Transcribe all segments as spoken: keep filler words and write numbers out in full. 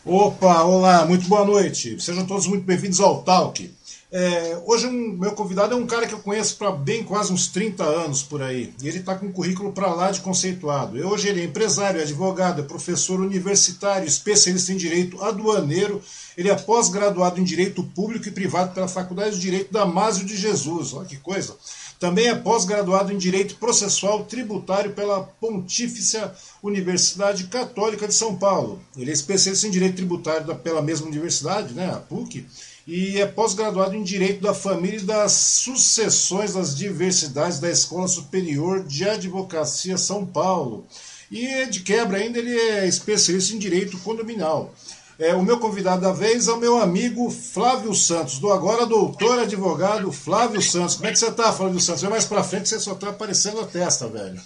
Opa, olá, muito boa noite. Sejam todos muito bem-vindos ao Talk. É, hoje um, meu convidado é um cara que eu conheço para bem quase uns trinta anos por aí. E ele está com um currículo para lá de conceituado. E hoje ele é empresário, é advogado, é professor universitário, especialista em direito aduaneiro. Ele é pós-graduado em direito público e privado pela Faculdade de Direito Damásio de Jesus. Olha que coisa. Também é pós-graduado em Direito Processual Tributário pela Pontifícia Universidade Católica de São Paulo. Ele é especialista em Direito Tributário da, pela mesma universidade, né, a PUC, e é pós-graduado em Direito da Família e das Sucessões das Diversidades da Escola Superior de Advocacia São Paulo. E, de quebra ainda, ele é especialista em Direito Condominial. É, o meu convidado da vez é o meu amigo Flávio Santos, do agora doutor advogado Flávio Santos. Como é que você tá, Flávio Santos? Vem mais pra frente, você só tá aparecendo a testa, velho.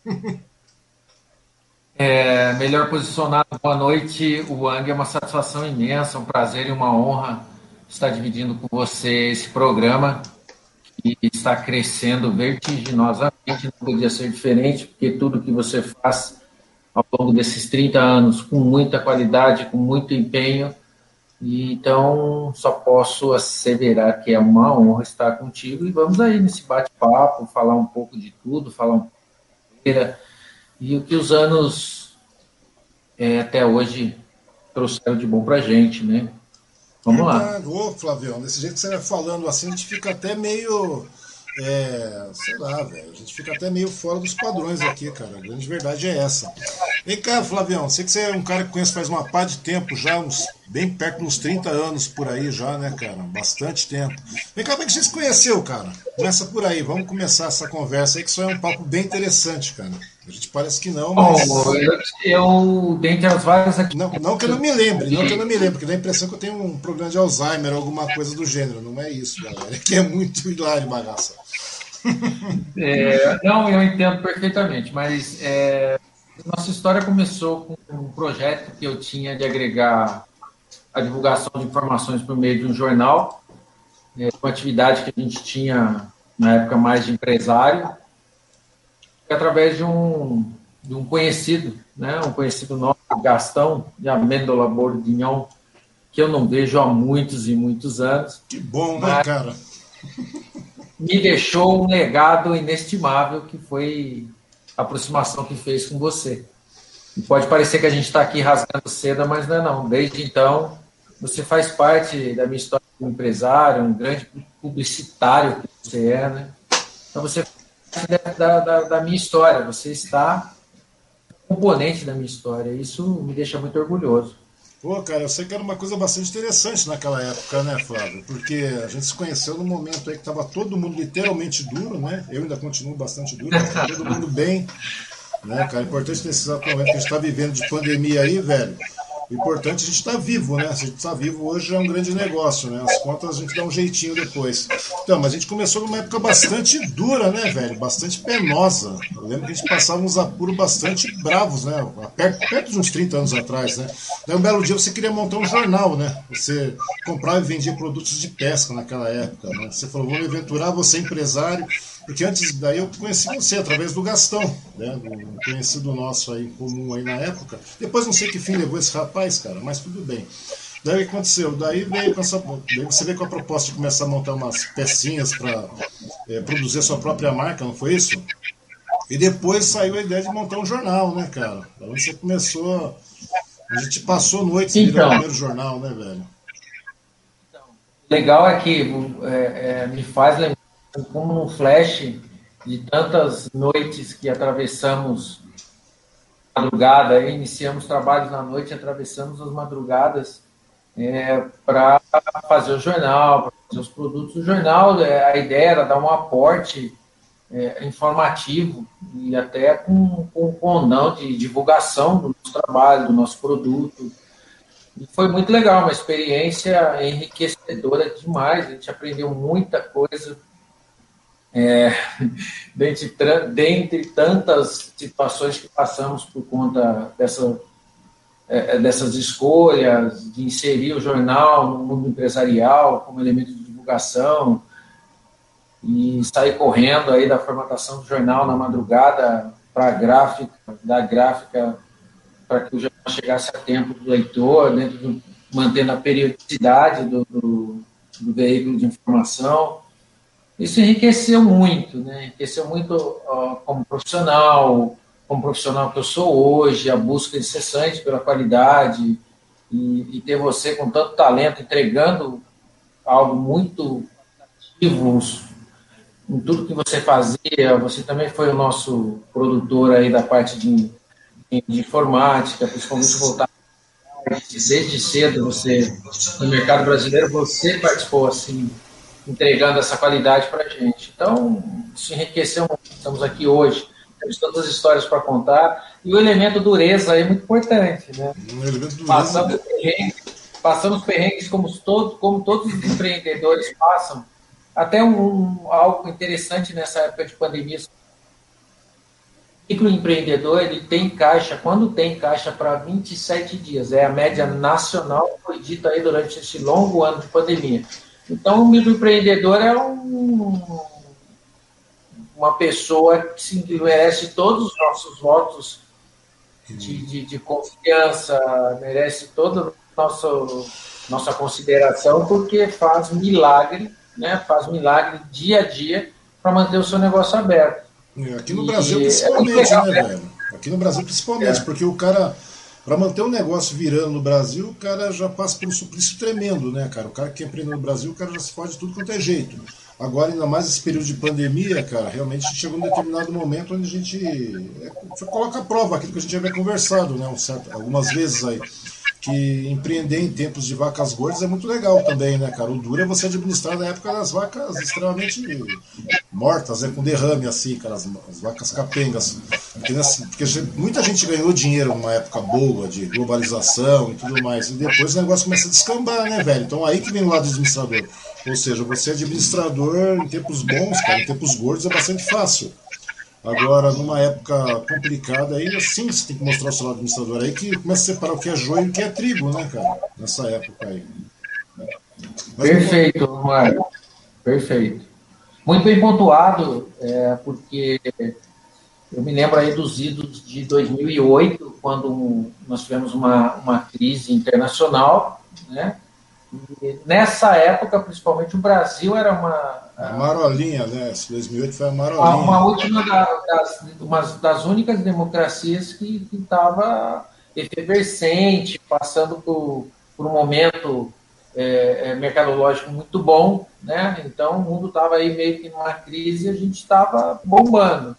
É, melhor posicionado, boa noite, Wang. É uma satisfação imensa, um prazer e uma honra estar dividindo com você esse programa que está crescendo vertiginosamente. Não podia ser diferente, porque tudo que você faz ao longo desses trinta anos, com muita qualidade, com muito empenho, e então só posso asseverar que é uma honra estar contigo, e vamos aí nesse bate-papo, falar um pouco de tudo, falar um pouco de carreira, e o que os anos é, até hoje trouxeram de bom pra gente, né? Vamos lá. Verdade. Ô, Flavião, desse jeito que você vai falando assim, a gente fica até meio. É, sei lá, velho. A gente fica até meio fora dos padrões aqui, cara. A grande verdade é essa. Vem cá, Flavião, sei que você é um cara que conhece faz uma pá de tempo já, uns, bem perto dos trinta anos por aí já, né, cara? Bastante tempo. Vem cá, como é que você se conheceu, cara? Começa por aí, vamos começar essa conversa aí, que isso é um papo bem interessante, cara. A gente parece que não, Bom, mas. eu, eu dentre as várias Não, atividades não que eu que não eu me lembre, não que eu não tive, me lembre, porque dá a impressão que eu tenho um problema de Alzheimer ou alguma coisa do gênero. Não é isso, galera. É que é muito hilário, bagaça. é, não, eu entendo perfeitamente, mas é, nossa história começou com um projeto que eu tinha de agregar a divulgação de informações por meio de um jornal, é, uma atividade que a gente tinha na época mais de empresário, através de um, de um conhecido, né, um conhecido nosso, Gastão de Amêndola Bordignon, que eu não vejo há muitos e muitos anos, Que bom, né, mas cara? me deixou um legado inestimável, que foi a aproximação que fez com você. E pode parecer que a gente está aqui rasgando seda, mas não é não. Desde então, você faz parte da minha história como empresário, um grande publicitário que você é, né? Então você faz parte da, da, da minha história, você está componente da minha história. Isso me deixa muito orgulhoso. Pô, cara, eu sei que era uma coisa bastante interessante naquela época, né, Flávio? Porque a gente se conheceu num momento aí que tava todo mundo literalmente duro, né? Eu ainda continuo bastante duro, mas tá todo mundo bem, né, cara? Importante nesse exato momento que a gente tá vivendo de pandemia aí, velho. O importante é a gente estar tá vivo, né? Se a gente está vivo hoje é um grande negócio, né? As contas a gente dá um jeitinho depois. Então, mas a gente começou numa época bastante dura, né, velho? Bastante penosa. Eu lembro que a gente passava uns apuros bastante bravos, né? Perto, perto de uns trinta anos atrás, né? Daí um belo dia você queria montar um jornal, né? Você comprava e vendia produtos de pesca naquela época, né? Você falou, vou me aventurar, você é empresário. Porque antes daí eu conheci você através do Gastão, né? Um conhecido nosso aí, comum aí na época. Depois não sei que fim levou esse rapaz, cara, mas tudo bem. Daí o que aconteceu? Daí veio com essa, daí você veio com a proposta de começar a montar umas pecinhas para é, produzir a sua própria marca, não foi isso? E depois saiu a ideia de montar um jornal, né, cara? Aí você começou. A gente passou noites virando o Então, primeiro jornal, né, velho? legal é que é, é, me faz lembrar como um flash de tantas noites que atravessamos a madrugada, iniciamos trabalhos na noite, atravessamos as madrugadas é, para fazer o jornal, para fazer os produtos do jornal. É, a ideia era dar um aporte é, informativo e até com, com condão de divulgação do nosso trabalho, do nosso produto. E foi muito legal, uma experiência enriquecedora demais. A gente aprendeu muita coisa, é, dentre, dentre tantas situações que passamos por conta dessa, é, dessas escolhas, de inserir o jornal no mundo empresarial como elemento de divulgação, e sair correndo aí da formatação do jornal na madrugada para a gráfica, da gráfica para que o jornal chegasse a tempo do leitor, dentro do, mantendo a periodicidade do, do, do veículo de informação. Isso enriqueceu muito, né? Enriqueceu muito uh, como profissional, como profissional que eu sou hoje, a busca incessante pela qualidade e, e ter você com tanto talento entregando algo muito ativo em tudo que você fazia. Você também foi o nosso produtor aí da parte de, de informática, principalmente voltar desde cedo. Você no mercado brasileiro você participou assim, entregando essa qualidade para a gente. Então isso enriqueceu muito. Estamos aqui hoje, temos tantas histórias para contar e o elemento dureza é muito importante, né? Um elemento dureza. Passamos perrengues, passamos perrengues como todos, como todos os empreendedores passam. Até um, algo interessante nessa época de pandemia, o microempreendedor ele tem caixa, quando tem caixa para vinte e sete dias, é a média nacional, foi dita aí durante esse longo ano de pandemia. Então, o microempreendedor é um, uma pessoa que merece todos os nossos votos de, de, de confiança, merece toda a nossa, nossa consideração, porque faz milagre, né? Faz milagre dia a dia para manter o seu negócio aberto. Aqui no Brasil, e principalmente, é né, velho? Aqui no Brasil, principalmente, é. Porque o cara, para manter o negócio virando no Brasil, o cara já passa por um suplício tremendo, né, cara? O cara que quer empreender no Brasil, o cara já se fode tudo quanto é jeito. Agora, ainda mais esse período de pandemia, cara, realmente chegou um determinado momento onde a gente é, coloca à prova aquilo que a gente já havia conversado, né, um certo, algumas vezes aí. Que empreender em tempos de vacas gordas é muito legal também, né, cara? O duro é você administrar na época das vacas extremamente mortas, né, com derrame, assim, cara, as, as vacas capengas. Porque, assim, porque muita gente ganhou dinheiro numa época boa, de globalização e tudo mais, e depois o negócio começa a descambar, né, velho? Então aí que vem o lado do administrador. Ou seja, você é administrador em tempos bons, cara, em tempos gordos é bastante fácil. Agora, numa época complicada, aí assim você tem que mostrar o seu lado administrador aí, que começa a separar o que é joio e o que é trigo, né, cara? Nessa época aí. Mas, perfeito, como... Mário. Perfeito. Muito bem pontuado, é, porque eu me lembro aí dos idos de dois mil e oito, quando nós tivemos uma, uma crise internacional, né? E nessa época, principalmente, o Brasil era uma... A marolinha, né? dois mil e oito foi a marolinha. Uma última das, uma das únicas democracias que estava efervescente, passando por, por um momento é, mercadológico muito bom, né? Então, o mundo estava aí meio que numa crise e a gente estava bombando.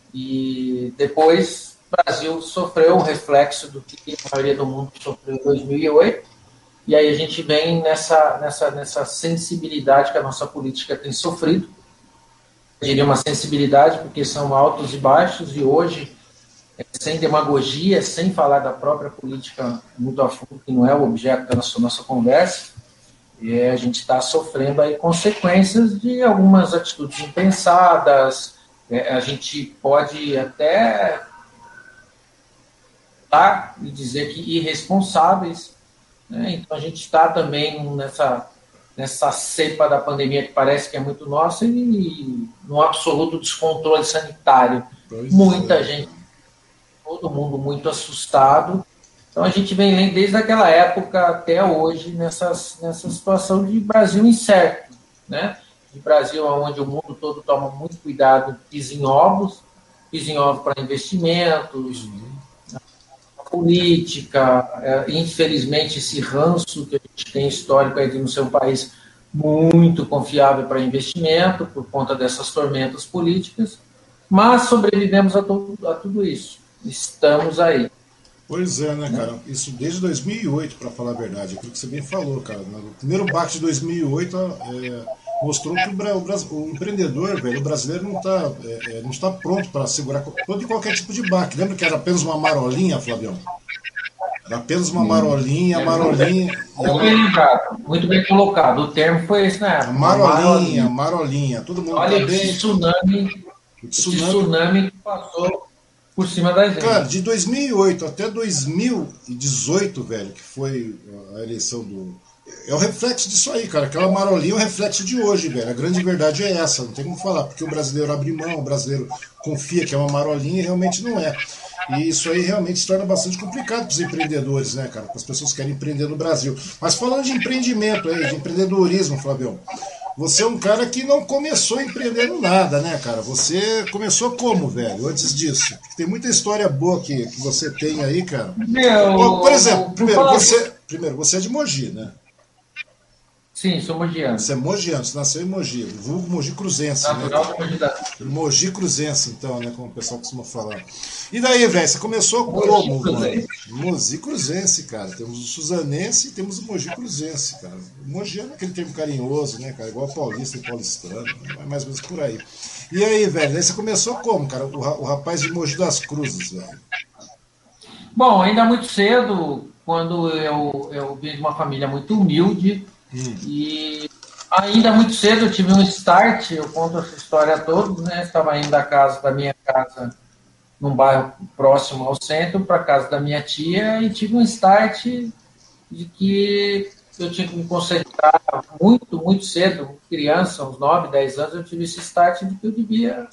E depois, o Brasil sofreu o reflexo do que a maioria do mundo sofreu em dois mil e oito. E aí a gente vem nessa, nessa, nessa sensibilidade que a nossa política tem sofrido. Eu diria uma sensibilidade, porque são altos e baixos, e hoje, sem demagogia, sem falar da própria política muito a fundo, que não é o objeto da nossa, nossa conversa, e a gente está sofrendo aí consequências de algumas atitudes impensadas. A gente pode até tá, e dizer que irresponsáveis. Então, a gente está também nessa, nessa cepa da pandemia que parece que é muito nossa e no absoluto descontrole sanitário. Pois Muita é. gente, todo mundo muito assustado. Então, a gente vem desde aquela época até hoje nessas, nessa situação de Brasil incerto, né? De Brasil onde o mundo todo toma muito cuidado, pisa em ovos, pisa em ovos para investimentos, uhum. política, é, infelizmente esse ranço que a gente tem histórico aí de não ser um país muito confiável para investimento por conta dessas tormentas políticas, mas sobrevivemos a, to a tudo isso. Estamos aí. Pois é, né, cara? Isso desde dois mil e oito, para falar a verdade, aquilo que você bem falou, cara. No primeiro bate de dois mil e oito é, mostrou que o, o, o empreendedor, velho, o brasileiro não está é, não está pronto para segurar todo e qualquer tipo de baque. Lembra que era apenas uma marolinha, Flavião? Era apenas uma marolinha, é, marolinha. Muito bem lembrado, muito bem colocado. O termo foi esse, né? Marolinha, marolinha, marolinha. Todo mundo Olha tá bem. Esse tsunami, o tsunami, esse tsunami que passou por cima da gente. Cara, de dois mil e oito até dois mil e dezoito, velho, que foi a eleição do, É o reflexo disso aí, cara. Aquela marolinha é o reflexo de hoje, velho. A grande verdade é essa, não tem como falar, porque o brasileiro abre mão, o brasileiro confia que é uma marolinha e realmente não é. E isso aí realmente se torna bastante complicado para os empreendedores, né, cara? Para as pessoas que querem empreender no Brasil. Mas falando de empreendimento aí, de empreendedorismo, Flavião, você é um cara que não começou empreendendo nada, né, cara? Você começou como, velho, antes disso? Porque tem muita história boa que, que você tem aí, cara. Ó, por exemplo, Meu, por primeiro, falar. você, primeiro, você é de Mogi, né? Sim, sou mogiano. Você é mogiano, você nasceu em Mogi, vulgo Mogi Cruzense, né? Natural da Mogi das Mogi Cruzense, então, né? Como o pessoal costuma falar. E daí, velho, você começou Mogi como, Cruzense. mano? Mogi Cruzense, cara. Temos o Suzanense e temos o Mogi Cruzense, cara. O mogiano é aquele termo carinhoso, né, cara? Igual paulista e paulistano, né? Mais ou menos por aí. E aí, velho, daí você começou como, cara? O, ra- o rapaz de Mogi das Cruzes, velho. Bom, ainda muito cedo, quando eu, eu vim de uma família muito humilde, e ainda muito cedo eu tive um start, eu conto essa história a todos, né? Estava indo da casa da minha casa, num bairro próximo ao centro, para a casa da minha tia, e tive um start de que eu tinha que me concentrar muito, muito cedo, criança, uns nove dez anos, eu tive esse start de que eu devia.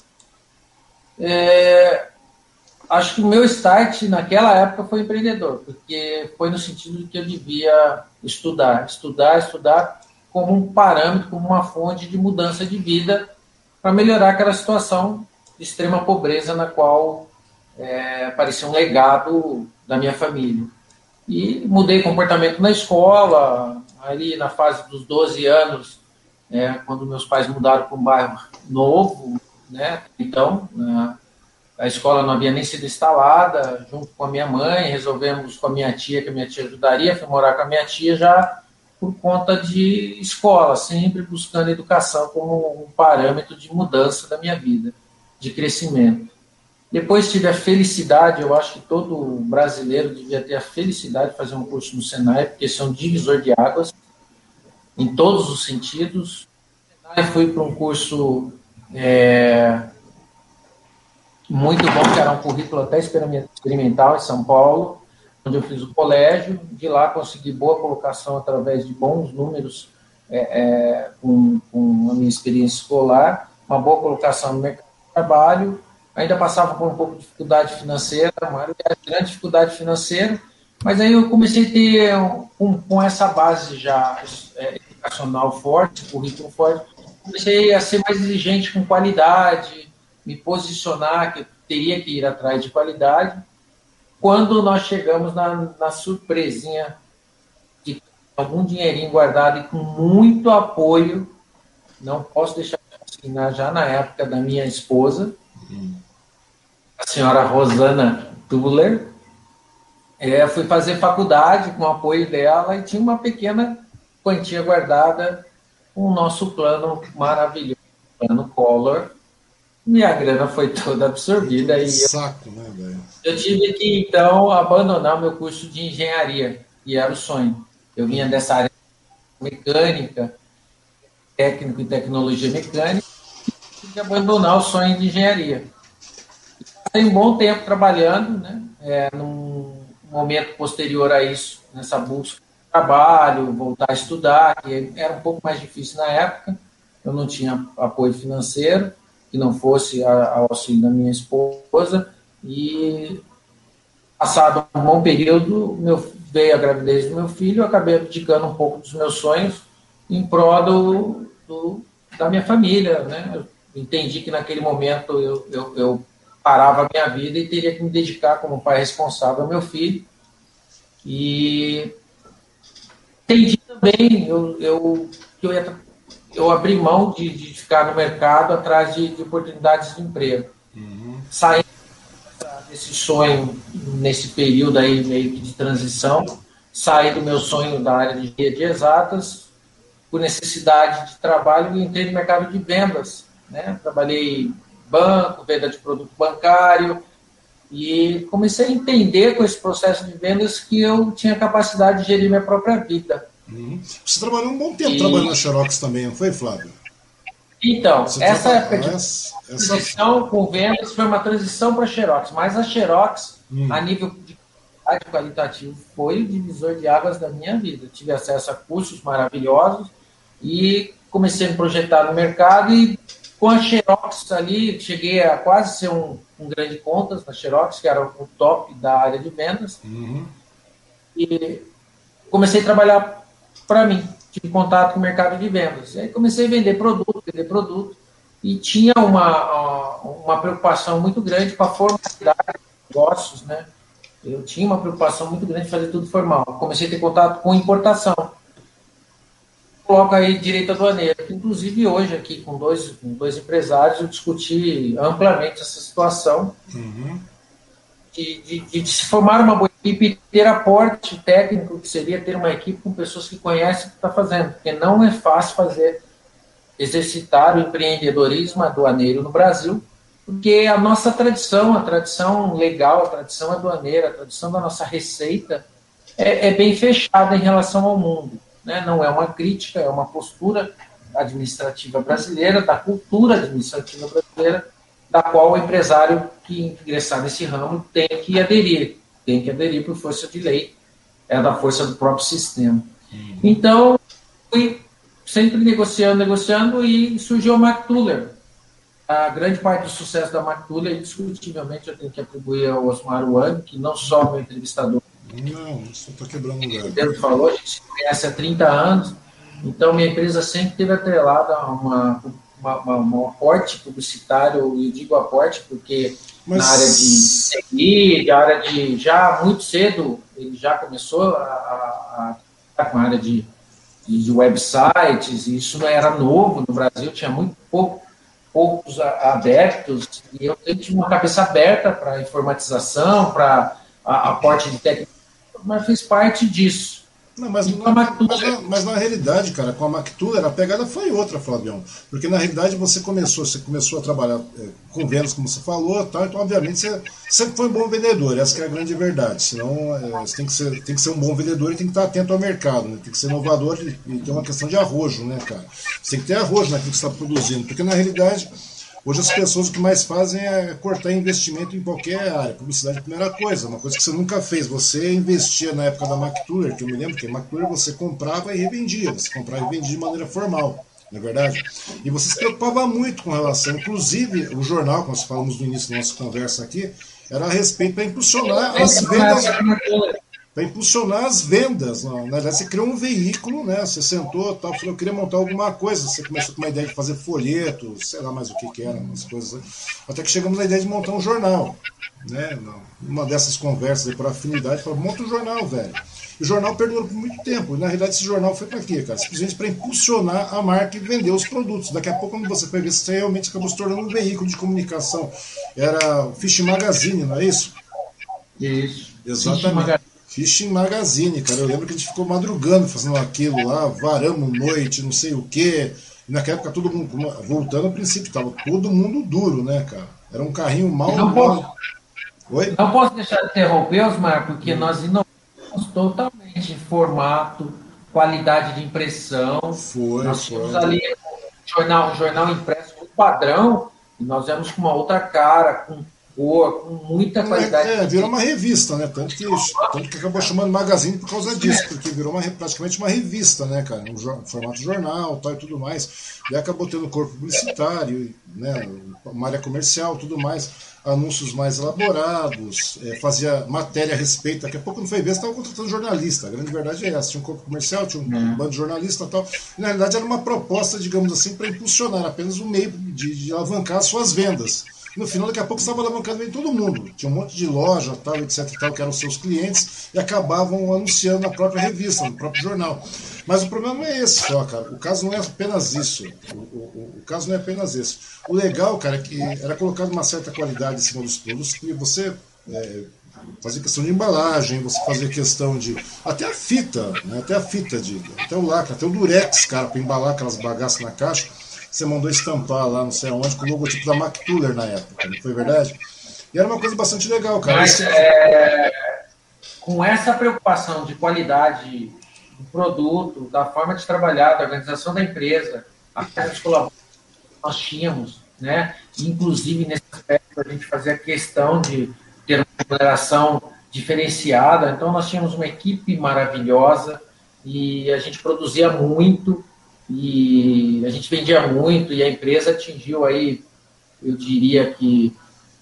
É, acho que o meu start naquela época foi empreendedor, porque foi no sentido de que eu devia estudar, estudar, estudar como um parâmetro, como uma fonte de mudança de vida para melhorar aquela situação de extrema pobreza na qual é, parecia um legado da minha família. E mudei comportamento na escola, ali na fase dos doze anos, é, quando meus pais mudaram para um bairro novo, né? Então, né, a escola não havia nem sido instalada, junto com a minha mãe, resolvemos com a minha tia, que a minha tia ajudaria, fui morar com a minha tia já por conta de escola, sempre buscando educação como um parâmetro de mudança da minha vida, de crescimento. Depois tive a felicidade, eu acho que todo brasileiro devia ter a felicidade de fazer um curso no Senai, porque isso é um divisor de águas, em todos os sentidos. Eu fui para um curso é, muito bom, que era um currículo até experimental em São Paulo, onde eu fiz o colégio. De lá consegui boa colocação através de bons números é, é, com, com a minha experiência escolar, uma boa colocação no mercado de trabalho. Ainda passava por um pouco de dificuldade financeira, uma grande dificuldade financeira, mas aí eu comecei a ter, com, com essa base já é, educacional forte, currículo forte, comecei a ser mais exigente com qualidade, me posicionar que eu teria que ir atrás de qualidade. Quando nós chegamos na, na surpresinha de algum dinheirinho guardado e com muito apoio, não posso deixar de assinar já na época da minha esposa, a senhora Rosana Tuller, é, fui fazer faculdade com o apoio dela e tinha uma pequena quantia guardada com o nosso plano maravilhoso, plano Collor. Minha grana foi toda absorvida Que e eu, saco, né, velho? eu tive que, então, abandonar o meu curso de engenharia, que era o sonho. Eu vinha dessa área mecânica, técnico em tecnologia mecânica, e tive que abandonar o sonho de engenharia. Tem um bom tempo trabalhando, né? É, num momento posterior a isso, nessa busca de trabalho, voltar a estudar, que era um pouco mais difícil na época, eu não tinha apoio financeiro, que não fosse ao auxílio da minha esposa, e passado um bom período, meu, veio a gravidez do meu filho, eu acabei abdicando um pouco dos meus sonhos em prol do, do, da minha família, né? Eu entendi que naquele momento eu, eu, eu parava a minha vida e teria que me dedicar como pai responsável ao meu filho. E entendi também eu, eu, que eu, ia, eu abri mão de, de ficar no mercado atrás de, de oportunidades de emprego. Uhum. Saindo desse sonho, nesse período aí meio que de transição, saí do meu sonho da área de engenharia de exatas, por necessidade de trabalho, e entrei no mercado de vendas, né? Trabalhei banco, venda de produto bancário, e comecei a entender com esse processo de vendas que eu tinha capacidade de gerir minha própria vida. Uhum. Você trabalhou um bom tempo e... trabalhando na Xerox também, não foi, Flávio? Então, Você essa traba... época de essa... transição com vendas foi uma transição para a Xerox, mas a Xerox, hum. a nível de qualidade qualitativo foi o divisor de águas da minha vida. Eu tive acesso a cursos maravilhosos e comecei a me projetar no mercado e com a Xerox ali, cheguei a quase ser um, um grande contas na Xerox, que era o top da área de vendas. Uhum. E comecei a trabalhar para mim, tive contato com o mercado de vendas. E aí comecei a vender produto, vender produto, e tinha uma, uma preocupação muito grande com a formalidade dos negócios, né? Eu tinha uma preocupação muito grande de fazer tudo formal. Comecei a ter contato com importação. Coloca aí direito aduaneiro. Inclusive hoje aqui com dois, com dois empresários eu discuti amplamente essa situação. Uhum. De, de, de se formar uma boa equipe e ter aporte técnico, que seria ter uma equipe com pessoas que conhecem o que está fazendo, porque não é fácil fazer, exercitar o empreendedorismo aduaneiro no Brasil, porque a nossa tradição, a tradição legal, a tradição aduaneira, a tradição da nossa receita é, é bem fechada em relação ao mundo, né? Não é uma crítica, é uma postura administrativa brasileira, da cultura administrativa brasileira, da qual o empresário que ingressar nesse ramo tem que aderir, tem que aderir por força de lei, é da força do próprio sistema. Uhum. Então, fui sempre negociando, negociando, e surgiu a McTuller. A grande parte do sucesso da McTuller, indiscutivelmente, eu tenho que atribuir ao Osmar Wang, que não só meu entrevistador. Não, só está quebrando o lugar. Ele falou, a gente se conhece há trinta anos, então minha empresa sempre teve atrelada a uma... Uma, uma, um aporte publicitário, eu digo aporte porque Mas... na área de T I, na área de, já muito cedo, ele já começou a estar com a área de, de, de websites, e isso não era novo no Brasil, tinha muito pouco, poucos adeptos, e eu tive uma cabeça aberta para informatização, para aporte de tecnologia, mas fiz parte disso. Não, mas, na, mas, na, mas na realidade, cara, com a McTuller a pegada foi outra, Flavião. Porque na realidade você começou, você começou a trabalhar é, com vendas, como você falou, tá? Então obviamente você sempre foi um bom vendedor, essa que é a grande verdade. Senão é, você tem que, ser, tem que ser um bom vendedor e tem que estar atento ao mercado, né? Tem que ser inovador e, e ter uma questão de arrojo, né, cara? Você tem que ter arrojo naquilo que você está produzindo, porque na realidade hoje as pessoas o que mais fazem é cortar investimento em qualquer área. Publicidade é a primeira coisa, uma coisa que você nunca fez. Você investia na época da McTuller, que eu me lembro que a McTuller você comprava e revendia. Você comprava e vendia de maneira formal, não é verdade? E você se preocupava muito com relação, inclusive o jornal, que nós falamos no início da nossa conversa aqui, era a respeito para impulsionar as vendas... Para impulsionar as vendas. Na verdade, você criou um veículo, né? Você sentou, tal, falou, eu queria montar alguma coisa. Você começou com uma ideia de fazer folheto, sei lá mais o que que era, umas coisas. Até que chegamos na ideia de montar um jornal. Né? Uma dessas conversas aí por afinidade, falou, monta um jornal, velho. E o jornal perdurou por muito tempo. E, na realidade, esse jornal foi para quê, cara? Simplesmente para impulsionar a marca e vender os produtos. Daqui a pouco, quando você foi ver, você realmente acabou se tornando um veículo de comunicação. Era o Fish Magazine, não é isso? Isso. Exatamente. Fishing Magazine, cara. Eu lembro que a gente ficou madrugando fazendo aquilo lá, varamos noite, não sei o quê. E naquela época todo mundo, voltando ao princípio, tava todo mundo duro, né, cara? Era um carrinho mal. Não, mal... posso, Oi? não posso deixar de interromper, Osmar, porque hum. nós inovamos totalmente em formato, qualidade de impressão. Foi, nós foi. tínhamos ali um jornal, um jornal impresso muito padrão, e nós éramos com uma outra cara, com boa, com muita qualidade. É, é, virou uma revista, né? Tanto que, tanto que acabou chamando Magazine por causa disso, porque virou uma, praticamente uma revista, né, cara? Um, um formato jornal, tal e tudo mais. E acabou tendo corpo publicitário, né? Uma área comercial, tudo mais, anúncios mais elaborados, é, fazia matéria a respeito. Daqui a pouco não foi ver, você estava contratando jornalista. A grande verdade é essa: tinha um corpo comercial, tinha um é. bando de jornalista e tal. E, na realidade, era uma proposta, digamos assim, para impulsionar apenas um meio de, de alavancar as suas vendas. No final, daqui a pouco, estava alavancando em todo mundo. Tinha um monte de loja, tal, etc e tal, que eram seus clientes, e acabavam anunciando na própria revista, no próprio jornal. Mas o problema não é esse só, cara. O caso não é apenas isso. O, o, o caso não é apenas isso. O legal, cara, é que era colocado uma certa qualidade em cima dos produtos, que você é, fazia questão de embalagem, você fazia questão de... Até a fita, né? Até a fita, de, até o lacre, até o durex, cara, para embalar aquelas bagaças na caixa. Você mandou estampar lá, não sei aonde, com o logotipo da McTuller na época, não foi verdade? E era uma coisa bastante legal, cara. Mas, é, com essa preocupação de qualidade do produto, da forma de trabalhar, da organização da empresa, até os colaboradores que nós tínhamos, né? Inclusive nesse aspecto a gente fazia questão de ter uma remuneração diferenciada. Então, nós tínhamos uma equipe maravilhosa e a gente produzia muito e a gente vendia muito e a empresa atingiu aí, eu diria que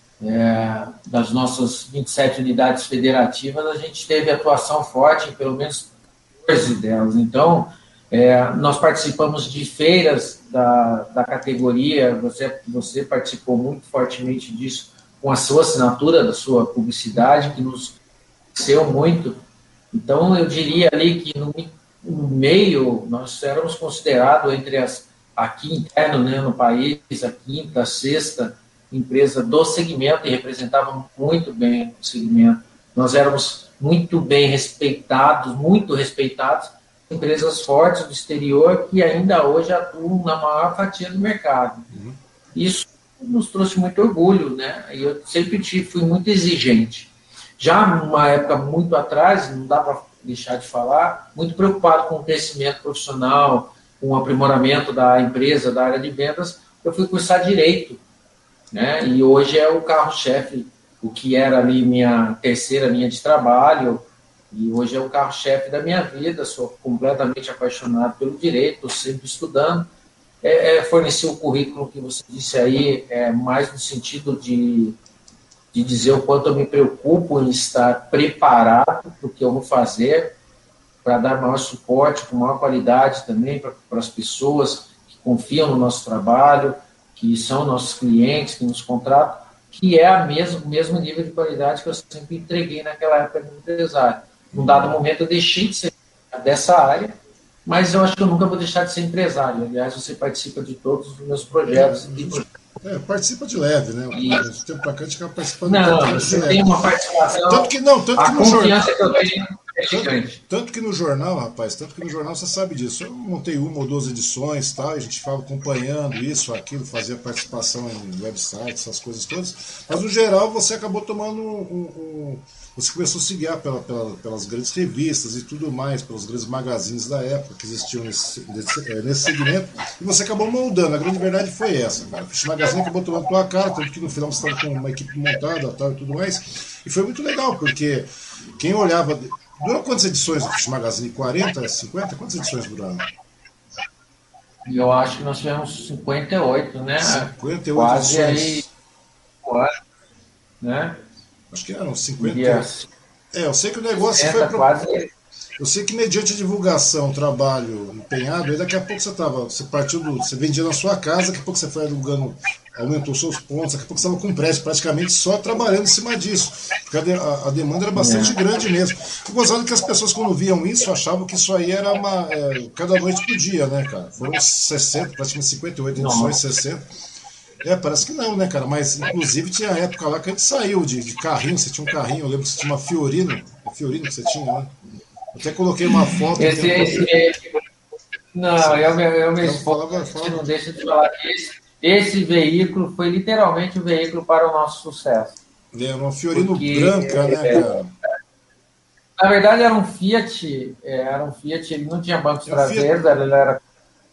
é, das nossas vinte e sete unidades federativas, a gente teve atuação forte em pelo menos quatorze delas. Então, é, nós participamos de feiras da, da categoria, você, você participou muito fortemente disso, com a sua assinatura, da sua publicidade, que nos cresceu muito. Então, eu diria ali que no, no meio, nós éramos considerados entre as, aqui interno, né, no país, a quinta, a sexta empresa do segmento e representávamos muito bem o segmento. Nós éramos muito bem respeitados, muito respeitados, empresas fortes do exterior que ainda hoje atuam na maior fatia do mercado. Uhum. Isso nos trouxe muito orgulho, né? E eu sempre fui muito exigente. Já numa época muito atrás, não dá para deixar de falar, muito preocupado com o crescimento profissional, com o aprimoramento da empresa, da área de vendas, eu fui cursar Direito, né? E hoje é o carro-chefe, o que era ali minha terceira linha de trabalho, e hoje é o carro-chefe da minha vida, sou completamente apaixonado pelo direito, estou sempre estudando. É, é, fornecer o currículo que você disse aí, é mais no sentido de, de dizer o quanto eu me preocupo em estar preparado para o que eu vou fazer, para dar maior suporte, com maior qualidade também para, para as pessoas que confiam no nosso trabalho, que são nossos clientes, que nos contratam, que é a mesmo, o mesmo nível de qualidade que eu sempre entreguei naquela época de empresário. Num dado momento eu deixei de ser dessa área, mas eu acho que eu nunca vou deixar de ser empresário. Aliás, você participa de todos os meus projetos. É, participa de leve, né? E... O tempo pra cá a gente acaba participando não, de você leve. tem uma participação. Tanto que não, tanto a que no confiança jornal, que eu tenho é gigante. Tanto, tanto que no jornal, rapaz, tanto que no jornal você sabe disso. Eu montei uma ou duas edições, tal, e a gente ficava acompanhando isso, aquilo, fazia participação em websites, essas coisas todas. Mas no geral você acabou tomando um, um, um você começou a se guiar pela, pela, pelas grandes revistas e tudo mais, pelos grandes magazines da época que existiam nesse, nesse, nesse segmento, e você acabou moldando. A grande verdade foi essa, cara. O Fish Magazine acabou tomando tua cara, tanto que no final você estava com uma equipe montada, tal, e tudo mais. E foi muito legal, porque quem olhava... Durou quantas edições do Fish Magazine? quarenta, cinquenta? Quantas edições duraram? Eu acho que nós tivemos cinquenta e oito, né? cinquenta e oito quase edições. Aí, né? Acho que eram cinquenta. Yes. É, eu sei que o negócio cinquenta, foi... Pro... Quase... Eu sei que mediante a divulgação, trabalho empenhado, aí daqui a pouco você tava, você partiu do, você vendia na sua casa, daqui a pouco você foi alugando, aumentou seus pontos, daqui a pouco você estava com prédio, praticamente só trabalhando em cima disso, porque a, de, a, a demanda era bastante é. grande mesmo. E gozado que as pessoas quando viam isso achavam que isso aí era uma, é, cada noite por dia, né, cara? Foram sessenta, praticamente cinquenta e oito edições, sessenta. É, parece que não, né, cara? Mas inclusive tinha a época lá que a gente saiu de, de carrinho, você tinha um carrinho, eu lembro que você tinha uma Fiorino, é Fiorino que você tinha, né? Até coloquei uma foto. Esse, esse, esse, não, eu, eu, eu me falava, falava. Não deixa de falar que esse, esse veículo foi literalmente o veículo para o nosso sucesso. É, uma Fiorino porque, branca, né, é, cara? Na verdade era um Fiat, era um Fiat, ele não tinha bancos é traseiros, Fiat... ele era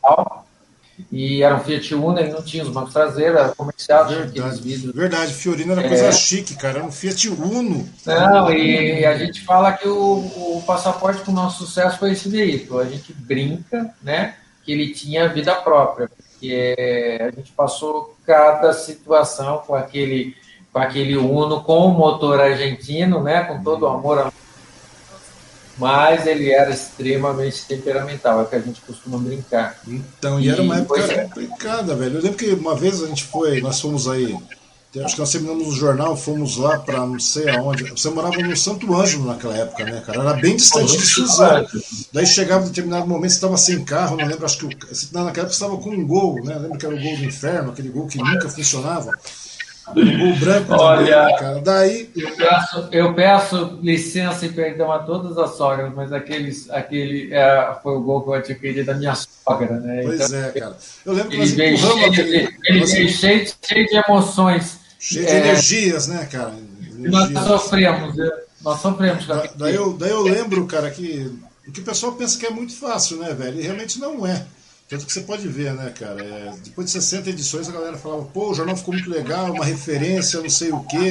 e era um Fiat Uno, ele não tinha os bancos traseiros, era comercial, tinha aqueles vidros. Verdade, Fiorino era coisa é... chique, cara, era um Fiat Uno. Não, e a gente fala que o, o passaporte para o nosso sucesso foi esse veículo. A gente brinca, né, que ele tinha vida própria, porque a gente passou cada situação com aquele, com aquele Uno, com o motor argentino, né, com todo o amor a... mas ele era extremamente temperamental, é o que a gente costuma brincar. Então, e, e era uma época é. complicada, velho. Eu lembro que uma vez a gente foi, nós fomos aí, acho que nós terminamos o jornal, fomos lá pra não sei aonde. Você morava no Santo Ângelo naquela época, né, cara? Era bem distante de Suzano. Daí chegava em determinado momento, você estava sem carro, não lembro, acho que o, naquela época você estava com um Gol, né? Lembro que era o Gol do Inferno, aquele Gol que nunca funcionava. O branco Olha, também, cara. Daí... eu, peço, eu peço licença e perdão a todas as sogras, mas aqueles, aquele é, foi o Gol que eu adquiri da minha sogra, né? Pois então, é, cara. Eu lembro que ele nós veio empurramos cheio, aquele... Ele, ele nós... veio cheio, cheio de emoções. Cheio de é, energias, né, cara? Energias. Nós sofremos, né? Nós sofremos. Da, daí, eu, daí eu lembro, cara, que o que o pessoal pensa que é muito fácil, né, velho? E realmente não é. Tanto que você pode ver, né, cara? É, depois de sessenta edições a galera falava, pô, o jornal ficou muito legal, uma referência, não sei o quê.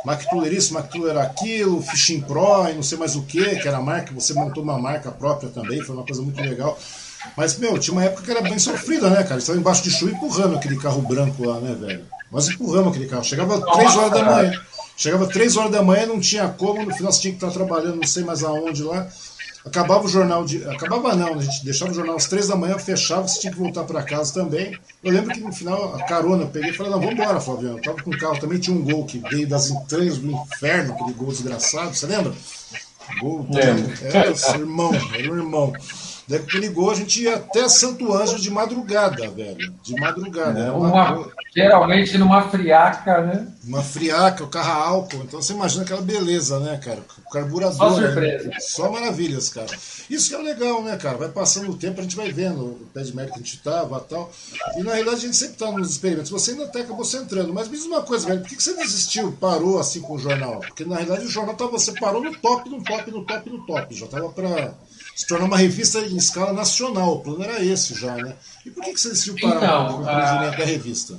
MacTuller isso, MacTuller aquilo, Fishing Pro e não sei mais o que, que era a marca, você montou uma marca própria também, foi uma coisa muito legal. Mas, meu, tinha uma época que era bem sofrida, né, cara? Estava embaixo de chuva empurrando aquele carro branco lá, né, velho? Nós empurramos aquele carro. Chegava três horas da manhã. Chegava três horas da manhã, não tinha como, no final você tinha que estar trabalhando, não sei mais aonde lá. Acabava o jornal de. Acabava não, a gente deixava o jornal às três da manhã, fechava, você tinha que voltar para casa também. Eu lembro que no final, a carona, eu peguei e falei, não, vamos embora, Flaviano. Eu tava com o carro também, tinha um Gol que veio das entranhas do inferno, aquele Gol desgraçado, você lembra? Gol também. Era o irmão, era o irmão. Daí que ele ligou, a gente ia até Santo Ângelo de madrugada, velho. De madrugada. Era uma uma, geralmente numa friaca, né? Uma friaca, o carro a álcool. Então você imagina aquela beleza, né, cara? O carburador. Só surpresa. Né? Só maravilhas, cara. Isso que é legal, né, cara? Vai passando o tempo, a gente vai vendo o pé de merda que a gente tava e tal. E na realidade a gente sempre tá nos experimentos. Você ainda até acabou se entrando. Mas me diz uma coisa, velho. Por que você desistiu, parou assim com o jornal? Porque na realidade o jornal tava, você parou no top, no top, no top, no top. Já tava pra se tornar uma revista em escala nacional. O plano era esse já, né? E por que você decidiu parar então, com o empreendimento da revista?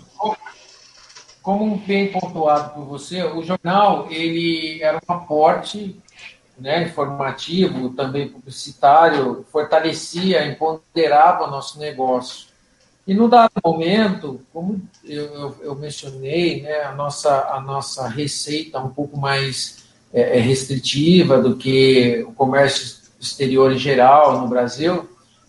Como bem pontuado por você, o jornal ele era um aporte, né, informativo, também publicitário, fortalecia, empoderava o nosso negócio. E no dado momento, como eu, eu, eu mencionei, né, a, nossa, a nossa receita um pouco mais é, restritiva do que o comércio exterior em geral no Brasil,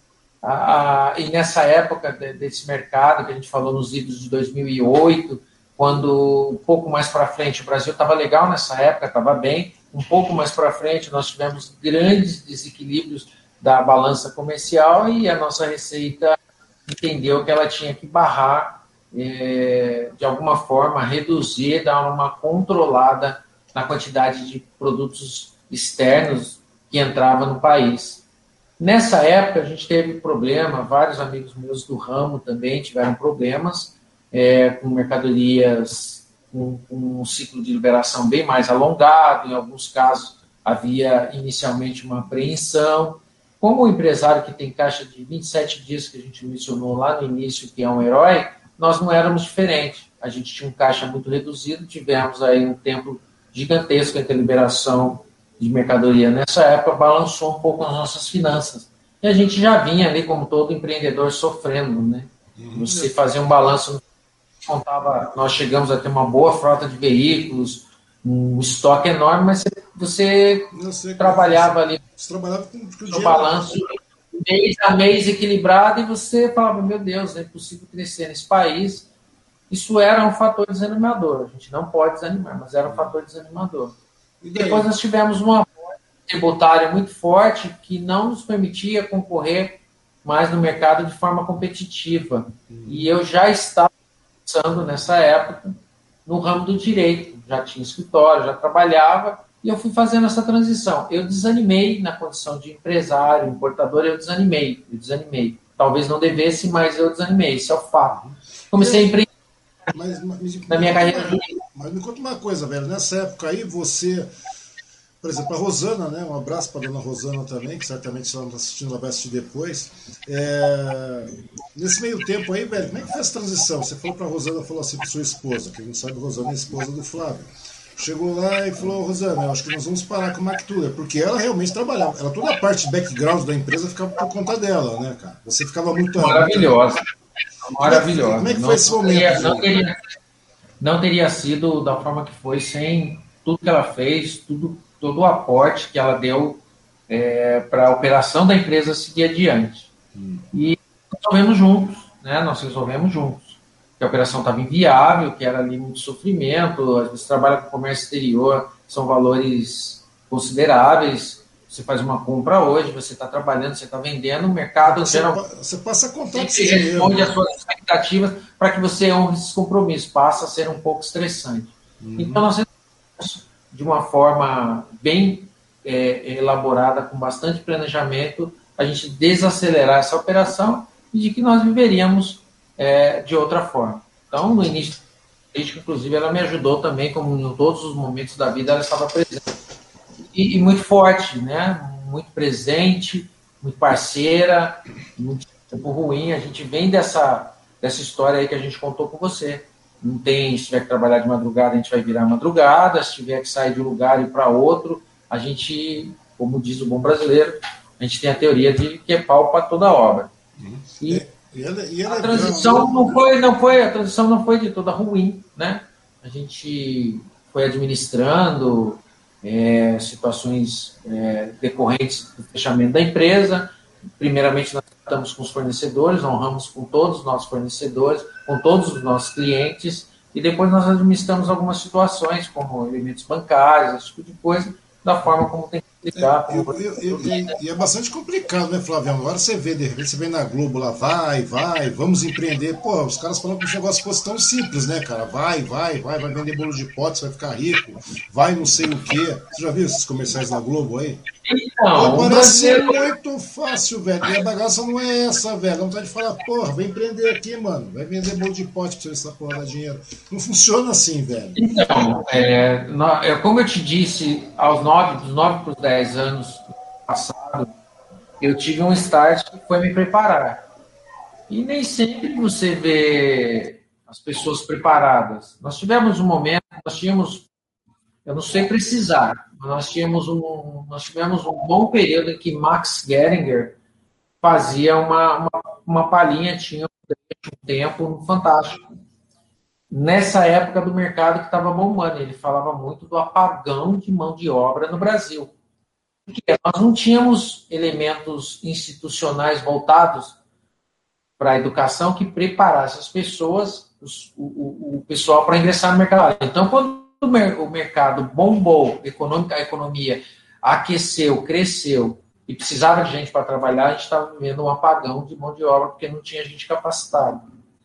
a, a, e nessa época de, desse mercado que a gente falou nos idos de dois mil e oito, quando um pouco mais para frente o Brasil estava legal nessa época, estava bem, um pouco mais para frente nós tivemos grandes desequilíbrios da balança comercial e a nossa receita entendeu que ela tinha que barrar, é, de alguma forma, reduzir, dar uma controlada na quantidade de produtos externos que entrava no país. Nessa época a gente teve problema, vários amigos meus do ramo também tiveram problemas, é, com mercadorias com, com um ciclo de liberação bem mais alongado, em alguns casos havia inicialmente uma apreensão. Como o empresário que tem caixa de vinte e sete dias, que a gente mencionou lá no início, que é um herói, nós não éramos diferentes. A gente tinha um caixa muito reduzido, tivemos aí um tempo gigantesco entre a liberação de mercadoria. Nessa época, balançou um pouco as nossas finanças. E a gente já vinha ali, como todo empreendedor, sofrendo, né? Você fazia um balanço, contava, nós chegamos a ter uma boa frota de veículos, um estoque enorme, mas você, você trabalhava ali você trabalhava com, com no balanço mês a mês equilibrado e você falava, meu Deus, é impossível crescer nesse país. Isso era um fator desanimador. A gente não pode desanimar, mas era um fator desanimador. E depois nós tivemos uma tributária muito forte que não nos permitia concorrer mais no mercado de forma competitiva. E eu já estava pensando nessa época no ramo do direito. Já tinha escritório, já trabalhava, e eu fui fazendo essa transição. Eu desanimei na condição de empresário, importador, eu desanimei, eu desanimei. Talvez não devesse, mas eu desanimei, isso é o fato. Comecei a empreender mas, mas, na minha carreira. Mas me conta uma coisa, velho, nessa época aí você, por exemplo, a Rosana, né? Um abraço para a dona Rosana também, que certamente se ela não está assistindo, ela vai assistir depois. É... Nesse meio tempo aí, velho, como é que foi essa transição? Você falou para a Rosana, falou assim para sua esposa, que não sabe, Rosana é a esposa do Flávio. Chegou lá e falou, Rosana, eu acho que nós vamos parar com a MacTuller, porque ela realmente trabalhava. Ela, toda a parte de background da empresa ficava por conta dela, né, cara? Você ficava muito... Maravilhosa. Maravilhosa. Como é que foi esse momento? Teria, não, teria, não teria sido da forma que foi, sem tudo que ela fez, tudo, todo o aporte que ela deu é, para a operação da empresa seguir adiante. Hum. E resolvemos juntos, né? Nós resolvemos juntos. Que a operação estava inviável, que era ali muito sofrimento, às vezes trabalha com comércio exterior, são valores consideráveis. Você faz uma compra hoje, você está trabalhando, você está vendendo, o mercado você, geral, você passa a contar você responde às suas expectativas para que você honre esses compromissos, passa a ser um pouco estressante. Uhum. Então, nós temos, de uma forma bem é, elaborada, com bastante planejamento, a gente desacelerar essa operação e de que nós viveríamos é, de outra forma. Então, no início, inclusive, ela me ajudou também, como em todos os momentos da vida, ela estava presente. E, e muito forte, né? Muito presente, muito parceira, muito tempo ruim. A gente vem dessa, dessa história aí que a gente contou com você, não tem, se tiver que trabalhar de madrugada, a gente vai virar madrugada, se tiver que sair de um lugar e ir para outro, a gente, como diz o bom brasileiro, a gente tem a teoria de que é pau para toda obra. Uhum. E, e, ela, e ela a transição não foi, não foi, a transição não foi de toda ruim, né? A gente foi administrando é, situações é, decorrentes do fechamento da empresa. Primeiramente, nós tratamos com os fornecedores, honramos com todos os nossos fornecedores, com todos os nossos clientes, e depois nós administramos algumas situações, como elementos bancários, esse tipo de coisa, da forma como tem que explicar. É, e é bastante complicado, né, Flávio? Agora você vê, de repente você vê na Globo lá, vai, vai, vamos empreender. Pô, os caras falam que o negócio fosse tão simples, né, cara? Vai, vai, vai, vai vender bolo de pote, você vai ficar rico, vai não sei o quê. Você já viu esses comerciais na Globo aí? Então, Pô, parece ser muito fácil, velho. E a bagaça não é essa, velho. Dá vontade de falar, porra, vem empreender aqui, mano. Vai vender bolo de pote pra você ver se essa porra dá dinheiro. Não funciona assim, velho. Então, é, como eu te disse, aos nove, dos nove para os dez anos passado, eu tive um start que foi me preparar. E nem sempre você vê as pessoas preparadas. Nós tivemos um momento, nós tínhamos, eu não sei precisar, mas nós tínhamos um, nós tivemos um bom período em que Max Geringer fazia uma, uma, uma palhinha, tinha um tempo no Fantástico. Nessa época do mercado que estava bombando, ele falava muito do apagão de mão de obra no Brasil. Porque nós não tínhamos elementos institucionais voltados para a educação que preparasse as pessoas, os, o, o, o pessoal para ingressar no mercado. Então, quando o mercado bombou, a economia aqueceu, cresceu e precisava de gente para trabalhar, a gente estava vivendo um apagão de mão de obra porque não tinha gente capacitada.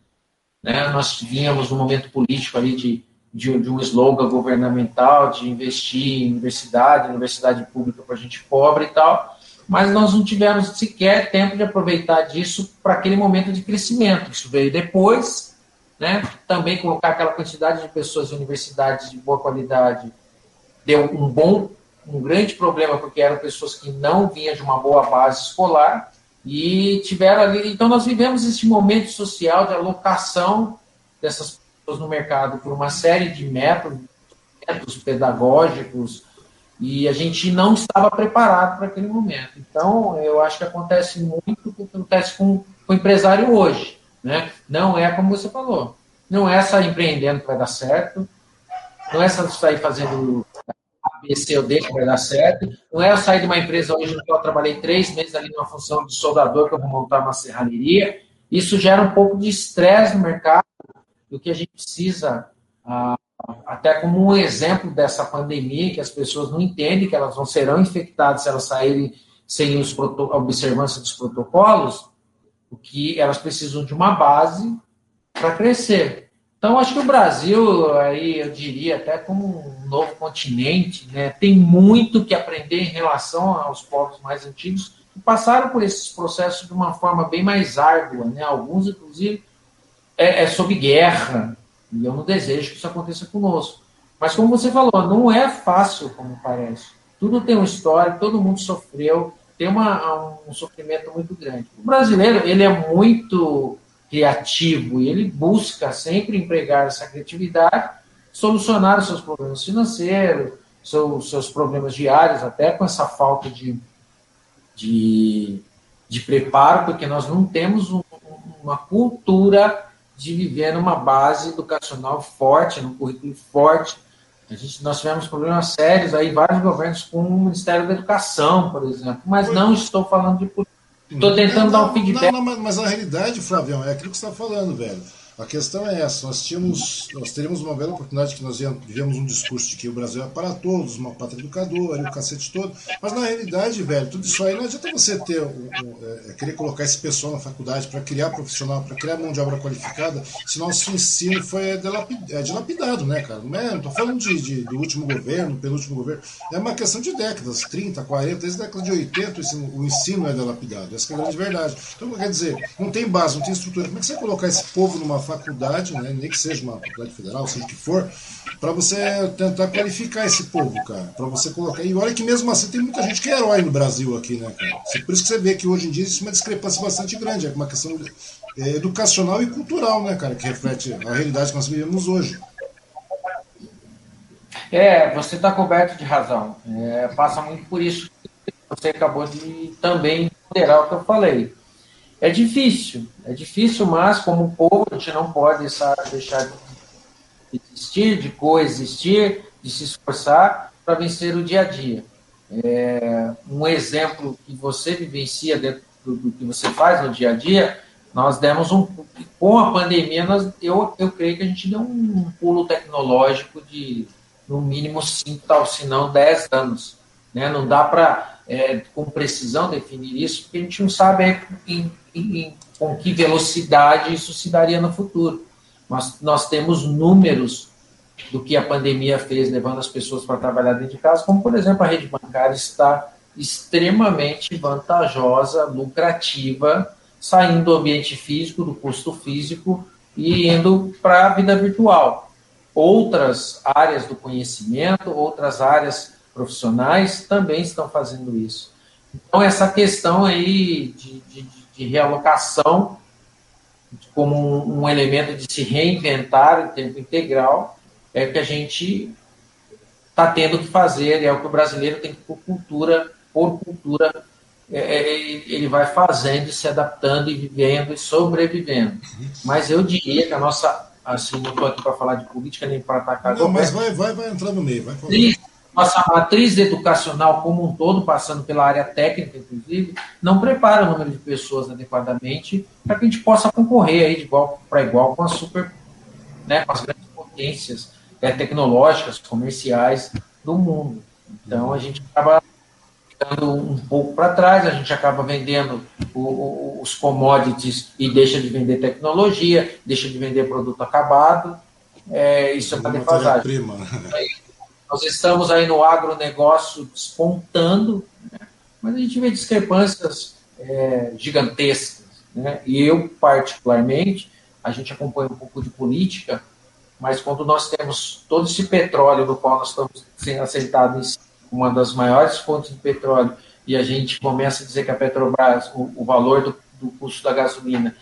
Né? Nós vínhamos um momento político ali de, de, de um slogan governamental de investir em universidade, universidade pública para gente pobre e tal, mas nós não tivemos sequer tempo de aproveitar disso para aquele momento de crescimento. Isso veio depois, né? Também colocar aquela quantidade de pessoas em universidades de boa qualidade deu um bom, um grande problema, porque eram pessoas que não vinham de uma boa base escolar, e tiveram ali. Então, nós vivemos esse momento social de alocação dessas pessoas no mercado por uma série de métodos, métodos pedagógicos, e a gente não estava preparado para aquele momento. Então, eu acho que acontece muito o que acontece com, com o empresário hoje. Né? Não é como você falou, não é sair empreendendo que vai dar certo, não é sair fazendo A, B, C ou D que vai dar certo. Não é eu sair de uma empresa hoje que eu trabalhei três meses ali numa função de soldador que eu vou montar uma serralheria. Isso gera um pouco de estresse no mercado, do que a gente precisa, ah, até como um exemplo dessa pandemia, que as pessoas não entendem que elas não serão infectadas se elas saírem sem os a observância dos protocolos, o que elas precisam de uma base para crescer. Então, acho que o Brasil, aí eu diria, até como um novo continente, né, tem muito que aprender em relação aos povos mais antigos, que passaram por esses processos de uma forma bem mais árdua. Né? Alguns, inclusive, é, é sob guerra, e eu não desejo que isso aconteça conosco. Mas, como você falou, não é fácil como parece. Tudo tem uma história, todo mundo sofreu, tem uma, um sofrimento muito grande. O brasileiro, ele é muito criativo e ele busca sempre empregar essa criatividade, solucionar os seus problemas financeiros, seus, seus problemas diários, até com essa falta de, de, de preparo, porque nós não temos um, uma cultura de viver numa base educacional forte, num currículo forte. A gente, nós tivemos problemas sérios aí, vários governos com o Ministério da Educação, por exemplo, mas não estou falando de política. Estou tentando não, dar um feedback. Não, não, mas a realidade, Flavião, é aquilo que você está falando, velho. A questão é essa, nós, tínhamos, nós teríamos uma bela oportunidade que nós vivemos um discurso de que o Brasil é para todos, uma pátria educadora, e o cacete todo, mas na realidade, velho, tudo isso aí não adianta você ter, um, um, é, querer colocar esse pessoal na faculdade para criar profissional, para criar mão de obra qualificada, se nosso ensino foi dilapidado, né, cara? Não é, não estou falando de, de, do último governo, penúltimo governo, é uma questão de décadas, trinta, quarenta, desde a década de oitenta o ensino, o ensino é dilapidado, essa é a grande verdade. Então, quer dizer, não tem base, não tem estrutura, como é que você vai colocar esse povo numa faculdade, né, nem que seja uma faculdade federal, seja o que for, para você tentar qualificar esse povo, cara, para você colocar. E olha que mesmo assim tem muita gente que é herói no Brasil aqui, né, cara? Por isso que você vê que hoje em dia existe uma discrepância bastante grande, é uma questão é, educacional e cultural, né, cara, que reflete a realidade que nós vivemos hoje. É, você está coberto de razão. É, passa muito por isso que você acabou de também ponderar o que eu falei. É difícil, é difícil, mas como povo a gente não pode deixar de existir, de coexistir, de se esforçar para vencer o dia a dia. É, um exemplo que você vivencia dentro do, do que você faz no dia a dia, nós demos um... Com a pandemia, nós, eu, eu creio que a gente deu um pulo tecnológico de, no mínimo, cinco, se não dez anos. Né? Não dá para, é, com precisão, definir isso, porque a gente não sabe em, em, em, com que velocidade isso se daria no futuro. Mas nós temos números do que a pandemia fez, levando as pessoas para trabalhar dentro de casa, como, por exemplo, a rede bancária está extremamente vantajosa, lucrativa, saindo do ambiente físico, do custo físico, e indo para a vida virtual. Outras áreas do conhecimento, outras áreas profissionais também estão fazendo isso. Então, essa questão aí de, de, de realocação como um, um elemento de se reinventar em tempo integral é que a gente está tendo que fazer, é o que o brasileiro tem que, por cultura, por cultura, é, ele vai fazendo, se adaptando e vivendo e sobrevivendo. Mas eu diria que a nossa, assim, não estou aqui para falar de política nem para atacar... Não, mas vai, vai, vai entrar no meio, vai falar. Nossa matriz educacional como um todo, passando pela área técnica, inclusive, não prepara o número de pessoas adequadamente para que a gente possa concorrer aí de igual para igual com as super, né, com as grandes potências é, tecnológicas, comerciais do mundo. Então, a gente acaba ficando um pouco para trás, a gente acaba vendendo o, o, os commodities e deixa de vender tecnologia, deixa de vender produto acabado. É, isso é uma defasagem. Nós estamos aí no agronegócio despontando, né? Mas a gente vê discrepâncias é, gigantescas. Né? E eu, particularmente, a gente acompanha um pouco de política, mas quando nós temos todo esse petróleo no qual nós estamos sendo aceitados em uma das maiores fontes de petróleo, e a gente começa a dizer que a Petrobras, o, o valor do, do custo da gasolina,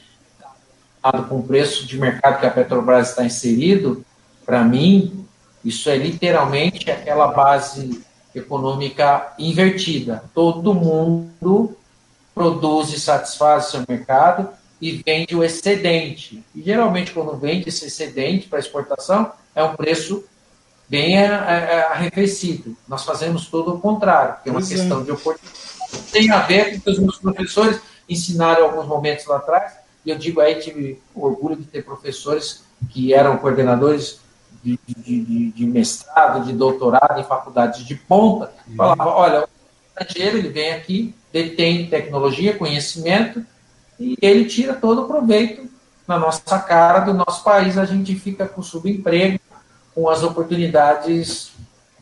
com o preço de mercado que a Petrobras está inserido, para mim... Isso é literalmente aquela base econômica invertida. Todo mundo produz e satisfaz o seu mercado e vende o excedente. E geralmente, quando vende esse excedente para exportação, é um preço bem arrefecido. Nós fazemos todo o contrário, porque é uma questão de oportunidade. Tem a ver com o que os meus professores ensinaram em alguns momentos lá atrás, e eu digo aí, tive orgulho de ter professores que eram coordenadores De, de, de mestrado, de doutorado em faculdades de ponta, falava, olha, o estrangeiro, ele vem aqui, ele tem tecnologia, conhecimento, e ele tira todo o proveito na nossa cara do nosso país, a gente fica com subemprego, com as oportunidades,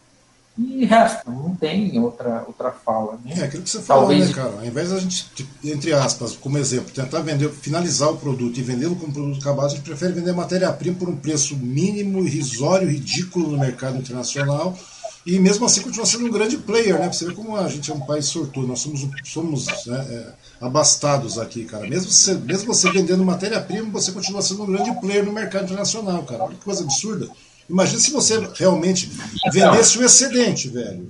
e resta, não tem outra, outra fala. Né? É aquilo que você falou, Talvez... né, cara? Ao invés da gente, entre aspas, como exemplo, tentar vender, finalizar o produto e vendê-lo como produto acabado, a gente prefere vender matéria-prima por um preço mínimo, irrisório, ridículo no mercado internacional, e mesmo assim continua sendo um grande player, né? Você vê como a gente é um país sortudo, nós somos, somos né, é, abastados aqui, cara. Mesmo você, mesmo você vendendo matéria-prima, você continua sendo um grande player no mercado internacional, cara. Olha que coisa absurda. Imagina se você realmente vendesse o excedente, velho.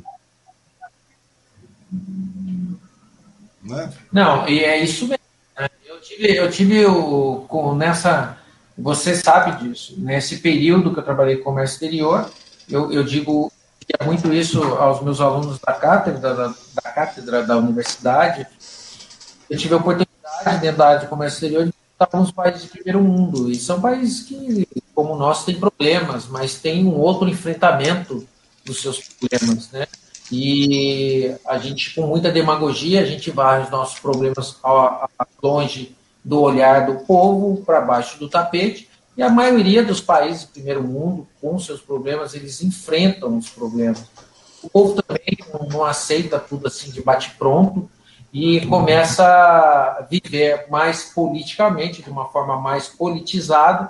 Né? Não, e é isso mesmo. Eu tive, eu tive o, com, nessa... Você sabe disso. Nesse período que eu trabalhei com comércio exterior, eu, eu digo muito isso aos meus alunos da cátedra, da, da cátedra da universidade. Eu tive a oportunidade, dentro da área de comércio exterior, de estar com os países de primeiro mundo. E são países que, como o nosso, têm problemas, mas tem um outro enfrentamento dos seus problemas, né? E a gente, com muita demagogia, a gente vai os nossos problemas a, a, longe do olhar do povo, para baixo do tapete, e a maioria dos países do primeiro mundo, com seus problemas, eles enfrentam os problemas. O povo também não aceita tudo assim de bate-pronto e começa a viver mais politicamente, de uma forma mais politizada,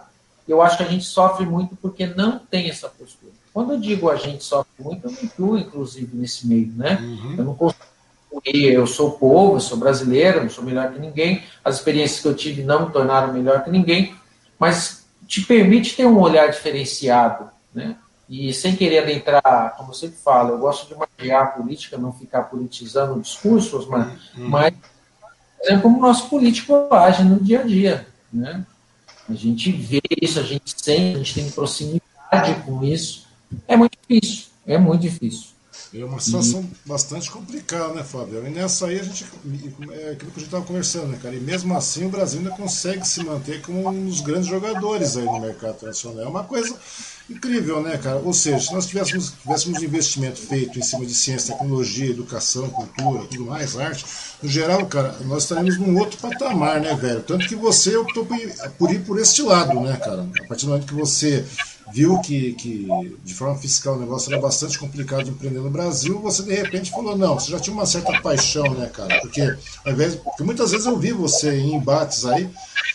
eu acho que a gente sofre muito porque não tem essa postura. Quando eu digo a gente sofre muito, eu me incluo, inclusive, nesse meio, né? Uhum. Eu não consigo, eu sou povo, eu sou brasileiro, não sou melhor que ninguém, as experiências que eu tive não me tornaram melhor que ninguém, mas te permite ter um olhar diferenciado, né? E sem querer adentrar, como eu sempre falo, eu gosto de maquiar a política, não ficar politizando discursos, mas, uhum. mas é como o nosso político age no dia a dia, né? A gente vê isso, a gente sente, a gente tem proximidade com isso. É muito difícil, é muito difícil. É uma situação e... bastante complicada, né, Fábio? E nessa aí a gente, é aquilo que a gente estava conversando, né, cara? E mesmo assim o Brasil ainda consegue se manter como um dos grandes jogadores aí no mercado internacional. É uma coisa incrível, né, cara? Ou seja, se nós tivéssemos, tivéssemos investimento feito em cima de ciência, tecnologia, educação, cultura, tudo mais, arte, no geral, cara, nós estaremos num outro patamar, né, velho? Tanto que você optou por ir, por ir por este lado, né, cara? A partir do momento que você viu que, que de forma fiscal o negócio era bastante complicado de empreender no Brasil, você de repente falou, não, você já tinha uma certa paixão, né, cara? Porque, ao invés, porque muitas vezes eu vi você em embates aí,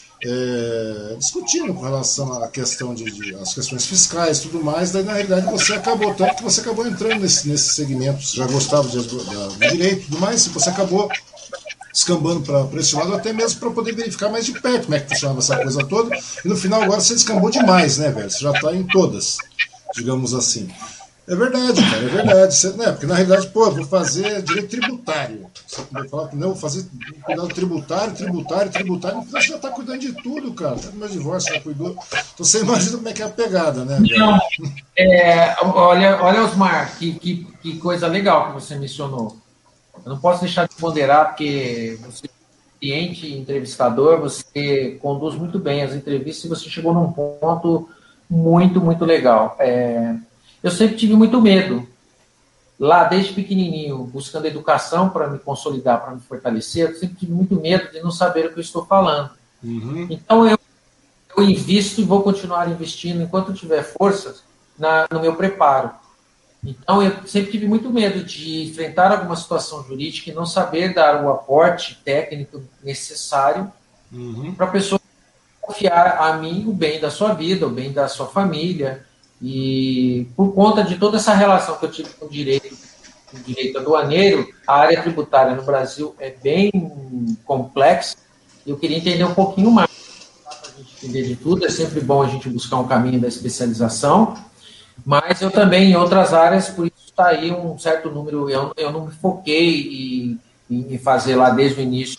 é, discutindo com relação à questão de, de as questões fiscais e tudo mais, daí na realidade você acabou, tanto que você acabou entrando nesse, nesse segmento, você já gostava de, de, de direito e tudo mais, e você acabou descambando para esse lado, até mesmo para poder verificar mais de perto como é que funcionava essa coisa toda, e no final agora você descambou demais, né, velho? Você já está em todas, digamos assim. É verdade, cara, é verdade. Você, né, porque na realidade, pô, vou fazer direito tributário. Você vai falar que não, vou fazer cuidado tributário, tributário, tributário. No final você já está cuidando de tudo, cara. Até do meu divórcio já cuidou. Então você imagina como é que é a pegada, né? Não, é, olha, olha, Osmar, que, que, que coisa legal que você mencionou. Eu não posso deixar de ponderar, porque você é cliente, entrevistador, você conduz muito bem as entrevistas e você chegou num ponto muito, muito legal. É, eu sempre tive muito medo, lá desde pequenininho, buscando educação para me consolidar, para me fortalecer, eu sempre tive muito medo de não saber o que eu estou falando. Uhum. Então eu, eu invisto e vou continuar investindo enquanto eu tiver forças na, no meu preparo. Então, eu sempre tive muito medo de enfrentar alguma situação jurídica e não saber dar o aporte técnico necessário uhum. para a pessoa confiar a mim o bem da sua vida, o bem da sua família. E por conta de toda essa relação que eu tive com o direito, com o direito aduaneiro, a área tributária no Brasil é bem complexa e eu queria entender um pouquinho mais. Para a gente entender de tudo, é sempre bom a gente buscar um caminho da especialização. Mas eu também, em outras áreas, por isso está aí um certo número, eu, eu não me foquei em, em fazer lá desde o início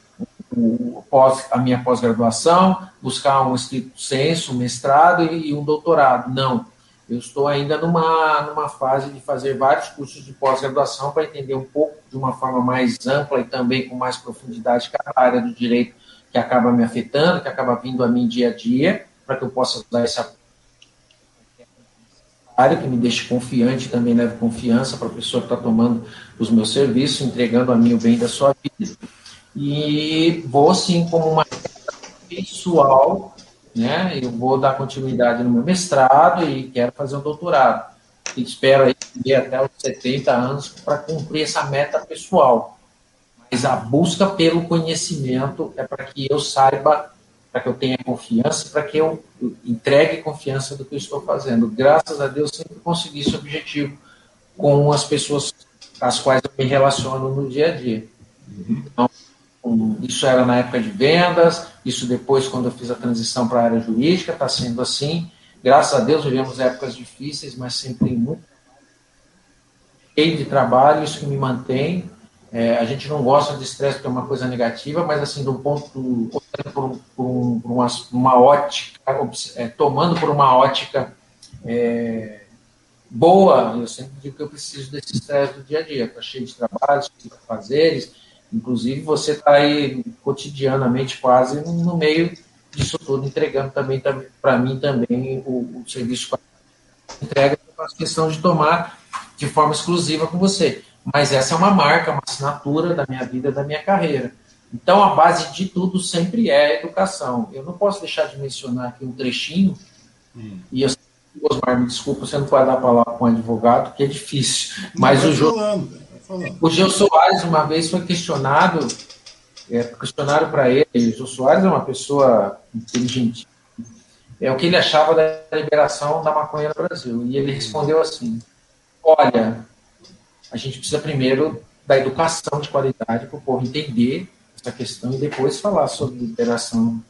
o, pós, a minha pós-graduação, buscar um estricto senso, um mestrado e, e um doutorado. Não, eu estou ainda numa, numa fase de fazer vários cursos de pós-graduação para entender um pouco de uma forma mais ampla e também com mais profundidade cada área do direito que acaba me afetando, que acaba vindo a mim dia a dia, para que eu possa usar esse apoio que me deixe confiante, também leve confiança para a pessoa que está tomando os meus serviços, entregando a mim o bem da sua vida. E vou, sim, como uma pessoal, né? Eu vou dar continuidade no meu mestrado e quero fazer um doutorado. E espero aí ir até os setenta anos para cumprir essa meta pessoal. Mas a busca pelo conhecimento é para que eu saiba, para que eu tenha confiança, para que eu entregue confiança do que eu estou fazendo. Graças a Deus, sempre consegui esse objetivo com as pessoas com as quais eu me relaciono no dia a dia. Então, isso era na época de vendas, isso depois, quando eu fiz a transição para a área jurídica, está sendo assim. Graças a Deus, vivemos épocas difíceis, mas sempre muito cheio de trabalho, isso que me mantém. É, a gente não gosta de estresse porque é uma coisa negativa, mas assim, de um ponto, por, por, por uma, uma ótica, é, tomando por uma ótica é, boa, eu sempre digo que eu preciso desse estresse do dia a dia, está cheio de trabalho, cheio de fazeres, inclusive você está aí cotidianamente quase no meio disso tudo, entregando também, também para mim também o, o serviço que entrega, eu faço questão de tomar de forma exclusiva com você. Mas essa é uma marca, uma assinatura da minha vida, da minha carreira. Então, a base de tudo sempre é a educação. Eu não posso deixar de mencionar aqui um trechinho, hum. e eu, Osmar, me desculpa, você não pode dar a palavra com um advogado, que é difícil. Não, mas o, jo... o Gil Soares, uma vez, foi questionado, é, questionaram para ele, o Gil Soares é uma pessoa inteligente, é o que ele achava da liberação da maconha no Brasil. E ele respondeu assim: olha, a gente precisa primeiro da educação de qualidade para o povo entender essa questão e depois falar sobre liberação.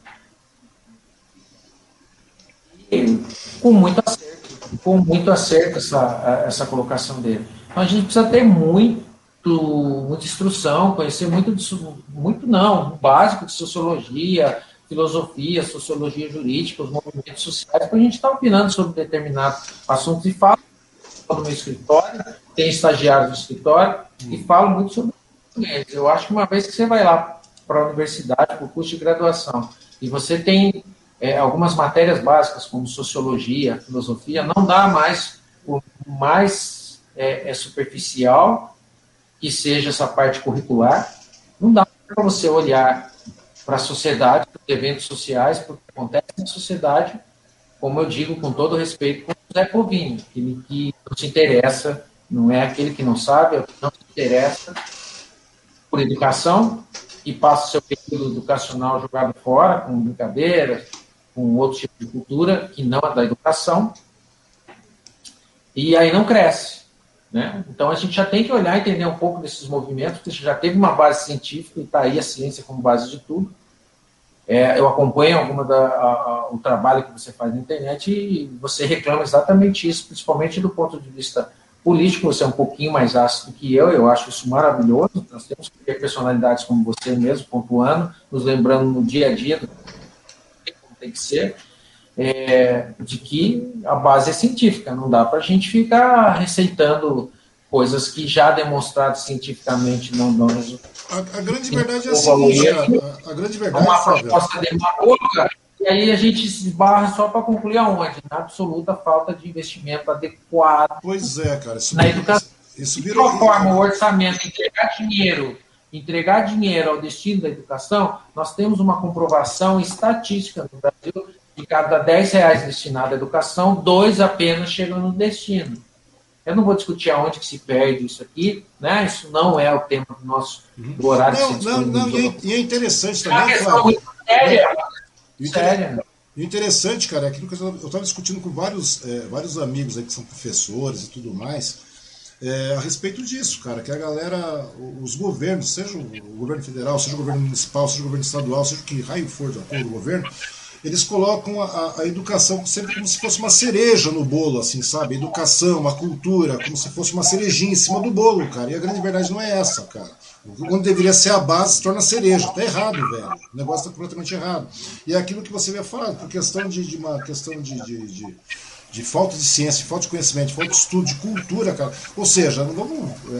E, com muito acerto, com muito acerto essa, essa colocação dele. Então a gente precisa ter muito, muita instrução, conhecer muito, de, muito não, o básico de sociologia, filosofia, sociologia jurídica, os movimentos sociais, para a gente estar opinando sobre determinado assunto. E falo no meu escritório, tem estagiários no escritório, e falo muito sobre eles. Eu acho que uma vez que você vai lá para a universidade, para o curso de graduação, e você tem é, algumas matérias básicas, como sociologia, filosofia, não dá mais, por mais é, é superficial que seja essa parte curricular, não dá para você olhar para a sociedade, para os eventos sociais, para o que acontece na sociedade, como eu digo com todo respeito, com o Zé Povinho, aquele que não se interessa, não é aquele que não sabe, é o que não se interessa por educação e passa o seu período educacional jogado fora, com brincadeiras, com outro tipo de cultura, que não é da educação, e aí não cresce. Né? Então a gente já tem que olhar e entender um pouco desses movimentos, porque já teve uma base científica e está aí a ciência como base de tudo. É, eu acompanho alguma da, a, a, o trabalho que você faz na internet e você reclama exatamente isso, principalmente do ponto de vista político. Você é um pouquinho mais ácido que eu, eu acho isso maravilhoso. Nós temos que ter personalidades como você mesmo, pontuando, nos lembrando no dia a dia do como tem que ser. É, de que a base é científica, não dá para a gente ficar receitando coisas que já demonstradas cientificamente não dão resultado. A, a grande verdade é a seguinte, cara, a, a grande verdade, uma Flávio, proposta demagoga, e aí a gente se esbarra só para concluir aonde? Na absoluta falta de investimento adequado pois é, cara, isso, na educação. Isso de virou... qual forma o orçamento entregar dinheiro entregar dinheiro ao destino da educação, nós temos uma comprovação estatística no Brasil. De cada dez reais destinado à educação, dois apenas chegam no destino. Eu não vou discutir aonde que se perde isso aqui, né? Isso não é o tema do nosso do horário. Não, não, não, e é, e é interessante também, é uma questão muito séria. séria. E o interessante, cara, é aquilo que eu estava discutindo com vários, é, vários amigos aí que são professores e tudo mais, é, a respeito disso, cara, que a galera, os governos, seja o governo federal, seja o governo municipal, seja o governo estadual, seja o que raio for de acordo com o governo, eles colocam a, a educação sempre como se fosse uma cereja no bolo, assim, sabe? A educação, a cultura, como se fosse uma cerejinha em cima do bolo, cara. E a grande verdade não é essa, cara. Quando deveria ser a base, se torna cereja. Tá errado, velho. O negócio tá completamente errado. E é aquilo que você havia falado, por questão de, de uma questão de, de, de, de falta de ciência, de falta de conhecimento, de falta de estudo, de cultura, cara. Ou seja, não vamos, é,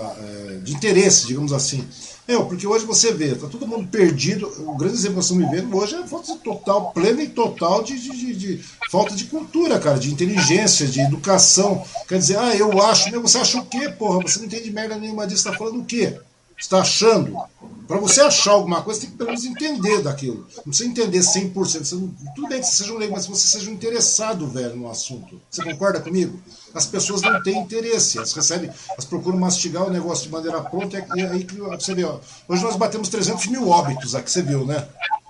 é, de interesse, digamos assim. Meu, porque hoje você vê, tá todo mundo perdido. O grande exemplo que nós estamos vivendo hoje é a falta de total, plena e total de, de, de, de falta de cultura, cara, de inteligência, de educação. Quer dizer, ah, eu acho, meu, você acha o quê, porra? Você não entende merda nenhuma disso, você tá falando o quê? Você tá achando? Para você achar alguma coisa, tem que pelo menos entender daquilo. Não precisa entender cem por cento. Você não, tudo bem que você seja um leigo, mas você seja um interessado, velho, no assunto. Você concorda comigo? As pessoas não têm interesse. Elas recebem, elas procuram mastigar o negócio de maneira pronta. E aí que você vê, ó, hoje nós batemos trezentos mil óbitos aqui, você viu, né?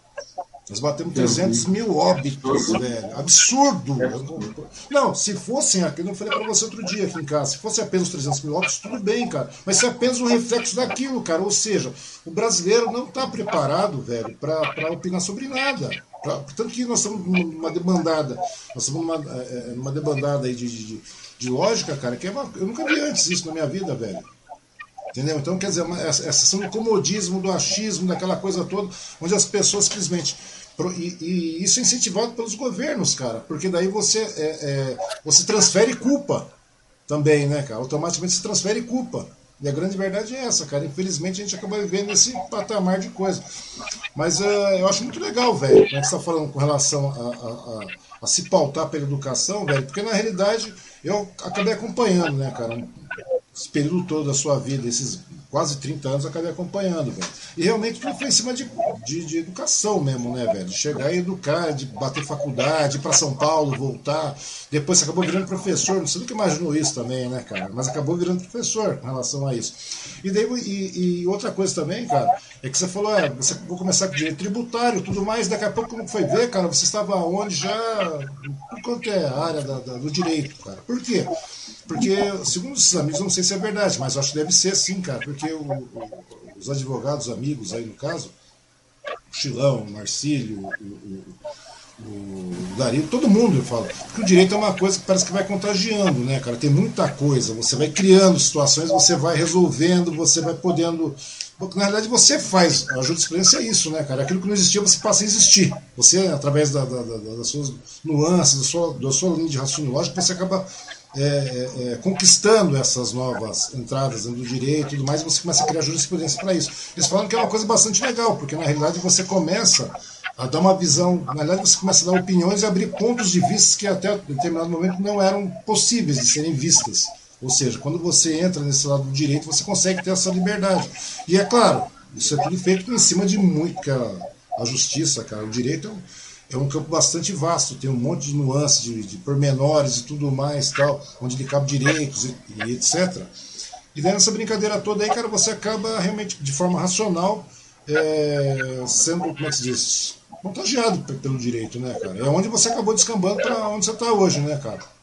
Nós batemos trezentos mil óbitos, velho. Absurdo! Não, se fossem aqui, eu falei pra você outro dia aqui em casa, se fosse apenas trezentos mil óbitos, tudo bem, cara. Mas isso é apenas um reflexo daquilo, cara. Ou seja, o brasileiro não tá preparado, velho, pra, pra opinar sobre nada. Pra, tanto que nós estamos numa debandada, nós estamos numa, é, numa debandada aí de, de, de lógica, cara, que é uma, eu nunca vi antes isso na minha vida, velho. Entendeu? Então, quer dizer, essa questão do comodismo, do achismo, daquela coisa toda, onde as pessoas simplesmente... E, e isso é incentivado pelos governos, cara, porque daí você, é, é, você transfere culpa também, né, cara? Automaticamente se transfere culpa. E a grande verdade é essa, cara. Infelizmente a gente acaba vivendo esse patamar de coisa. Mas uh, eu acho muito legal, velho, como é que você está falando com relação a, a, a, a se pautar pela educação, velho, porque na realidade eu acabei acompanhando, né, cara, esse período todo da sua vida, esses quase trinta anos, eu acabei acompanhando, velho. E realmente tudo foi em cima de, de, de educação mesmo, né, velho? De chegar e educar, de bater faculdade, ir pra São Paulo, voltar. Depois você acabou virando professor, você nunca imaginou isso também, né, cara? Mas acabou virando professor com relação a isso. E, daí, e, e outra coisa também, cara, é que você falou, é, você vou começar com direito tributário e tudo mais, daqui a pouco, como foi ver, cara, você estava onde já, por quanto é a área da, da, do direito, cara. Por quê? Porque, segundo esses amigos, eu não sei se é verdade, mas eu acho que deve ser sim, cara, porque o, o, os advogados amigos aí, no caso, o Chilão, o Marcílio, o, o, o Dario, todo mundo, eu falo, porque o direito é uma coisa que parece que vai contagiando, né, cara, tem muita coisa, você vai criando situações, você vai resolvendo, você vai podendo... Porque, na realidade, você faz, a jurisprudência é isso, né, cara? Aquilo que não existia, você passa a existir. Você, através da, da, da, das suas nuances, da sua, da sua linha de raciocínio lógico, você acaba é, é, é, conquistando essas novas entradas do direito e tudo mais, e você começa a criar jurisprudência para isso. Eles falam que é uma coisa bastante legal, porque, na realidade, você começa a dar uma visão, na realidade, você começa a dar opiniões e abrir pontos de vista que até determinado momento não eram possíveis de serem vistas. Ou seja, quando você entra nesse lado do direito, você consegue ter essa liberdade. E é claro, isso é tudo feito em cima de muito, porque a, a justiça, cara, o direito é um, é um campo bastante vasto, tem um monte de nuances, de, de pormenores e tudo mais, tal, onde lhe cabe direitos e, e etcétera. E daí nessa brincadeira toda aí, cara, você acaba realmente, de forma racional, é, sendo, como é que se diz, contagiado pelo direito, né, cara? É onde você acabou descambando para onde você está hoje, né, cara?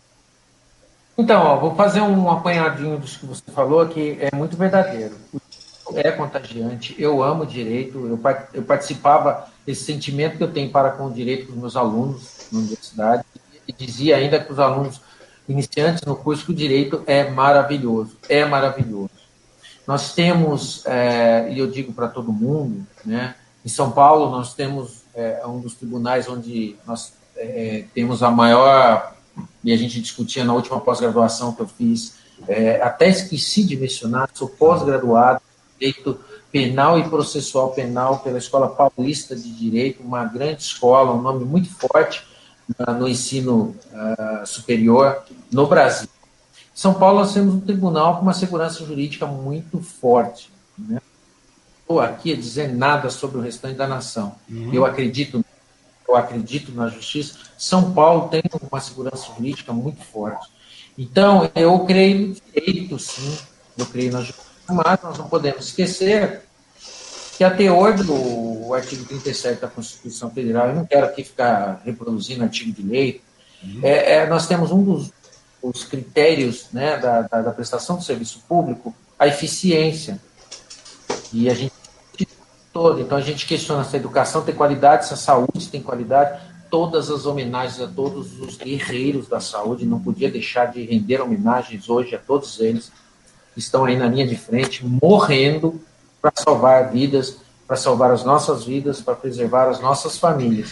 Então, ó, vou fazer um apanhadinho dos que você falou, que é muito verdadeiro. O direito é contagiante, eu amo direito, eu, eu participava desse sentimento que eu tenho para com o direito com os meus alunos na universidade, e dizia ainda que os alunos iniciantes no curso que o direito é maravilhoso, é maravilhoso. Nós temos, é, e eu digo para todo mundo, né, em São Paulo nós temos é, um dos tribunais onde nós é, temos a maior... e a gente discutia na última pós-graduação que eu fiz, é, até esqueci de mencionar, sou pós-graduado em Direito Penal e Processual Penal pela Escola Paulista de Direito, uma grande escola, um nome muito forte uh, no ensino uh, superior no Brasil. Em São Paulo nós temos um tribunal com uma segurança jurídica muito forte. Né? Não estou aqui a dizer nada sobre o restante da nação. Uhum. Eu acredito eu acredito na justiça, São Paulo tem uma segurança jurídica muito forte. Então, eu creio no direito, sim, eu creio na justiça, mas nós não podemos esquecer que a teor do artigo trinta e sete da Constituição Federal, eu não quero aqui ficar reproduzindo artigo de lei, uhum. é, é, nós temos um dos, dos critérios, né, da, da, da prestação do serviço público, a eficiência. E a gente todo. Então a gente questiona se a educação tem qualidade, se a saúde tem qualidade. Todas as homenagens a todos os guerreiros da saúde, não podia deixar de render homenagens hoje a todos eles que estão aí na linha de frente, morrendo para salvar vidas, para salvar as nossas vidas, para preservar as nossas famílias.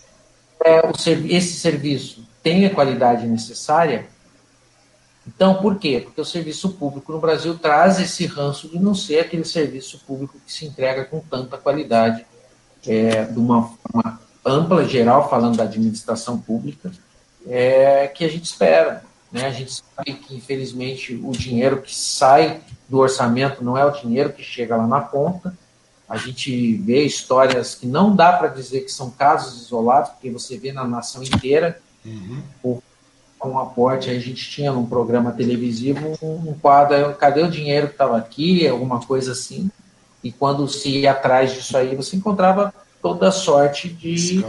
É, o, esse serviço tem a qualidade necessária. Então, por quê? Porque o serviço público no Brasil traz esse ranço de não ser aquele serviço público que se entrega com tanta qualidade, é, de uma forma ampla, geral, falando da administração pública, é, que a gente espera. Né? A gente sabe que, infelizmente, o dinheiro que sai do orçamento não é o dinheiro que chega lá na ponta. A gente vê histórias que não dá para dizer que são casos isolados, porque você vê na nação inteira, uhum. o com um aporte, a gente tinha num programa televisivo um quadro, cadê o dinheiro que estava aqui, alguma coisa assim, e quando se ia atrás disso aí, você encontrava toda sorte de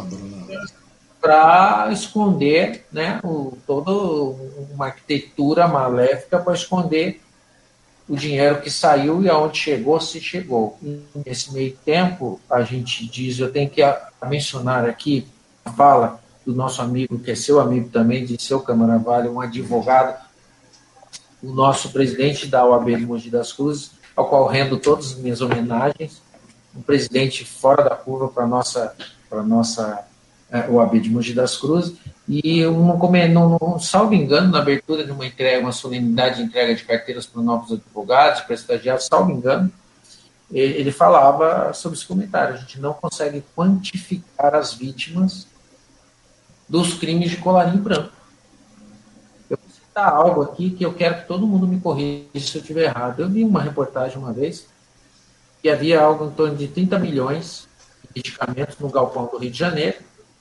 para esconder, né, o, toda uma arquitetura maléfica para esconder o dinheiro que saiu e aonde chegou, se chegou. E nesse meio tempo, a gente diz, eu tenho que mencionar aqui a fala do nosso amigo, que é seu amigo também, de seu Câmara Vale, um advogado, o nosso presidente da O A B de Mogi das Cruzes, ao qual rendo todas as minhas homenagens, um presidente fora da curva para a nossa, para nossa é, O A B de Mogi das Cruzes, e um, não, não, salvo engano, na abertura de uma entrega, uma solenidade de entrega de carteiras para novos advogados, para estagiários, salvo engano, ele falava sobre esse comentário, a gente não consegue quantificar as vítimas dos crimes de colarinho branco. Eu citar algo aqui que eu quero que todo mundo me corrija se eu estiver errado. Eu vi uma reportagem uma vez que havia algo em torno de trinta milhões de medicamentos no galpão do Rio de Janeiro,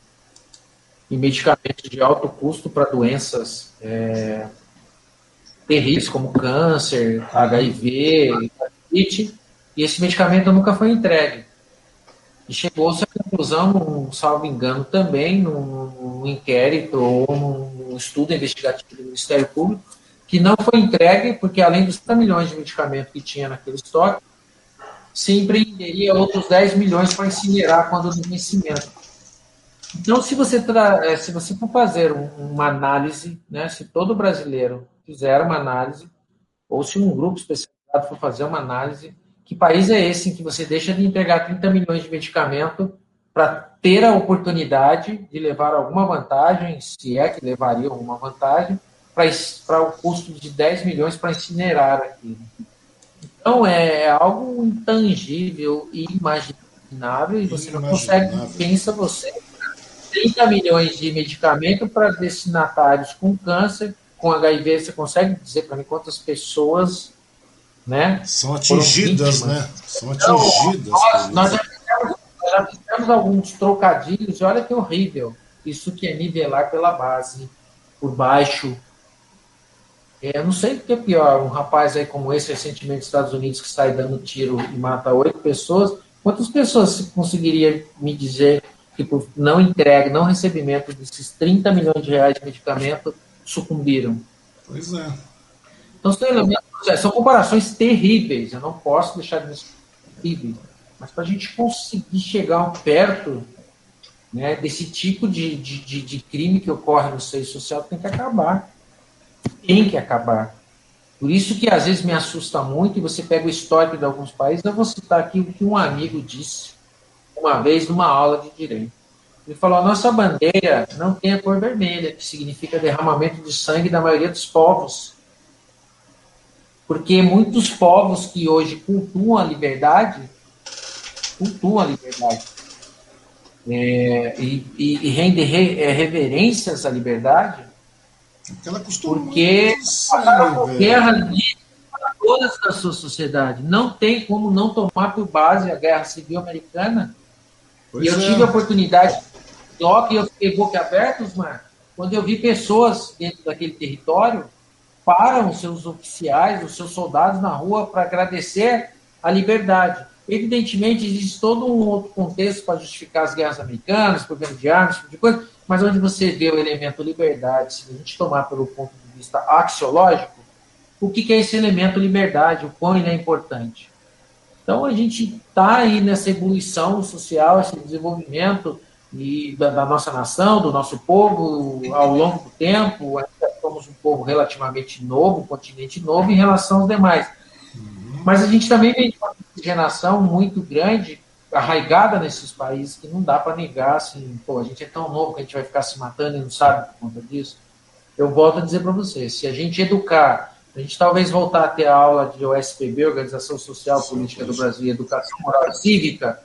e medicamentos de alto custo para doenças é, terríveis, como câncer, H I V, hepatite, e esse medicamento nunca foi entregue. E chegou-se à conclusão, num, salvo engano também, num, num inquérito ou num estudo investigativo do Ministério Público, que não foi entregue porque, além dos trinta milhões de medicamentos que tinha naquele estoque, se empreenderia outros dez milhões para incinerar quando do vencimento. Então, se você, tra... se você for fazer uma análise, né, se todo brasileiro fizer uma análise, ou se um grupo especializado for fazer uma análise, que país é esse em que você deixa de entregar trinta milhões de medicamento para ter a oportunidade de levar alguma vantagem, se é que levaria alguma vantagem, para o custo de dez milhões para incinerar aquilo? Então, é algo intangível e imaginável, e você não consegue, pensa você, trinta milhões de medicamento para destinatários com câncer, com H I V, você consegue dizer para mim quantas pessoas, né, são atingidas, né? São atingidas. Então, nós, nós, já fizemos, nós já fizemos alguns trocadilhos, e olha que horrível. Isso que é nivelar pela base, por baixo. É, eu não sei o que é pior, um rapaz aí como esse, recentemente nos Estados Unidos, que sai dando tiro e mata oito pessoas. Quantas pessoas conseguiria me dizer que por não entrega, não recebimento desses trinta milhões de reais de medicamento sucumbiram? Pois é. Então, são comparações terríveis, eu não posso deixar de ser terríveis, mas para a gente conseguir chegar perto, né, desse tipo de, de, de crime que ocorre no seio social, tem que acabar. Tem que acabar. Por isso que às vezes me assusta muito, e você pega o histórico de alguns países. Eu vou citar aqui o que um amigo disse uma vez numa aula de direito. Ele falou: a nossa bandeira não tem a cor vermelha, que significa derramamento de sangue da maioria dos povos. Porque muitos povos que hoje cultuam a liberdade, cultuam a liberdade, é, e, e, e rendem re, é, reverências à liberdade, porque passaram por guerra para todas da sua sociedade. Não tem como não tomar por base a Guerra Civil Americana. Pois e eu é. tive a oportunidade, só que eu fiquei boca aberta, Osmar, quando eu vi pessoas dentro daquele território param os seus oficiais, os seus soldados na rua para agradecer a liberdade. Evidentemente, existe todo um outro contexto para justificar as guerras americanas, problema de armas, tipo de coisa, mas onde você vê o elemento liberdade, se a gente tomar pelo ponto de vista axiológico, o que é esse elemento liberdade, o quão ele é importante. Então, a gente está aí nessa evolução social, esse desenvolvimento e da, da nossa nação, do nosso povo, ao longo do tempo. Ainda somos um povo relativamente novo, um continente novo em relação aos demais. Mas a gente também vem de uma miscigenação muito grande, arraigada nesses países, que não dá para negar, assim, pô, a gente é tão novo que a gente vai ficar se matando e não sabe por conta disso. Eu volto a dizer para vocês, se a gente educar, a gente talvez voltar a ter a aula de O S P B, Organização Social Política do Brasil, Educação Moral e Cívica,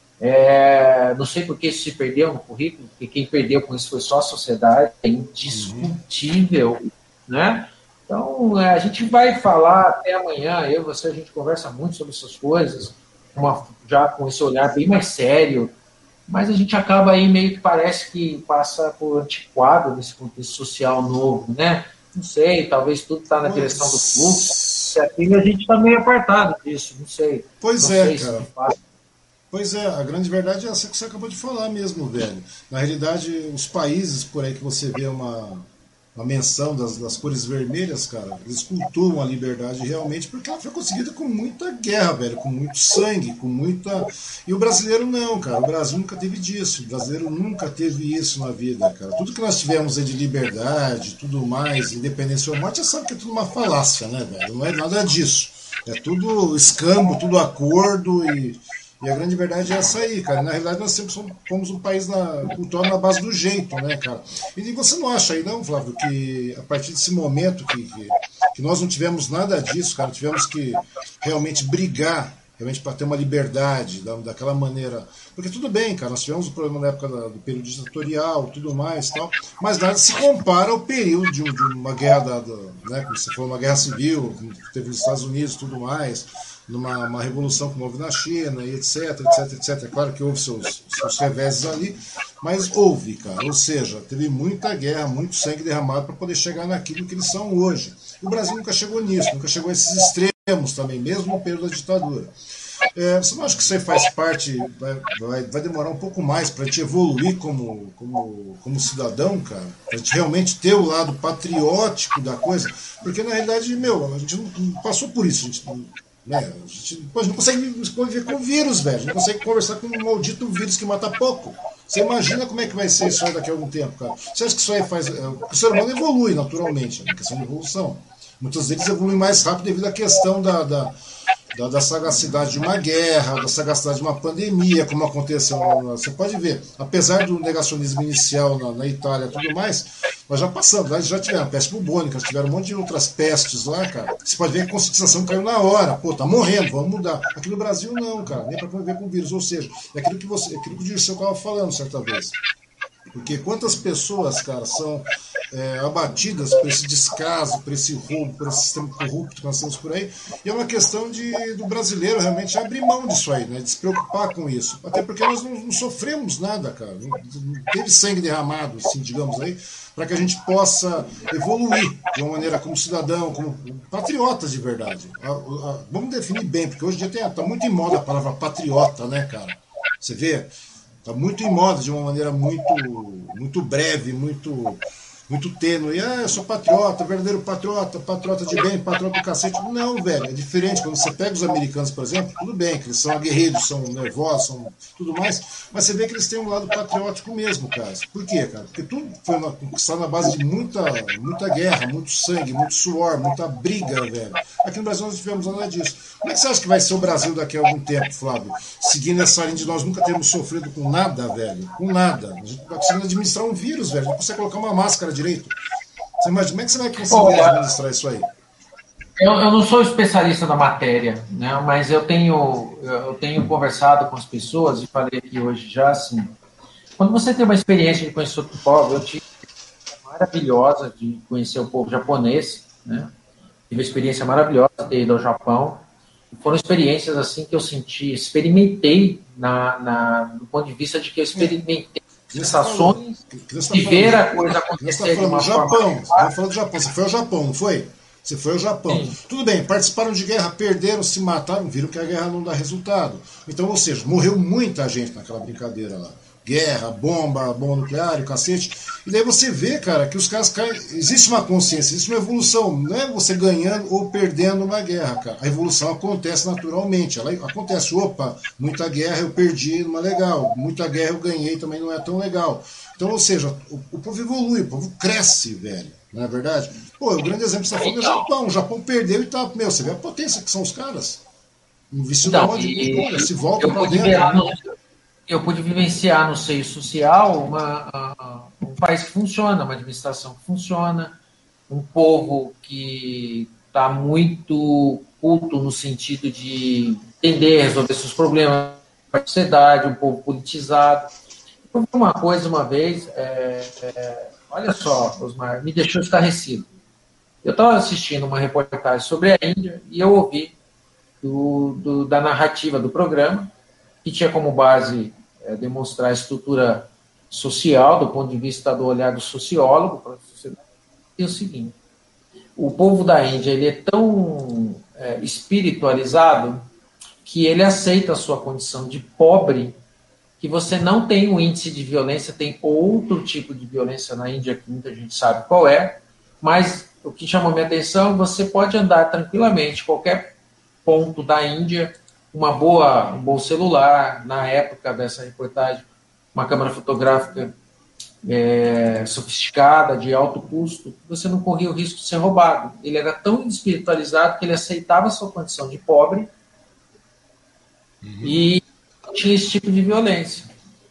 é, não sei por que isso se perdeu no currículo, porque quem perdeu com isso foi só a sociedade, é indiscutível, uhum. né? Então, a gente vai falar até amanhã, eu e você, a gente conversa muito sobre essas coisas, uma, já com esse olhar bem mais sério, mas a gente acaba aí meio que parece que passa por antiquado nesse contexto social novo, né? Não sei, talvez tudo está na pois... direção do fluxo, se aquilo a gente está meio apartado disso, não sei. Pois não é, sei cara. Se pois é, a grande verdade é essa que você acabou de falar mesmo, velho. Na realidade, os países por aí que você vê uma... a menção das, das cores vermelhas, cara, eles cultuam a liberdade realmente porque ela foi conseguida com muita guerra, velho, com muito sangue, com muita... E o brasileiro não, cara, o Brasil nunca teve disso, o brasileiro nunca teve isso na vida, cara. Tudo que nós tivemos aí de liberdade, tudo mais, independência ou morte, você sabe que é tudo uma falácia, né, velho? Não é nada disso. É tudo escambo, tudo acordo e... E a grande verdade é essa aí, cara. Na realidade, nós sempre somos, fomos um país na, cultural na base do jeito, né, cara? E você não acha aí, não, Flávio, que a partir desse momento que, que, que nós não tivemos nada disso, cara, tivemos que realmente brigar realmente para ter uma liberdade da, daquela maneira. Porque tudo bem, cara, nós tivemos o problema na época da, do período ditatorial, tudo mais, tal, mas nada se compara ao período de, de uma guerra, da, da, né, como se for uma guerra civil, como teve nos Estados Unidos, tudo mais, numa uma revolução que houve na China, e etc, etc, etc. É claro que houve seus, seus reveses ali, mas houve, cara. Ou seja, teve muita guerra, muito sangue derramado para poder chegar naquilo que eles são hoje. E o Brasil nunca chegou nisso, nunca chegou a esses extremos também, mesmo no período da ditadura. É, você não acha que isso aí faz parte, vai, vai, vai demorar um pouco mais para a gente evoluir como, como, como cidadão, cara? Para a gente realmente ter o lado patriótico da coisa? Porque na realidade, meu, a gente não, não passou por isso, a gente não. Né? A gente pô, a gente não consegue conviver com o vírus, velho. A gente não consegue conversar com um maldito vírus que mata pouco. Você imagina como é que vai ser isso aí daqui a algum tempo, cara? Você acha que isso aí faz. O ser humano evolui naturalmente, é uma questão de evolução. Muitas vezes evolui mais rápido devido à questão da, da, da, da sagacidade de uma guerra, da sagacidade de uma pandemia, como aconteceu. Você pode ver, apesar do negacionismo inicial na, na Itália e tudo mais, nós já passamos, nós já tivemos peste bubônica, tiveram um monte de outras pestes lá, cara. Você pode ver que a conscientização caiu na hora. Pô, tá morrendo, vamos mudar. Aqui no Brasil não, cara, nem para conviver com o vírus. Ou seja, é aquilo que, você, é aquilo que o Dirceu estava falando certa vez. Porque quantas pessoas, cara, são é, abatidas por esse descaso, por esse roubo, por esse sistema corrupto que nós temos por aí. E é uma questão de, do brasileiro realmente abrir mão disso aí, né? De se preocupar com isso. Até porque nós não, não sofremos nada, cara. Não, não teve sangue derramado, assim, digamos aí, para que a gente possa evoluir de uma maneira como cidadão, como patriotas de verdade. A, a, vamos definir bem, porque hoje em dia está muito em moda a palavra patriota, né, cara? Você vê? Está muito em moda, de uma maneira muito, muito breve, muito, muito tênue. Ah, eu sou patriota, verdadeiro patriota, patriota de bem, patriota do cacete. Não, velho, é diferente. Quando você pega os americanos, por exemplo, tudo bem, que eles são aguerridos, são nervosos, são tudo mais, mas você vê que eles têm um lado patriótico mesmo, cara. Por quê, cara? Porque tudo foi conquistado na base de muita, muita guerra, muito sangue, muito suor, muita briga, velho. Aqui no Brasil nós não tivemos nada disso. Como é que você acha que vai ser o Brasil daqui a algum tempo, Flávio? Seguindo essa linha de nós nunca termos sofrido com nada, velho. Com nada. A gente está conseguindo administrar um vírus, velho. A gente não consegue colocar uma máscara direito. Você imagina, como é que você vai conseguir oh, administrar isso aí? Eu, eu não sou especialista na matéria, né? Mas eu tenho, eu tenho conversado com as pessoas, e falei aqui hoje já, assim, quando você tem uma experiência de conhecer outro povo, eu tive uma maravilhosa de conhecer o povo japonês, né? Tive uma experiência maravilhosa de ter ido ao Japão. Foram experiências assim que eu senti, experimentei na, na, do ponto de vista de que eu experimentei sensações de ver a coisa acontecer de uma Japão, forma... Você está falando do Japão, você foi ao Japão, não foi? Você foi ao Japão. Sim. Tudo bem, participaram de guerra, perderam, se mataram, viram que a guerra não dá resultado. Então, ou seja, morreu muita gente naquela brincadeira lá. Guerra, bomba, bomba nuclear, o cacete. E daí você vê, cara, que os caras caem. Existe uma consciência, existe uma evolução. Não é você ganhando ou perdendo uma guerra, cara. A evolução acontece naturalmente. Ela acontece, opa, muita guerra eu perdi, não é legal. Muita guerra eu ganhei, também não é tão legal. Então, ou seja, o, o povo evolui, o povo cresce, velho. Não é verdade? Pô, o grande exemplo que você está falando é o Japão. O Japão perdeu e tá. Meu, você vê a potência que são os caras. Um vestido então, onde e, olha, se volta para dentro. Ver, eu pude vivenciar no seio social uma, uh, um país que funciona, uma administração que funciona, um povo que está muito culto no sentido de entender, resolver seus problemas, a sociedade, um povo politizado. Eu vi uma coisa uma vez, é, é, olha só, Osmar, me deixou estarrecido. Eu estava assistindo uma reportagem sobre a Índia e eu ouvi do, do, da narrativa do programa, que tinha como base é, demonstrar a estrutura social, do ponto de vista do olhar do sociólogo para a sociedade. E o seguinte, o povo da Índia ele é tão é, espiritualizado que ele aceita a sua condição de pobre, que você não tem um índice de violência, tem outro tipo de violência na Índia, que muita gente sabe qual é, mas o que chamou minha atenção, você pode andar tranquilamente, qualquer ponto da Índia, uma boa, um bom celular, na época dessa reportagem, uma câmera fotográfica é, sofisticada, de alto custo, você não corria o risco de ser roubado. Ele era tão espiritualizado que ele aceitava a sua condição de pobre uhum. e tinha esse tipo de violência.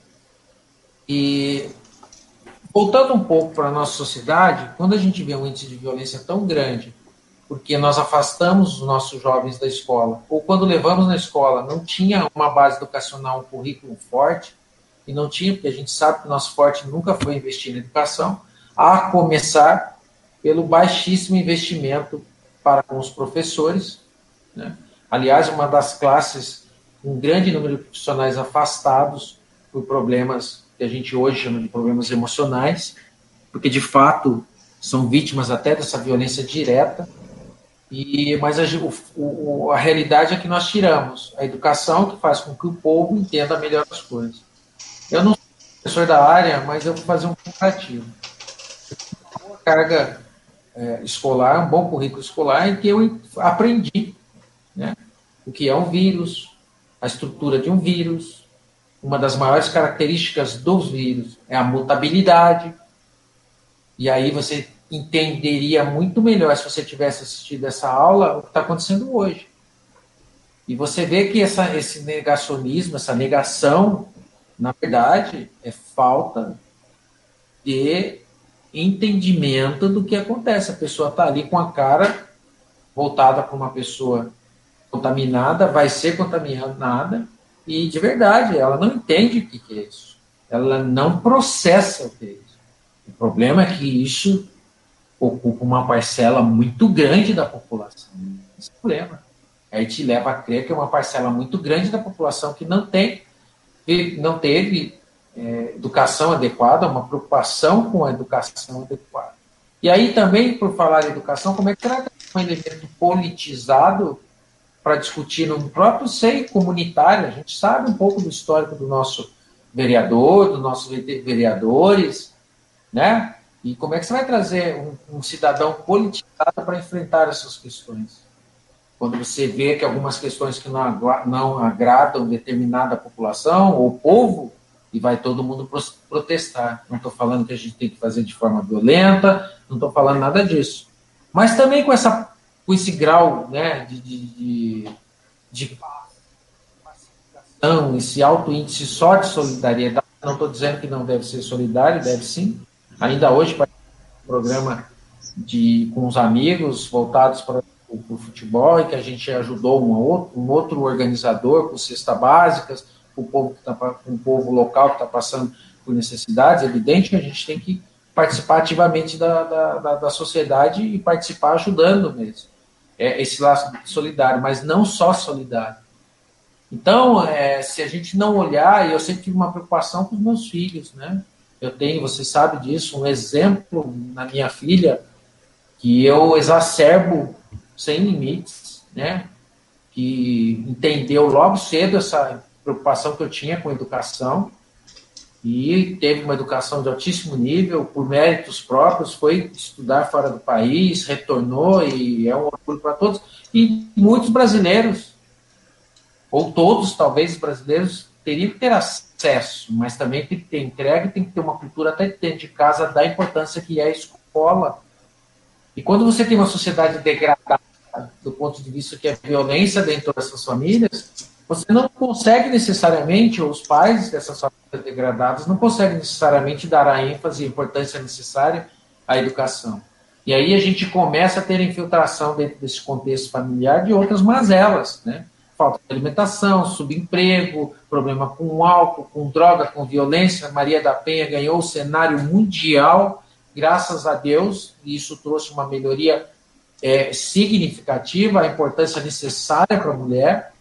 E voltando um pouco para a nossa sociedade, quando a gente vê um índice de violência tão grande porque nós afastamos os nossos jovens da escola, ou quando levamos na escola, não tinha uma base educacional, um currículo forte, e não tinha, porque a gente sabe que o nosso forte nunca foi investir na educação, a começar pelo baixíssimo investimento para com os professores, né? Aliás, uma das classes, um grande número de profissionais afastados por problemas que a gente hoje chama de problemas emocionais, porque de fato são vítimas até dessa violência direta. E, mas a, o, a realidade é que nós tiramos a educação, que faz com que o povo entenda melhor as coisas. Eu não sou professor da área, mas eu vou fazer um comparativo. Uma carga é, escolar, um bom currículo escolar, em que eu aprendi, né, o que é um vírus, a estrutura de um vírus. Uma das maiores características dos vírus é a mutabilidade. E aí você entenderia muito melhor se você tivesse assistido essa aula o que está acontecendo hoje. E você vê que essa, esse negacionismo, essa negação, na verdade, é falta de entendimento do que acontece. A pessoa está ali com a cara voltada para uma pessoa contaminada, vai ser contaminada, e de verdade, ela não entende o que é isso. Ela não processa o que é isso. O problema é que isso ocupa uma parcela muito grande da população. Esse é o problema. Aí te leva a crer que é uma parcela muito grande da população que não tem, não teve é, educação adequada, uma preocupação com a educação adequada. E aí também, por falar em educação, como é que trata um elemento politizado para discutir no próprio seio comunitário? A gente sabe um pouco do histórico do nosso vereador, dos nossos vereadores, né? E como é que você vai trazer um, um cidadão politizado para enfrentar essas questões? Quando você vê que algumas questões que não, não agradam determinada população ou povo, e vai todo mundo protestar. Não estou falando que a gente tem que fazer de forma violenta, não estou falando nada disso. Mas também com, essa, com esse grau, né, de, de, de, de pacificação, esse alto índice só de solidariedade. Não estou dizendo que não deve ser solidário, deve sim. Ainda hoje, para um programa de, com os amigos voltados para o, para o futebol, e que a gente ajudou um outro, um outro organizador com cesta básicas, com o povo, que tá, com o povo local que está passando por necessidades. É evidente que a gente tem que participar ativamente da, da, da, da sociedade e participar ajudando mesmo. É, esse laço solidário, mas não só solidário. Então, é, se a gente não olhar, e eu sempre tive uma preocupação com os meus filhos, né? Eu tenho, você sabe disso, um exemplo na minha filha, que eu exacerbo sem limites, né? Que entendeu logo cedo essa preocupação que eu tinha com a educação, e teve uma educação de altíssimo nível, por méritos próprios, foi estudar fora do país, retornou, e é um orgulho para todos. E muitos brasileiros, ou todos, talvez, brasileiros, teriam que ter acesso, mas também tem que ter entrega e tem que ter uma cultura até dentro de casa da importância que é a escola. E quando você tem uma sociedade degradada, do ponto de vista que é violência dentro dessas famílias, você não consegue necessariamente, ou os pais dessas famílias degradadas não conseguem necessariamente dar a ênfase e a importância necessária à educação. E aí a gente começa a ter infiltração dentro desse contexto familiar de outras mazelas, né? Falta de alimentação, subemprego, problema com álcool, com droga, com violência. Maria da Penha ganhou o cenário mundial, graças a Deus, e isso trouxe uma melhoria é, significativa, a importância necessária para a mulher.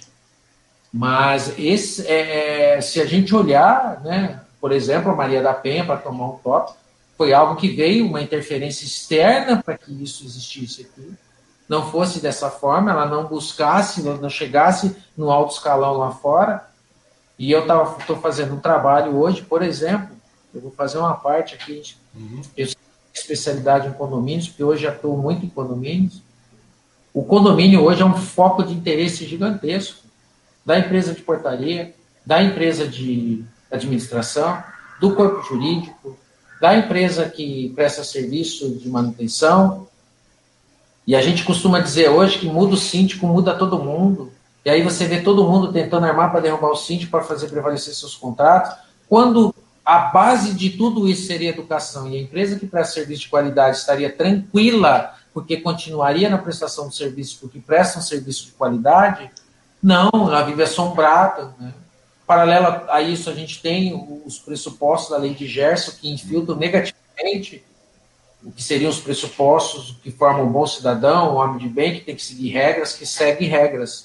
Mas esse, é, se a gente olhar, né, por exemplo, a Maria da Penha, para tomar um top, foi algo que veio, uma interferência externa para que isso existisse aqui. Não fosse dessa forma, ela não buscasse, não chegasse no alto escalão lá fora. E eu estou fazendo um trabalho hoje, por exemplo, eu vou fazer uma parte aqui, uhum. Eu tenho especialidade em condomínios, porque hoje atuo muito em condomínios. O condomínio hoje é um foco de interesse gigantesco da empresa de portaria, da empresa de administração, do corpo jurídico, da empresa que presta serviço de manutenção. E a gente costuma dizer hoje que muda o síndico, muda todo mundo. E aí você vê todo mundo tentando armar para derrubar o síndico para fazer prevalecer seus contratos, quando a base de tudo isso seria educação, e a empresa que presta serviço de qualidade estaria tranquila porque continuaria na prestação de serviço, porque presta um serviço de qualidade? Não, ela vive assombrada, né? Paralelo a isso, a gente tem os pressupostos da lei de Gerson que infiltram negativamente o que seriam os pressupostos que formam um bom cidadão, um homem de bem, que tem que seguir regras, que segue regras.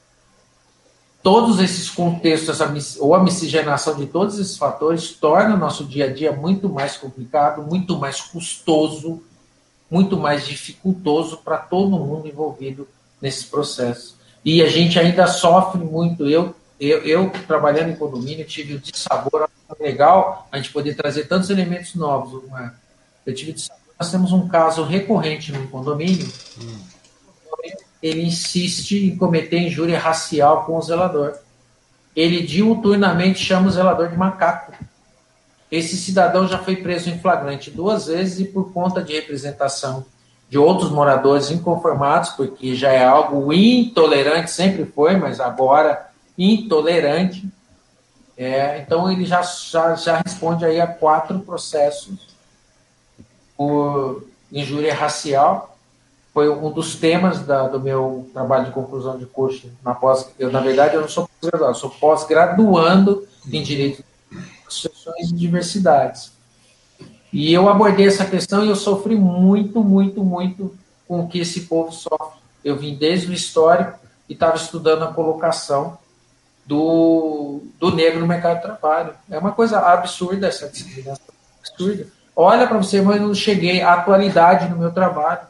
Todos esses contextos, essa, ou a miscigenação de todos esses fatores, torna o nosso dia a dia muito mais complicado, muito mais custoso, muito mais dificultoso para todo mundo envolvido nesse processo. E a gente ainda sofre muito. Eu, eu, eu trabalhando em condomínio, tive o dissabor legal a gente poder trazer tantos elementos novos. Uma, eu tive dissabor. Nós temos um caso recorrente no condomínio. Hum. Ele insiste em cometer injúria racial com o zelador. Ele diuturnamente chama o zelador de macaco. Esse cidadão já foi preso em flagrante duas vezes e por conta de representação de outros moradores inconformados, porque já é algo intolerante, sempre foi, mas agora intolerante. É, então ele já, já, já responde aí a quatro processos por injúria racial. Foi um dos temas da, do meu trabalho de conclusão de curso na pós. Eu, na verdade, eu não sou pós-graduado, sou pós-graduando em Direito de Associações e Diversidades. E eu abordei essa questão e eu sofri muito, muito, muito com o que esse povo sofre. Eu vim desde o histórico e estava estudando a colocação do, do negro no mercado de trabalho. É uma coisa absurda essa discriminação. Absurda. Olha para você, mas eu não cheguei à atualidade no meu trabalho.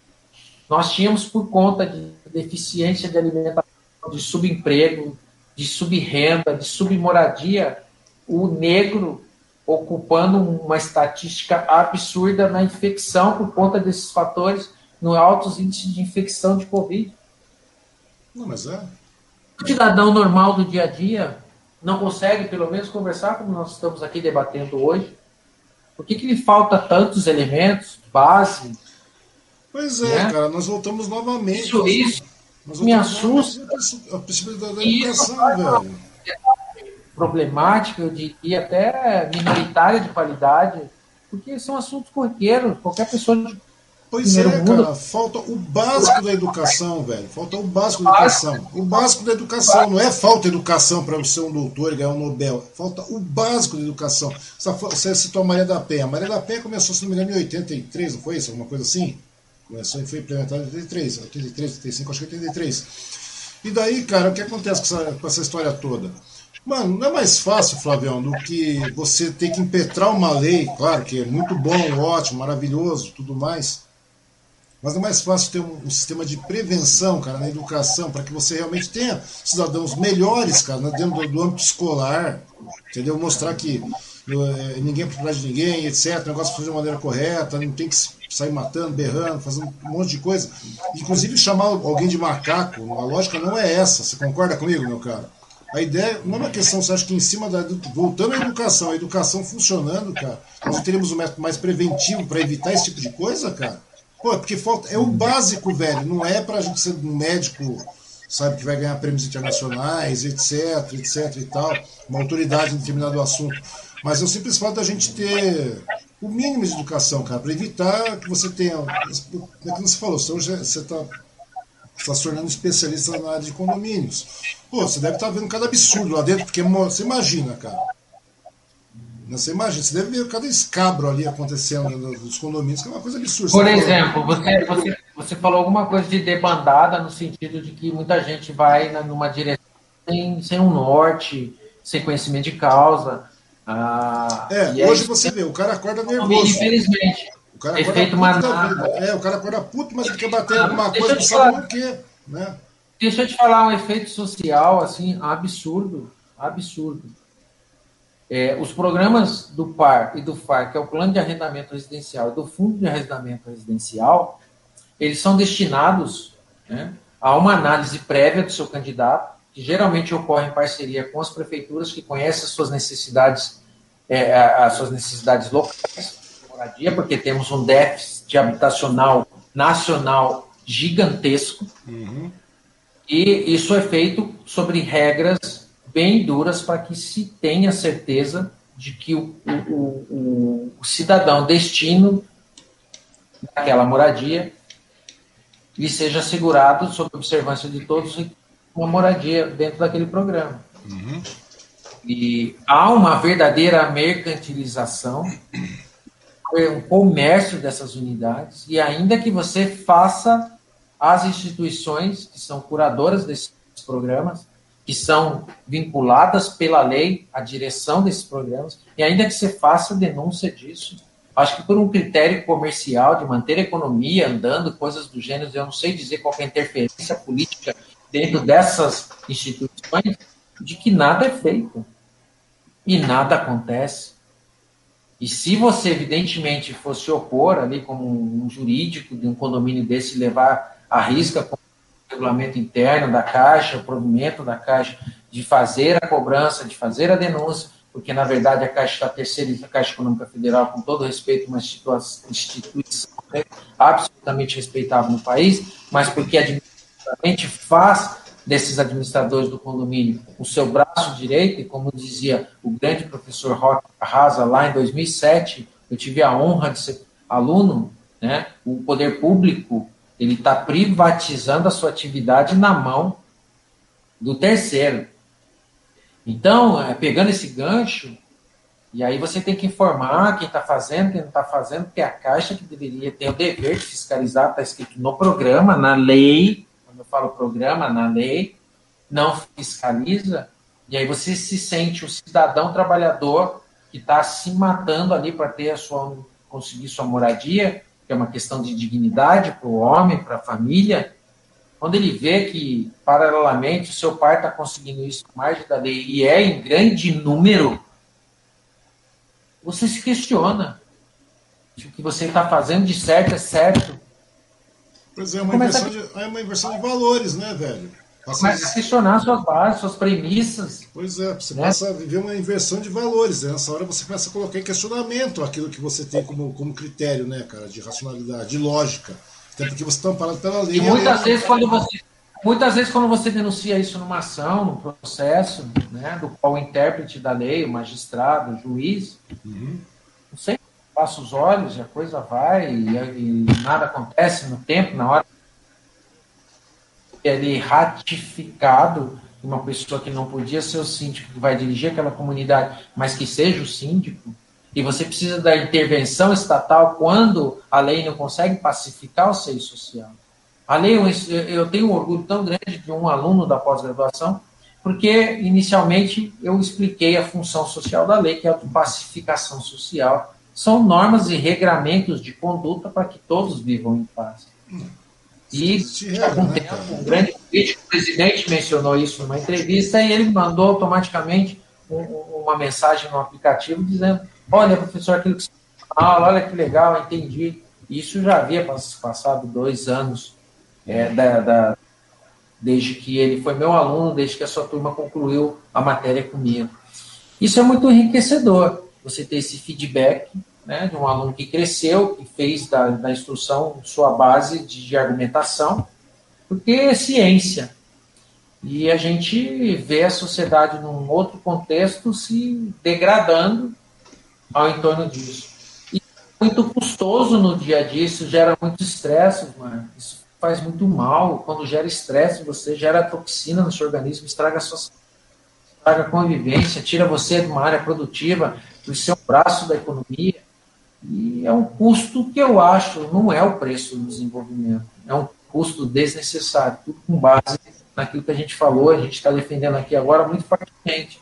Nós tínhamos, por conta de deficiência de alimentação, de subemprego, de subrenda, de submoradia, o negro ocupando uma estatística absurda na infecção por conta desses fatores, no altos índices de infecção de Covid. Não, mas é. O cidadão normal do dia a dia não consegue, pelo menos, conversar como nós estamos aqui debatendo hoje. Por que que lhe falta tantos elementos, base? Pois é, né? Cara, nós voltamos novamente. Isso, isso nós me assusta. A possibilidade da educação, velho. Problemática, eu diria até minoritária de qualidade, porque são assuntos corriqueiros, qualquer pessoa de Pois é, mundo... cara, falta o básico da educação, velho. Falta o básico da educação. O básico da educação. Não é falta de educação para ser um doutor e ganhar um Nobel. Falta o básico da educação. Você citou a Maria da Penha. A Maria da Penha começou, se não me engano, em oitenta e três, não foi isso? Alguma coisa assim? Começou e foi implementada em oitenta e três, oitenta e três, oitenta e cinco, acho que oitenta e três. E daí, cara, o que acontece com essa, com essa história toda? Mano, não é mais fácil, Flavião, do que você ter que impetrar uma lei, claro que é muito bom, ótimo, maravilhoso, tudo mais, mas não é mais fácil ter um, um sistema de prevenção, cara, na educação, para que você realmente tenha cidadãos melhores, cara, dentro do, do âmbito escolar, entendeu? Mostrar que uh, ninguém é por trás de ninguém, etcétera. O negócio fazer de maneira correta, não tem que sair matando, berrando, fazendo um monte de coisa. Inclusive chamar alguém de macaco, a lógica não é essa, você concorda comigo, meu cara? A ideia não é uma questão, você acha que em cima da. Voltando à educação, a educação funcionando, cara, nós teríamos um método mais preventivo para evitar esse tipo de coisa, cara? Pô, porque falta. É o básico, velho. Não é pra gente ser um médico, sabe, que vai ganhar prêmios internacionais, etc, etc e tal, uma autoridade em determinado assunto. Mas é o simples fato da gente ter o mínimo de educação, cara, para evitar que você tenha. Como é que você falou? Você está. Está se tornando especialista na área de condomínios. Pô, você deve estar vendo cada absurdo lá dentro, porque você imagina, cara. Você imagina, você deve ver cada escabro ali acontecendo nos condomínios, que é uma coisa absurda. Por exemplo, você, você, você falou alguma coisa de debandada, no sentido de que muita gente vai numa direção sem, sem um norte, sem conhecimento de causa. Ah, é, hoje aí, você vê, o cara acorda nervoso. Infelizmente. O cara acorda puto é, o cara acorda puto, mas ele quer bater alguma coisa, não sabe por quê, né? Deixa eu te falar um efeito social, assim, absurdo, absurdo. É, os programas do P A R e do F A R, que é o Plano de Arrendamento Residencial, e do Fundo de Arrendamento Residencial, eles são destinados, né, a uma análise prévia do seu candidato, que geralmente ocorre em parceria com as prefeituras, que conhecem as suas necessidades, é, as suas necessidades locais, porque temos um déficit habitacional nacional gigantesco, uhum. E isso é feito sobre regras bem duras para que se tenha certeza de que o, o, o, o cidadão destino daquela moradia e seja assegurado, sob observância de todos, uma moradia dentro daquele programa. Uhum. E há uma verdadeira mercantilização, um comércio dessas unidades, e ainda que você faça as instituições que são curadoras desses programas, que são vinculadas pela lei à direção desses programas, e ainda que você faça denúncia disso, acho que por um critério comercial de manter a economia andando, coisas do gênero, eu não sei dizer qual é a interferência política dentro dessas instituições, de que nada é feito e nada acontece. E se você, evidentemente, fosse opor ali como um jurídico de um condomínio desse, levar a risca com o regulamento interno da Caixa, o provimento da Caixa, de fazer a cobrança, de fazer a denúncia, porque, na verdade, a Caixa está terceirizada, a Caixa Econômica Federal, com todo respeito, uma instituição absolutamente respeitável no país, mas porque administrativamente faz desses administradores do condomínio o seu braço direito, e como dizia o grande professor Roque Arrasa, lá em dois mil e sete, eu tive a honra de ser aluno, né? O poder público ele está privatizando a sua atividade na mão do terceiro. Então, pegando esse gancho, e aí você tem que informar quem está fazendo, quem não está fazendo, porque a Caixa que deveria ter o dever de fiscalizar, está escrito no programa, na lei, quando eu falo programa, na lei, não fiscaliza, e aí você se sente o cidadão trabalhador que está se matando ali para ter a sua, conseguir sua moradia, que é uma questão de dignidade para o homem, para a família. Quando ele vê que, paralelamente, o seu pai está conseguindo isso à margem da lei e é em grande número, você se questiona se o que você está fazendo de certo é certo. Pois é, uma inversão, a... de, é uma inversão de valores, né, velho? Começa a questionar suas bases, suas premissas. Pois é, você né? passa a viver uma inversão de valores. Né? Nessa hora você começa a colocar em questionamento aquilo que você tem como, como critério, né, cara, de racionalidade, de lógica. Até porque você está amparado pela lei. E muitas lei... vezes, quando você, muitas vezes, quando você denuncia isso numa ação, num processo, né, do qual o intérprete da lei, o magistrado, o juiz, uhum. não sei, passa os olhos e a coisa vai e, e nada acontece no tempo, na hora. Ele ratificado, uma pessoa que não podia ser o síndico que vai dirigir aquela comunidade, mas que seja o síndico, e você precisa da intervenção estatal quando a lei não consegue pacificar o seio social. A lei, eu tenho um orgulho tão grande de um aluno da pós-graduação, porque inicialmente eu expliquei a função social da lei, que é a pacificação social. São normas e regramentos de conduta para que todos vivam em paz. E, há algum tempo, um grande político, o presidente mencionou isso numa entrevista e ele mandou automaticamente um, uma mensagem no aplicativo dizendo: olha, professor, aquilo que você fala, olha que legal, entendi. Isso já havia passado dois anos é, da, da, desde que ele foi meu aluno, desde que a sua turma concluiu a matéria comigo. Isso é muito enriquecedor, você ter esse feedback, né, de um aluno que cresceu, que fez da, da instrução sua base de, de argumentação, porque é ciência. E a gente vê a sociedade num outro contexto se degradando ao entorno disso. E é muito custoso no dia a dia, isso gera muito estresse, mano. Isso faz muito mal. Quando gera estresse, você gera toxina no seu organismo, estraga a sua estraga a convivência, tira você de uma área produtiva, do seu braço da economia. E é um custo que eu acho, não é o preço do desenvolvimento, é um custo desnecessário, tudo com base naquilo que a gente falou, a gente está defendendo aqui agora muito fortemente.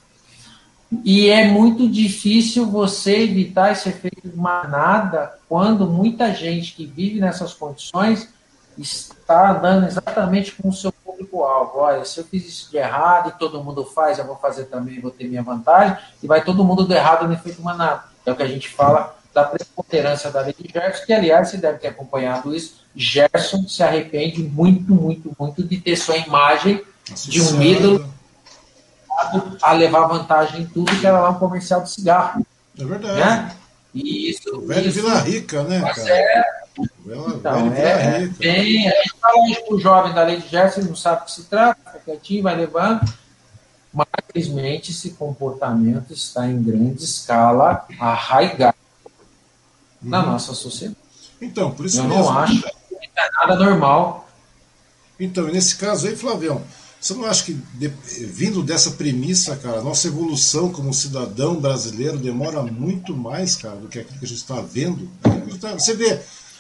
E é muito difícil você evitar esse efeito de manada quando muita gente que vive nessas condições está andando exatamente com o seu público-alvo. Olha, se eu fiz isso de errado e todo mundo faz, eu vou fazer também, vou ter minha vantagem, e vai todo mundo do errado no efeito manada. É o que a gente fala da preponderância da lei de Gerson, que, aliás, você deve ter acompanhado isso. Gerson se arrepende muito, muito, muito de ter sua imagem de um ídolo a levar vantagem em tudo, que era lá um comercial de cigarro. É verdade. Né? E isso, o velho isso, Vila Rica, né, cara? É, então, velho é, Vila Rica. Bem, a gente fala isso para o jovem da lei de Gerson, ele não sabe o que se trata, fica quietinho, vai levando. Mas, infelizmente, esse comportamento está em grande escala arraigado na nossa sociedade. Então, por isso eu mesmo. não acho que é nada normal Então, nesse caso aí, Flavião, você não acha que, de, vindo dessa premissa, cara, a nossa evolução como cidadão brasileiro demora muito mais, cara, do que aquilo que a gente está vendo? Você vê,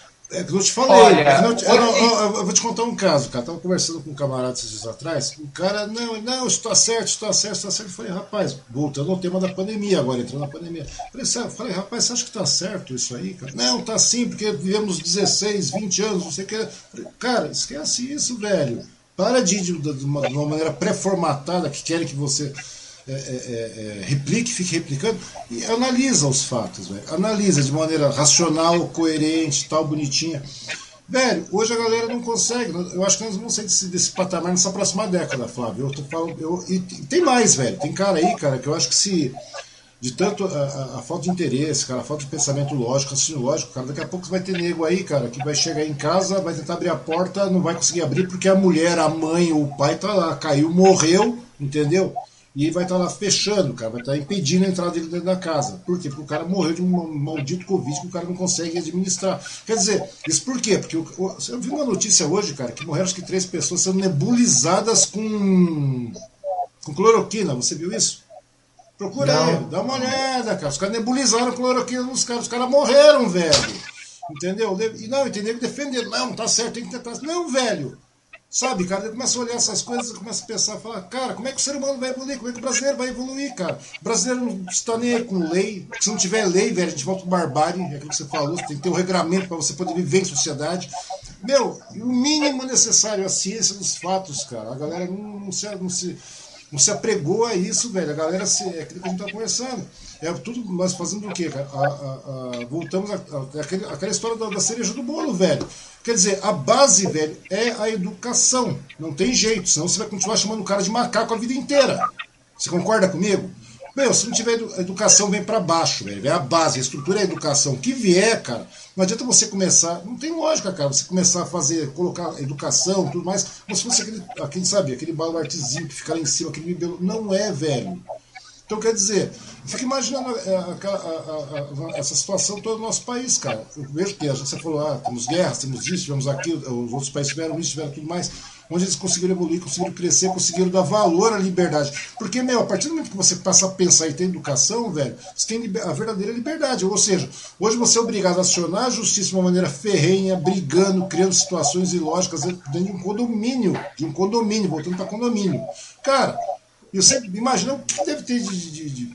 é que eu te falei, Olha, é que não, eu, não, hoje... eu, eu vou te contar um caso, cara. Tava conversando com um camarada esses dias atrás, o cara, não, não, isso tá certo, isso tá certo, isso tá certo. Eu falei, rapaz, voltando ao tema da pandemia agora, entrando na pandemia. Eu falei, falei, rapaz, você acha que tá certo isso aí, cara? Não, tá sim, porque vivemos dezesseis, vinte anos, não sei o que. Cara, esquece isso, velho. Para de, de, de, uma, de uma maneira pré-formatada que querem que você é, é, é, replique, fique replicando, e analisa os fatos, velho. Analisa de maneira racional, coerente, tal, bonitinha. Velho, hoje a galera não consegue. Eu acho que nós vamos sair desse, desse patamar nessa próxima década, Flávio. Eu tô falando. Eu, e tem mais, velho. Tem cara aí, cara, que eu acho que se. De tanto a, a, a falta de interesse, cara, a falta de pensamento lógico, raciocínio lógico, cara, daqui a pouco você vai ter nego aí, cara, que vai chegar em casa, vai tentar abrir a porta, não vai conseguir abrir porque a mulher, a mãe ou o pai tá lá, caiu, morreu, entendeu? E vai estar tá lá fechando, cara, vai estar tá impedindo a entrada dele dentro da casa. Por quê? Porque o cara morreu de um maldito Covid que o cara não consegue administrar. Quer dizer, isso por quê? Porque eu, eu vi uma notícia hoje, cara, que morreram acho que três pessoas sendo nebulizadas com, com cloroquina. Você viu isso? Procura não. aí, dá uma olhada, cara. Os caras nebulizaram cloroquina nos caras, os caras morreram, velho. Entendeu? E não, entendeu? Defender. Não, tá certo, tem que tentar. Não, velho. Sabe, cara, ele começa a olhar essas coisas, começa a pensar, falar, cara, como é que o ser humano vai evoluir? Como é que o brasileiro vai evoluir, cara? O brasileiro não está nem aí com lei. Se não tiver lei, velho, a gente volta pro barbárie, é aquilo que você falou, você tem que ter um regramento para você poder viver em sociedade. Meu, o mínimo necessário, a ciência dos fatos, cara. A galera não, não, se, não, se, não se apregou a isso, velho. A galera, se, é aquilo que a gente tá conversando. É tudo nós fazendo o quê, cara? A, a, a, voltamos àquela aquela história da, da cereja do bolo, velho. Quer dizer, a base, velho, é a educação. Não tem jeito, senão você vai continuar chamando o cara de macaco a vida inteira. Você concorda comigo? Meu, se não tiver educação, vem para baixo, velho. É a base, a estrutura é a educação. O que vier, cara, não adianta você começar. Não tem lógica, cara, você começar a fazer, colocar educação tudo mais, como se fosse aquele, aquele sabe, aquele baluartezinho que fica lá em cima, aquele bibelo. Não é, velho. Então, quer dizer, fica imaginando a, a, a, a, essa situação toda no nosso país, cara. Eu vejo que você falou, ah, temos guerras, temos isso, tivemos aquilo, os outros países tiveram isso, tiveram tudo mais, onde eles conseguiram evoluir, conseguiram crescer, conseguiram dar valor à liberdade. Porque, meu, a partir do momento que você passa a pensar e ter educação, velho, você tem a verdadeira liberdade. Ou seja, hoje você é obrigado a acionar a justiça de uma maneira ferrenha, brigando, criando situações ilógicas dentro de um condomínio, de um condomínio, voltando para condomínio. Cara, e você imagina o que deve ter de, de, de,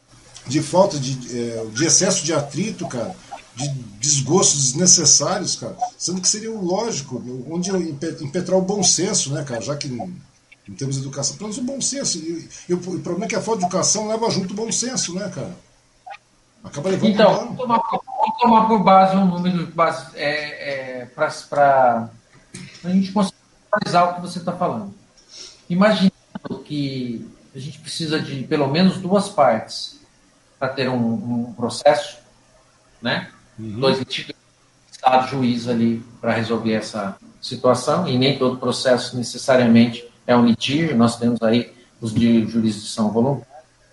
de falta, de, de excesso de atrito, cara, de desgostos desnecessários, cara, sendo que seria o lógico, onde impetrar o bom senso, né, cara, já que em termos de educação, pelo menos o bom senso. E, e o, o problema é que a falta de educação leva junto o bom senso, né, cara? Acaba levando então, vamos tomar, vamos tomar por base um número base, é, é, para a gente conseguir analisar o que você está falando. Imagina que a gente precisa de pelo menos duas partes para ter um, um processo, né? Uhum. Dois litigantes, Estado juiz ali para resolver essa situação, e nem todo processo necessariamente é um litígio, nós temos aí os de jurisdição voluntária.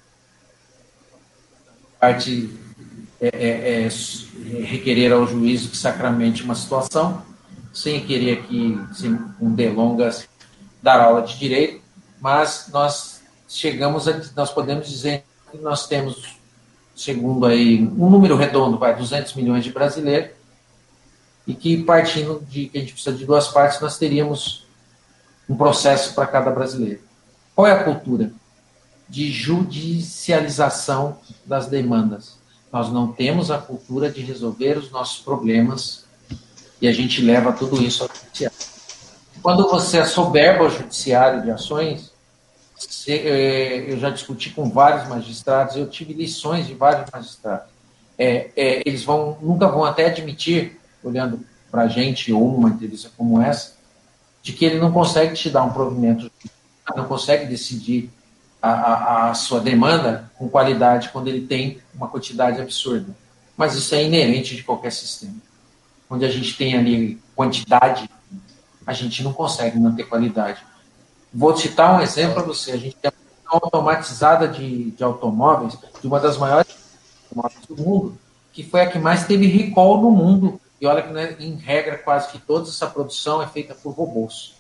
Parte é, é, é requerer ao juízo que sacramente uma situação, sem querer aqui, sem um delongas, dar aula de direito, mas nós chegamos a, nós podemos dizer que nós temos, segundo aí, um número redondo, vai, duzentos milhões de brasileiros, e que partindo de que a gente precisa de duas partes, nós teríamos um processo para cada brasileiro. Qual é a cultura? De judicialização das demandas. Nós não temos a cultura de resolver os nossos problemas e a gente leva tudo isso ao judiciário. Quando você assoberba o judiciário de ações, eu já discuti com vários magistrados, eu tive lições de vários magistrados. É, é, eles vão, nunca vão até admitir, olhando para a gente ou uma entrevista como essa, de que ele não consegue te dar um provimento, não consegue decidir a, a, a sua demanda com qualidade quando ele tem uma quantidade absurda. Mas isso é inerente de qualquer sistema. Onde a gente tem ali quantidade, a gente não consegue manter qualidade. Vou citar um exemplo para você. A gente tem uma automatizada de, de automóveis, de uma das maiores automóveis do mundo, que foi a que mais teve recall no mundo. E olha que, né, em regra, quase que toda essa produção é feita por robôs.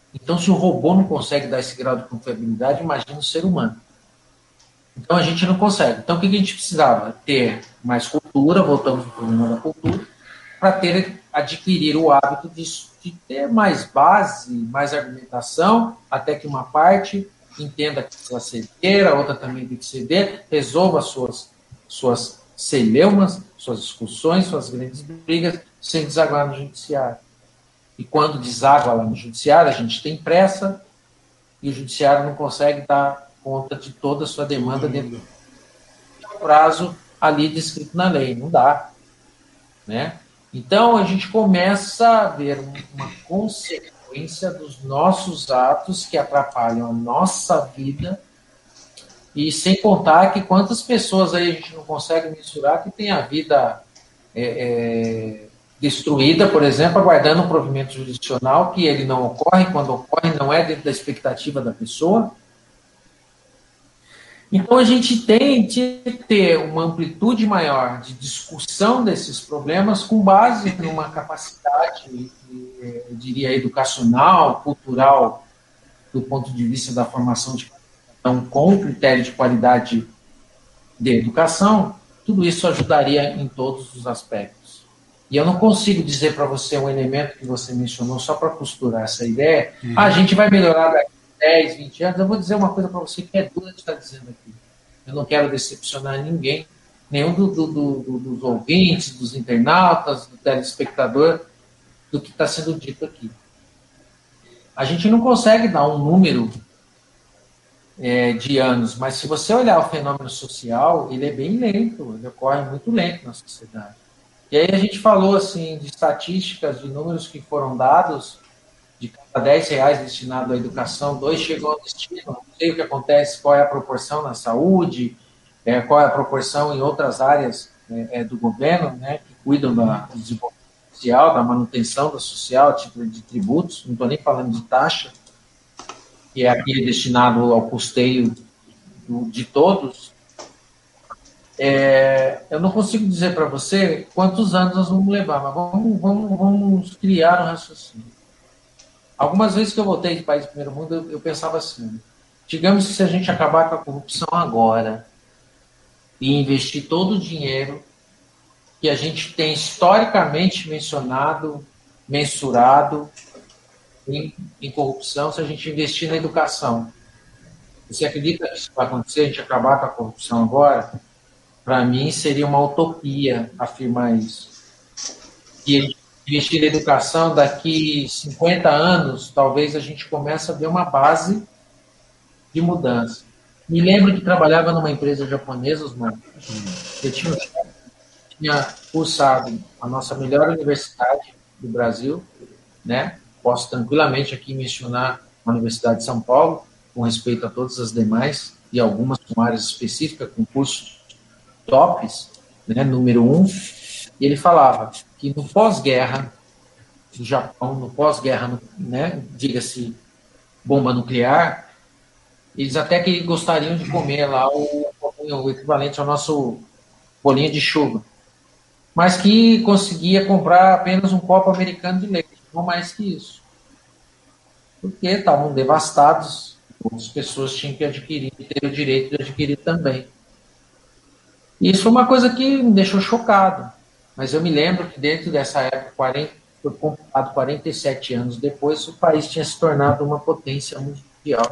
Então, se o robô não consegue dar esse grau de confiabilidade, imagina o ser humano. Então, a gente não consegue. Então, o que a gente precisava? Ter mais cultura, voltamos ao problema da cultura, para ter, adquirir o hábito de, de ter mais base, mais argumentação, até que uma parte entenda que precisa ceder, a outra também tem que ceder, resolva suas, suas celeumas, suas discussões, suas grandes brigas, sem desaguar no judiciário. E quando deságua lá no judiciário, a gente tem pressa e o judiciário não consegue dar conta de toda a sua demanda dentro do prazo ali descrito na lei. Não dá. Né? Então, a gente começa a ver uma consequência dos nossos atos que atrapalham a nossa vida, e sem contar que quantas pessoas aí a gente não consegue mensurar que tem a vida é, é, destruída, por exemplo, aguardando um provimento jurisdicional, que ele não ocorre, quando ocorre não é dentro da expectativa da pessoa. Então, a gente tem que ter uma amplitude maior de discussão desses problemas com base numa capacidade, eu diria, educacional, cultural, do ponto de vista da formação de então, com critério de qualidade de educação. Tudo isso ajudaria em todos os aspectos. E eu não consigo dizer para você um elemento que você mencionou só para costurar essa ideia. Uhum. Ah, a gente vai melhorar daqui a dez, vinte anos. Eu vou dizer uma coisa para você que é dura de estar dizendo aqui. Eu não quero decepcionar ninguém, nenhum do, do, do, dos ouvintes, dos internautas, do telespectador, do que está sendo dito aqui. A gente não consegue dar um número é, de anos, mas se você olhar o fenômeno social, ele é bem lento, ele ocorre muito lento na sociedade. E aí a gente falou assim, de estatísticas, de números que foram dados, de cada dez reais destinado à educação, dois chegam ao destino. Não sei o que acontece, qual é a proporção na saúde, é, qual é a proporção em outras áreas é, é, do governo, né, que cuidam da, do desenvolvimento social, da manutenção da social, tipo de tributos, não estou nem falando de taxa, que é aquele destinado ao custeio do, de todos. É, eu não consigo dizer para você quantos anos nós vamos levar, mas vamos, vamos, vamos criar um raciocínio. Algumas vezes que eu voltei de país do primeiro mundo, eu, eu pensava assim, digamos que se a gente acabar com a corrupção agora e investir todo o dinheiro que a gente tem historicamente mencionado, mensurado em, em corrupção, se a gente investir na educação, você acredita que isso vai acontecer, a gente acabar com a corrupção agora? Para mim, seria uma utopia afirmar isso. E investir na educação, daqui cinquenta anos, talvez a gente comece a ver uma base de mudança. Me lembro que trabalhava numa empresa japonesa, Osmar. Eu tinha, tinha cursado a nossa melhor universidade do Brasil, né? Posso tranquilamente aqui mencionar a Universidade de São Paulo, com respeito a todas as demais, e algumas com áreas específicas, com cursos tops, né? Número um. E ele falava que no pós-guerra do Japão, no pós-guerra, né, diga-se bomba nuclear, eles até que gostariam de comer lá o, o equivalente ao nosso bolinho de chuva, mas que conseguia comprar apenas um copo americano de leite, não mais que isso, porque estavam devastados, outras pessoas tinham que adquirir, ter o direito de adquirir também. E isso foi uma coisa que me deixou chocado. Mas eu me lembro que dentro dessa época, quarenta, foi computado quarenta e sete anos depois, o país tinha se tornado uma potência mundial.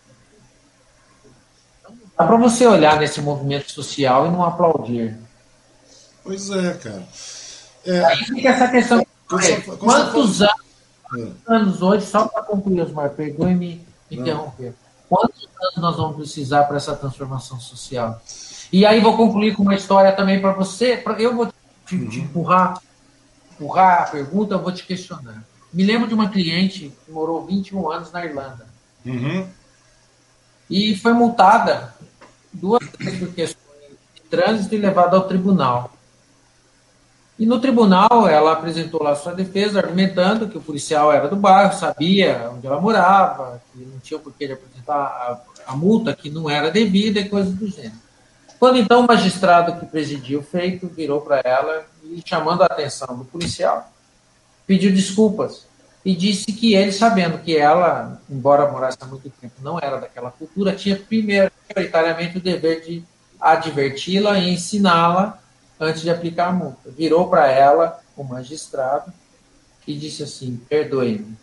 Então, dá para você olhar nesse movimento social e não aplaudir. Pois é, cara. É, aí fica essa questão. Quando quantos anos, é. anos hoje, só para concluir, Osmar, perdoe-me interromper, quantos anos nós vamos precisar para essa transformação social? E aí vou concluir com uma história também para você. Eu vou te, uhum. te empurrar, empurrar a pergunta, eu vou te questionar. Me lembro de uma cliente que morou vinte e um anos na Irlanda. Uhum. E foi multada duas vezes por questões de trânsito e levada ao tribunal. E no tribunal ela apresentou lá sua defesa, argumentando que o policial era do bairro, sabia onde ela morava, que não tinha por que ele apresentar a, a multa, que não era devida e coisas do gênero. Quando então o magistrado que presidia o feito virou para ela e, chamando a atenção do policial, pediu desculpas e disse que ele, sabendo que ela, embora morasse há muito tempo, não era daquela cultura, tinha primeiro, prioritariamente, o dever de adverti-la e ensiná-la antes de aplicar a multa. Virou para ela, o magistrado, e disse assim: perdoe-me,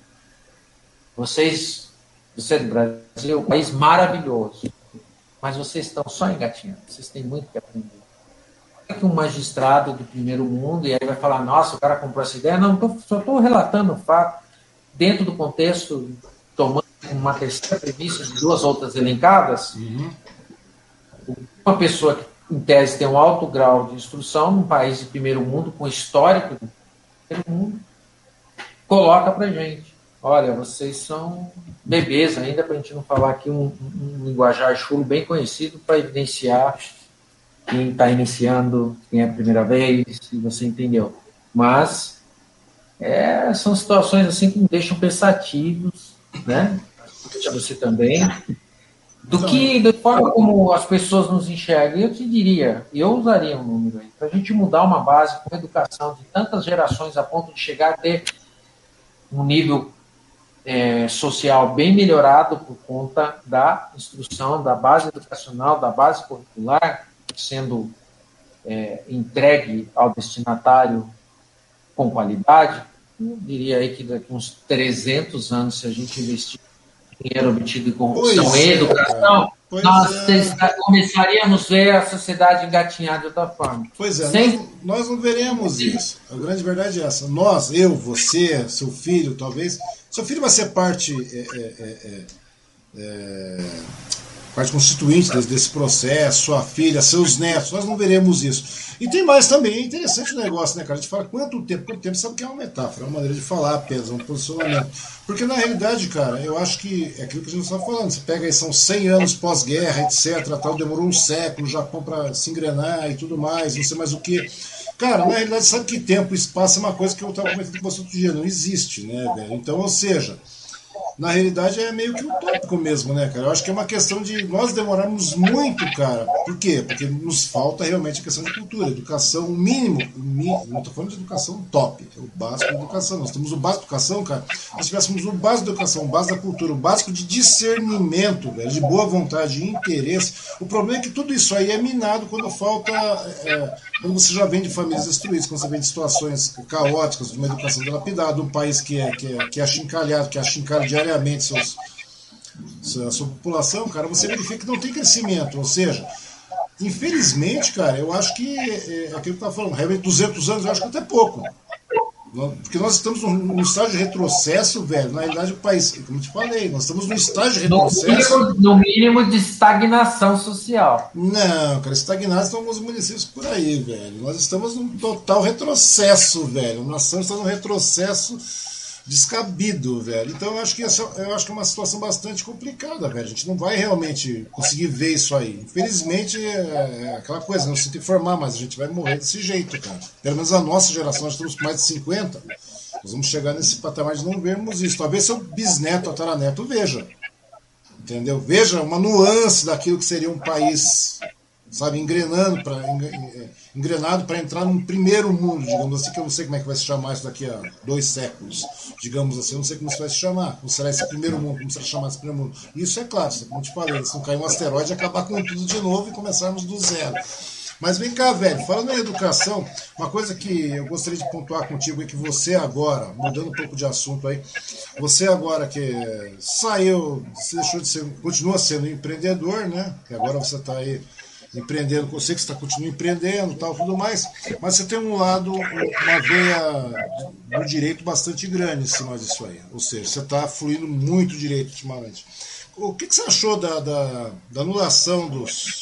vocês, você é do Brasil, um país maravilhoso, mas vocês estão só engatinhando, vocês têm muito que aprender. Que um magistrado do primeiro mundo, e aí vai falar, nossa, o cara comprou essa ideia. Não, tô, só estou relatando o fato, dentro do contexto, tomando uma terceira premissa de duas outras elencadas, uhum. Uma pessoa que, em tese, tem um alto grau de instrução, num país de primeiro mundo, com histórico do primeiro mundo, coloca para gente, olha, vocês são bebês ainda, para a gente não falar aqui um, um, um linguajar chulo bem conhecido para evidenciar quem está iniciando, quem é a primeira vez, se você entendeu. Mas é, são situações assim que me deixam pensativos, né? Deixa você também. Do que, da forma como as pessoas nos enxergam, eu te diria, eu usaria um número aí, para a gente mudar uma base com educação de tantas gerações a ponto de chegar a ter um nível é, social bem melhorado por conta da instrução, da base educacional, da base curricular, sendo é, entregue ao destinatário com qualidade. Eu diria aí que daqui a uns trezentos anos, se a gente investir dinheiro obtido em corrupção e educação, Pois nós é. começaríamos a ver a sociedade engatinhar de outra forma. Pois é, Sem... nós, nós não veremos isso. A grande verdade é essa. Nós, eu, você, seu filho, talvez. Seu filho vai ser parte, é, é, é, é, parte constituinte desse, desse processo, sua filha, seus netos. Nós não veremos isso. E tem mais também, é interessante o negócio, né, cara? A gente fala quanto tempo, quanto tempo, sabe que é uma metáfora, é uma maneira de falar apenas, é um posicionamento. Porque na realidade, cara, eu acho que é aquilo que a gente estava falando. Você pega aí, são cem anos pós-guerra, etc. Tal, demorou um século, o Japão para se engrenar e tudo mais, não sei mais o que. Cara, na realidade, sabe que tempo e espaço é uma coisa que eu estava comentando com você outro dia, não existe, né, velho? Então, ou seja, na realidade é meio que utópico mesmo, né, cara? Eu acho que é uma questão de nós demorarmos muito, cara. Por quê? Porque nos falta realmente a questão de cultura, educação, o mínimo, o mínimo, não estou falando de educação top, é o básico da educação. Nós temos o básico da educação, cara. Nós tivéssemos o básico da educação, o básico da cultura, o básico de discernimento, velho, de boa vontade, de interesse. O problema é que tudo isso aí é minado quando falta, é, quando você já vem de famílias destruídas, quando você vem de situações caóticas, de uma educação dilapidada, um país que é, que é, que é achincalhado, que é achincalhado diariamente Seus, sua, sua população, cara, você verifica que não tem crescimento. Ou seja, infelizmente, cara, eu acho que é, é aquilo que eu estava falando, realmente duzentos anos eu acho que até pouco. Porque nós estamos num, num estágio de retrocesso, velho. Na realidade, o país, como eu te falei, nós estamos num estágio de retrocesso. No mínimo, no mínimo de estagnação social. Não, cara, estagnados estão alguns municípios por aí, velho. Nós estamos num total retrocesso, velho. A nação está num retrocesso descabido, velho. Então eu acho que essa, eu acho que é uma situação bastante complicada, velho. A gente não vai realmente conseguir ver isso aí. Infelizmente é, é aquela coisa, não se tem que formar, mas a gente vai morrer desse jeito, cara. Pelo menos a nossa geração, nós estamos com mais de cinquenta, nós vamos chegar nesse patamar de não vermos isso. Talvez seu bisneto ou tataraneto veja. Entendeu? Veja uma nuance daquilo que seria um país, sabe, engrenando para engrenado para entrar num primeiro mundo, digamos assim, que eu não sei como é que vai se chamar isso daqui a dois séculos, digamos assim, eu não sei como isso vai se chamar, como será esse primeiro mundo, como será chamar esse primeiro mundo. Isso é claro, como eu te falei, se não cair um asteroide, acabar com tudo de novo e começarmos do zero. Mas vem cá, velho, falando em educação, uma coisa que eu gostaria de pontuar contigo é que você agora, mudando um pouco de assunto aí, você agora que saiu, você deixou de ser, continua sendo empreendedor, né? Que agora você está aí empreendendo, eu sei que você tá, continua empreendendo, tal, tudo mais, mas você tem um lado, uma veia do direito bastante grande em cima disso aí. Ou seja, você está fluindo muito direito ultimamente. O que, que você achou da, da, da anulação dos,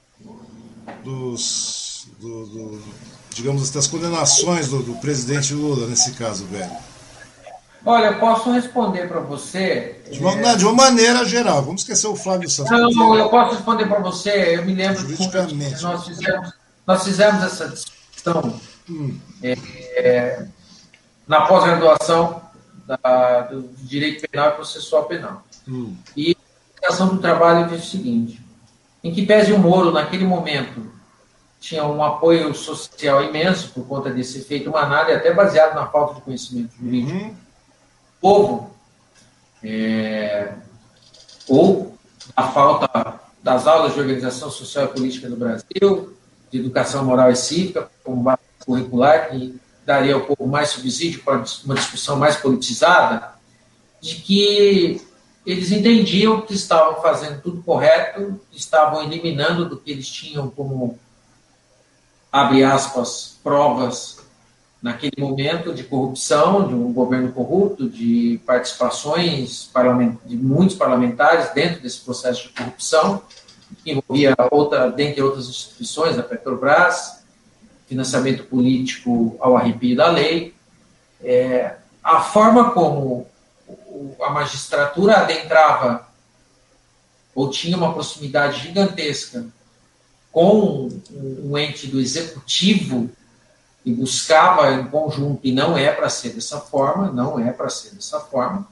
dos do, do, digamos, das condenações do, do presidente Lula nesse caso, velho? Olha, eu posso responder para você... De uma, é... de uma maneira geral, vamos esquecer o Flávio Santos. Não, não, eu posso responder para você, eu me lembro juridicamente. que nós fizemos, nós fizemos essa discussão hum. é, é, na pós-graduação do Direito Penal e Processual Penal. Hum. E a Educação do Trabalho diz o seguinte, em que pese o Moro, naquele momento, tinha um apoio social imenso por conta desse efeito manada e até baseado na falta de conhecimento jurídico, hum. povo, é, ou a falta das aulas de organização social e política no Brasil, de educação moral e cívica, como base curricular, que daria ao povo mais subsídio para uma discussão mais politizada, de que eles entendiam que estavam fazendo tudo correto, estavam eliminando do que eles tinham como, abre aspas, provas naquele momento de corrupção, de um governo corrupto, de participações de muitos parlamentares dentro desse processo de corrupção, que envolvia, outra, dentre outras instituições, a Petrobras, financiamento político ao arrepio da lei. É, a forma como a magistratura adentrava ou tinha uma proximidade gigantesca com um ente do executivo e buscava em conjunto, e não é para ser dessa forma, não é para ser dessa forma,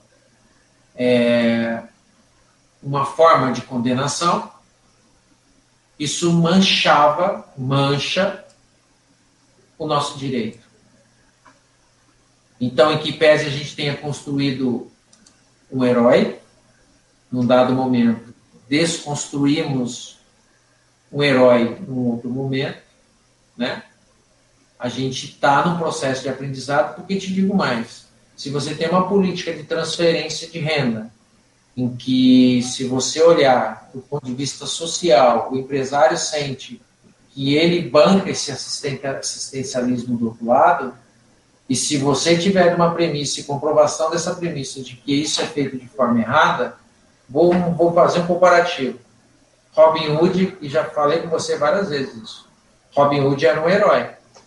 é uma forma de condenação, isso manchava, mancha o nosso direito. Então, em que pese a gente tenha construído um herói, num dado momento, desconstruímos um herói num outro momento, né? A gente está num processo de aprendizado, porque te digo mais, se você tem uma política de transferência de renda, em que, se você olhar do ponto de vista social, o empresário sente que ele banca esse assistencialismo do outro lado, e se você tiver uma premissa e comprovação dessa premissa de que isso é feito de forma errada, vou, vou fazer um comparativo. Robin Hood, e já falei com você várias vezes isso, Robin Hood era um herói,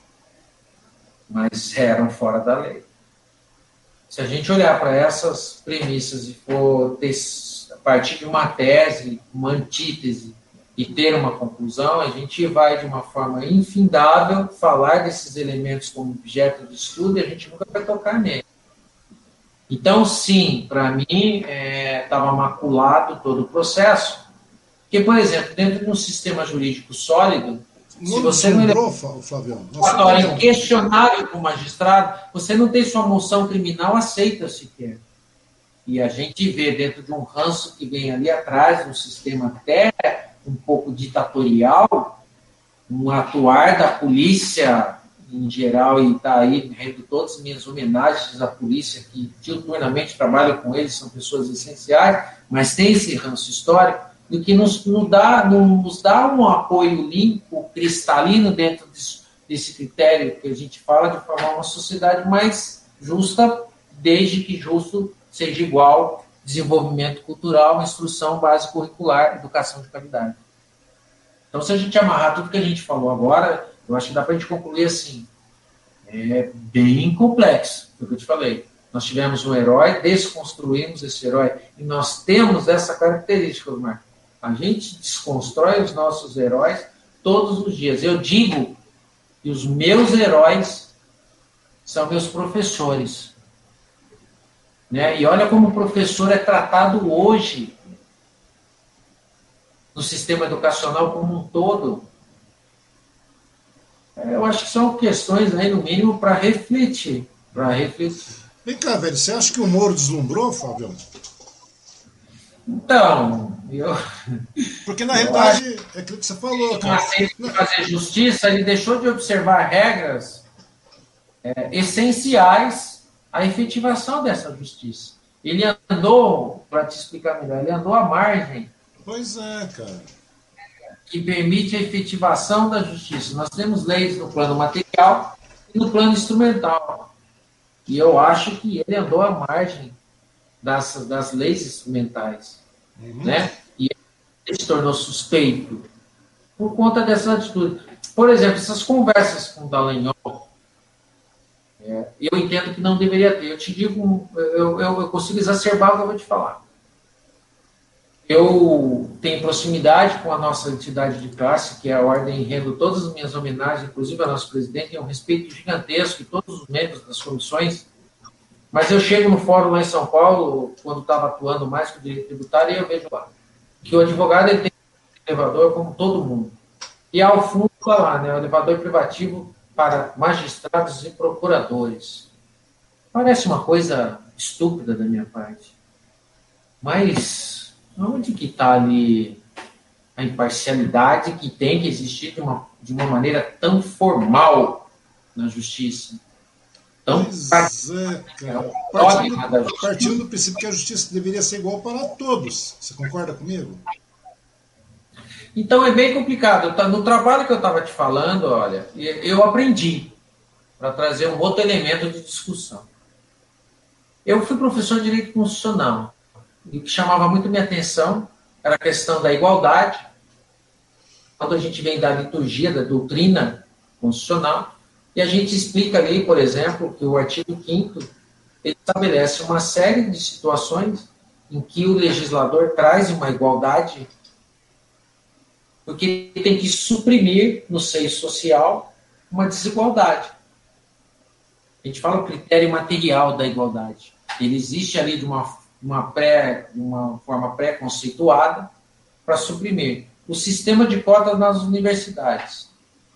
mas eram fora da lei. Se a gente olhar para essas premissas e for ter, a partir de uma tese, uma antítese, e ter uma conclusão, a gente vai, de uma forma infindável, falar desses elementos como objeto de estudo e a gente nunca vai tocar nele. Então, sim, para mim, estava é, maculado todo o processo, porque, por exemplo, dentro de um sistema jurídico sólido, não se você não lembrou, Flaviano, é questionável para o magistrado, você não tem sua moção criminal aceita sequer. E a gente vê dentro de um ranço que vem ali atrás, um sistema até um pouco ditatorial, um atuar da polícia em geral, e está aí, rendo todas as minhas homenagens à polícia, que diuturnamente trabalham com eles, são pessoas essenciais, mas tem esse ranço histórico, do que nos, nos, dá, nos dá um apoio limpo, cristalino, dentro desse, desse critério que a gente fala de formar uma sociedade mais justa, desde que justo seja igual desenvolvimento cultural, instrução base curricular, educação de qualidade. Então, se a gente amarrar tudo que a gente falou agora, eu acho que dá para a gente concluir assim, é bem complexo, foi o que eu te falei. Nós tivemos um herói, desconstruímos esse herói, e nós temos essa característica, Osmar. A gente desconstrói os nossos heróis todos os dias. Eu digo que os meus heróis são meus professores. Né? E olha como o professor é tratado hoje no sistema educacional como um todo. Eu acho que são questões aí, no mínimo, para refletir. Para refletir. Vem cá, velho, você acha que o Moro deslumbrou, Fábio? Então, eu... Porque, na realidade, é aquilo que você falou, cara. Para fazer justiça, ele deixou de observar regras é, essenciais à efetivação dessa justiça. Ele andou, para te explicar melhor, ele andou à margem. Pois é, cara. Que permite a efetivação da justiça. Nós temos leis no plano material e no plano instrumental. E eu acho que ele andou à margem das, das leis instrumentais. Uhum. Né? E ele se tornou suspeito por conta dessa atitude. Por exemplo, essas conversas com o Dallagnol, é, eu entendo que não deveria ter. Eu te digo, eu, eu, eu consigo exacerbar o que eu vou te falar. Eu tenho proximidade com a nossa entidade de classe, que é a Ordem, e rendo todas as minhas homenagens, inclusive ao nosso presidente, é um respeito gigantesco e todos os membros das comissões. Mas eu chego no fórum lá em São Paulo, quando estava atuando mais com o direito tributário, e eu vejo lá que o advogado ele tem um elevador como todo mundo. E ao fundo está lá, né, o elevador privativo para magistrados e procuradores. Parece uma coisa estúpida da minha parte. Mas onde que está ali a imparcialidade que tem que existir de uma, de uma maneira tão formal na justiça? Então, pois é, cara. Partindo, partindo do princípio que a justiça deveria ser igual para todos. Você concorda comigo? Então é bem complicado. No trabalho que eu estava te falando, olha, eu aprendi para trazer um outro elemento de discussão. Eu fui professor de direito constitucional. E o que chamava muito minha atenção era a questão da igualdade. Quando a gente vem da liturgia, da doutrina constitucional, e a gente explica ali, por exemplo, que o artigo quinto ele estabelece uma série de situações em que o legislador traz uma igualdade, porque ele tem que suprimir no seio social uma desigualdade. A gente fala o critério material da igualdade. Ele existe ali de uma, uma, pré, uma forma pré-conceituada para suprimir. O sistema de cotas nas universidades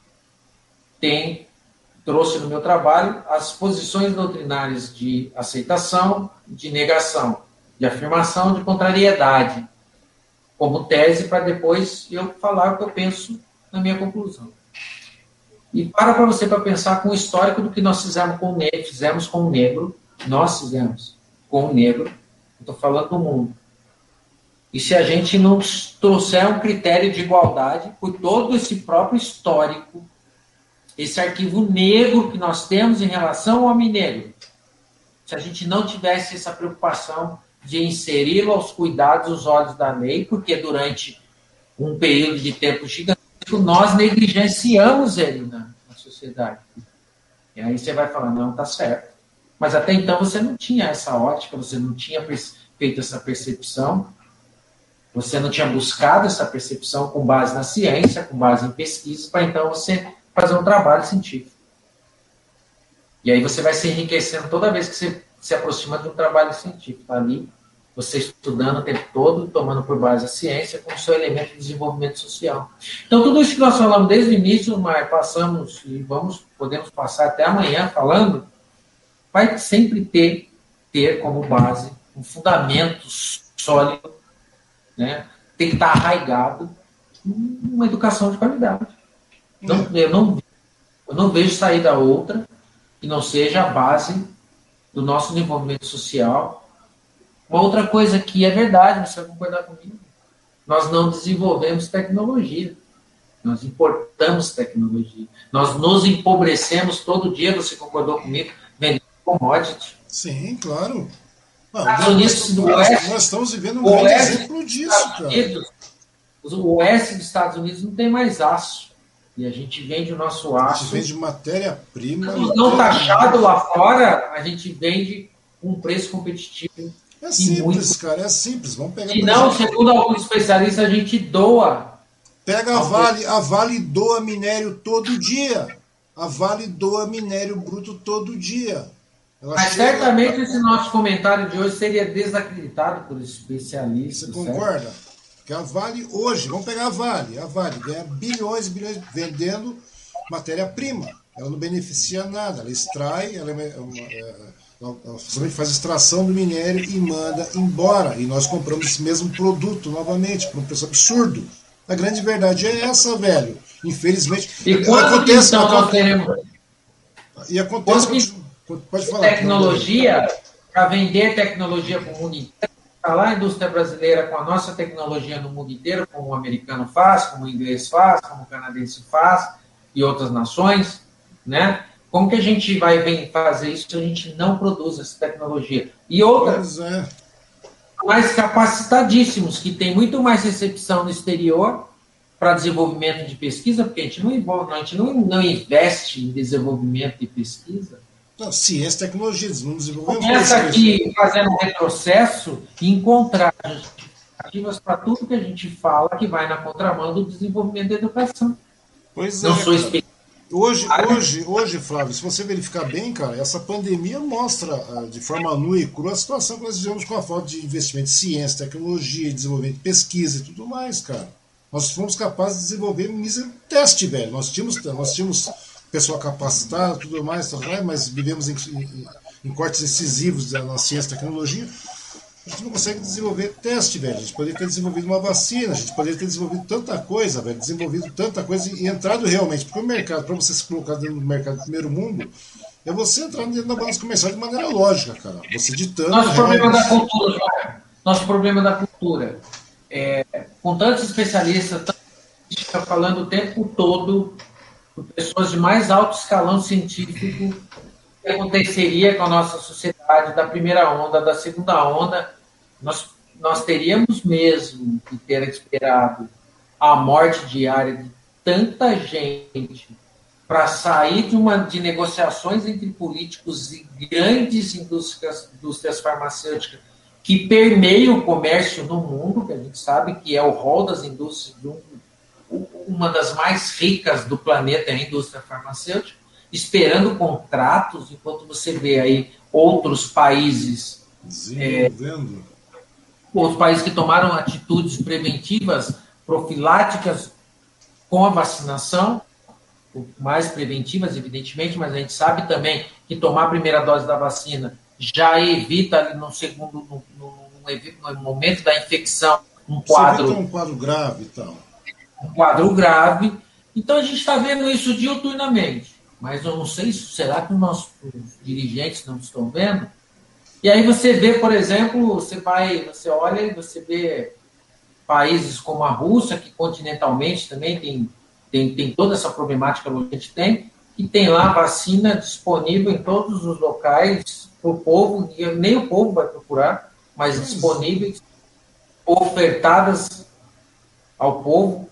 tem, trouxe no meu trabalho as posições doutrinárias de aceitação, de negação, de afirmação, de contrariedade, como tese para depois eu falar o que eu penso na minha conclusão. E para para você para pensar com o histórico do que nós fizemos com o negro, fizemos com o negro, nós fizemos com o negro, estou falando do mundo. E se a gente não trouxer um critério de igualdade por todo esse próprio histórico, esse arquivo negro que nós temos em relação ao homem negro, se a gente não tivesse essa preocupação de inseri-lo aos cuidados dos olhos da lei, porque durante um período de tempo gigantesco nós negligenciamos ele na, na sociedade. E aí você vai falar, não, está certo. Mas até então você não tinha essa ótica, você não tinha feito essa percepção, você não tinha buscado essa percepção com base na ciência, com base em pesquisa, para então você fazer um trabalho científico. E aí você vai se enriquecendo toda vez que você se aproxima de um trabalho científico. Tá ali, você estudando o tempo todo, tomando por base a ciência como seu elemento de desenvolvimento social. Então, tudo isso que nós falamos desde o início, mas passamos e vamos, podemos passar até amanhã falando, vai sempre ter, ter como base um fundamento sólido, né? Tem que estar arraigado uma educação de qualidade. Não, eu, não, eu não vejo saída outra que não seja a base do nosso desenvolvimento social. Uma outra coisa que é verdade, você vai concordar comigo, nós não desenvolvemos tecnologia, nós importamos tecnologia, nós nos empobrecemos todo dia, você concordou comigo, vendendo commodity. Sim, claro. Ah, Estados Unidos, nós, oeste, nós estamos vivendo um grande oeste, exemplo disso, cara. Unidos, o oeste dos Estados Unidos não tem mais aço. E a gente vende o nosso aço. A gente vende matéria-prima. Não taxado lá fora, a gente vende com um preço competitivo. É simples, muito... cara, é simples. Vamos pegar. E não, segundo alguns especialistas, a gente doa. Pega a Vale, a Vale doa minério todo dia. A Vale doa minério bruto todo dia. Ela Mas chega... certamente esse nosso comentário de hoje seria desacreditado por especialistas. Você concorda? Certo? Que a Vale hoje, vamos pegar a Vale, a Vale ganha bilhões e bilhões vendendo matéria-prima. Ela não beneficia nada, ela extrai, ela, é uma, é, ela faz extração do minério e manda embora. E nós compramos esse mesmo produto novamente por um preço absurdo. A grande verdade é essa, velho. Infelizmente. E quando acontece, então nós teremos? E acontece. Quando pode falar. Tecnologia, para vender tecnologia para o mundo inteiro. Está lá a indústria brasileira com a nossa tecnologia no mundo inteiro, como o americano faz, como o inglês faz, como o canadense faz, e outras nações, né? Como que a gente vai fazer isso se a gente não produz essa tecnologia? E outras, é. mais capacitadíssimos, que tem muito mais recepção no exterior para desenvolvimento de pesquisa, porque a gente não, envolve, a gente não, não investe em desenvolvimento de pesquisa. Não, ciência e tecnologia, não desenvolvemos. Começa aqui fazendo um retrocesso e encontrar justificativas para tudo que a gente fala que vai na contramão do desenvolvimento da educação. Pois não é. Sou espe... Hoje, hoje, hoje, Flávio, se você verificar bem, cara, essa pandemia mostra de forma nua e crua a situação que nós vivemos com a falta de investimento em ciência, tecnologia, desenvolvimento de pesquisa e tudo mais, cara. Nós fomos capazes de desenvolver um mísero teste, velho. Nós tínhamos, nós tínhamos pessoal capacitado, tudo mais, tudo mais, mas vivemos em, em, em cortes incisivos na ciência e tecnologia, a gente não consegue desenvolver teste, velho. A gente poderia ter desenvolvido uma vacina, a gente poderia ter desenvolvido tanta coisa, velho, desenvolvido tanta coisa e entrado realmente, porque o mercado, para você se colocar dentro do mercado do primeiro mundo, é você entrar dentro da balança comercial de maneira lógica, cara. Você ditando... Nosso problema da cultura, nosso problema da cultura, é, com tantos especialistas, tanto fica falando o tempo todo, com pessoas de mais alto escalão científico, o que aconteceria com a nossa sociedade da primeira onda, da segunda onda. Nós, nós teríamos mesmo que ter esperado a morte diária de tanta gente para sair de, uma, de negociações entre políticos e grandes indústrias, indústrias farmacêuticas que permeiam o comércio no mundo, que a gente sabe que é o rol das indústrias, uma das mais ricas do planeta é a indústria farmacêutica, esperando contratos, enquanto você vê aí outros países desenvolvendo. É, outros países que tomaram atitudes preventivas, profiláticas com a vacinação, mais preventivas, evidentemente, mas a gente sabe também que tomar a primeira dose da vacina já evita ali no segundo, no, no, no momento da infecção, um quadro, um quadro grave e tal. Um quadro grave. Então a gente está vendo isso diuturnamente, mas eu não sei, será que os nossos dirigentes não estão vendo? E aí você vê, por exemplo, você vai, você olha e você vê países como a Rússia, que continentalmente também tem, tem, tem toda essa problemática que a gente tem, que tem lá vacina disponível em todos os locais para o povo, nem o povo vai procurar, mas disponíveis, ofertadas ao povo.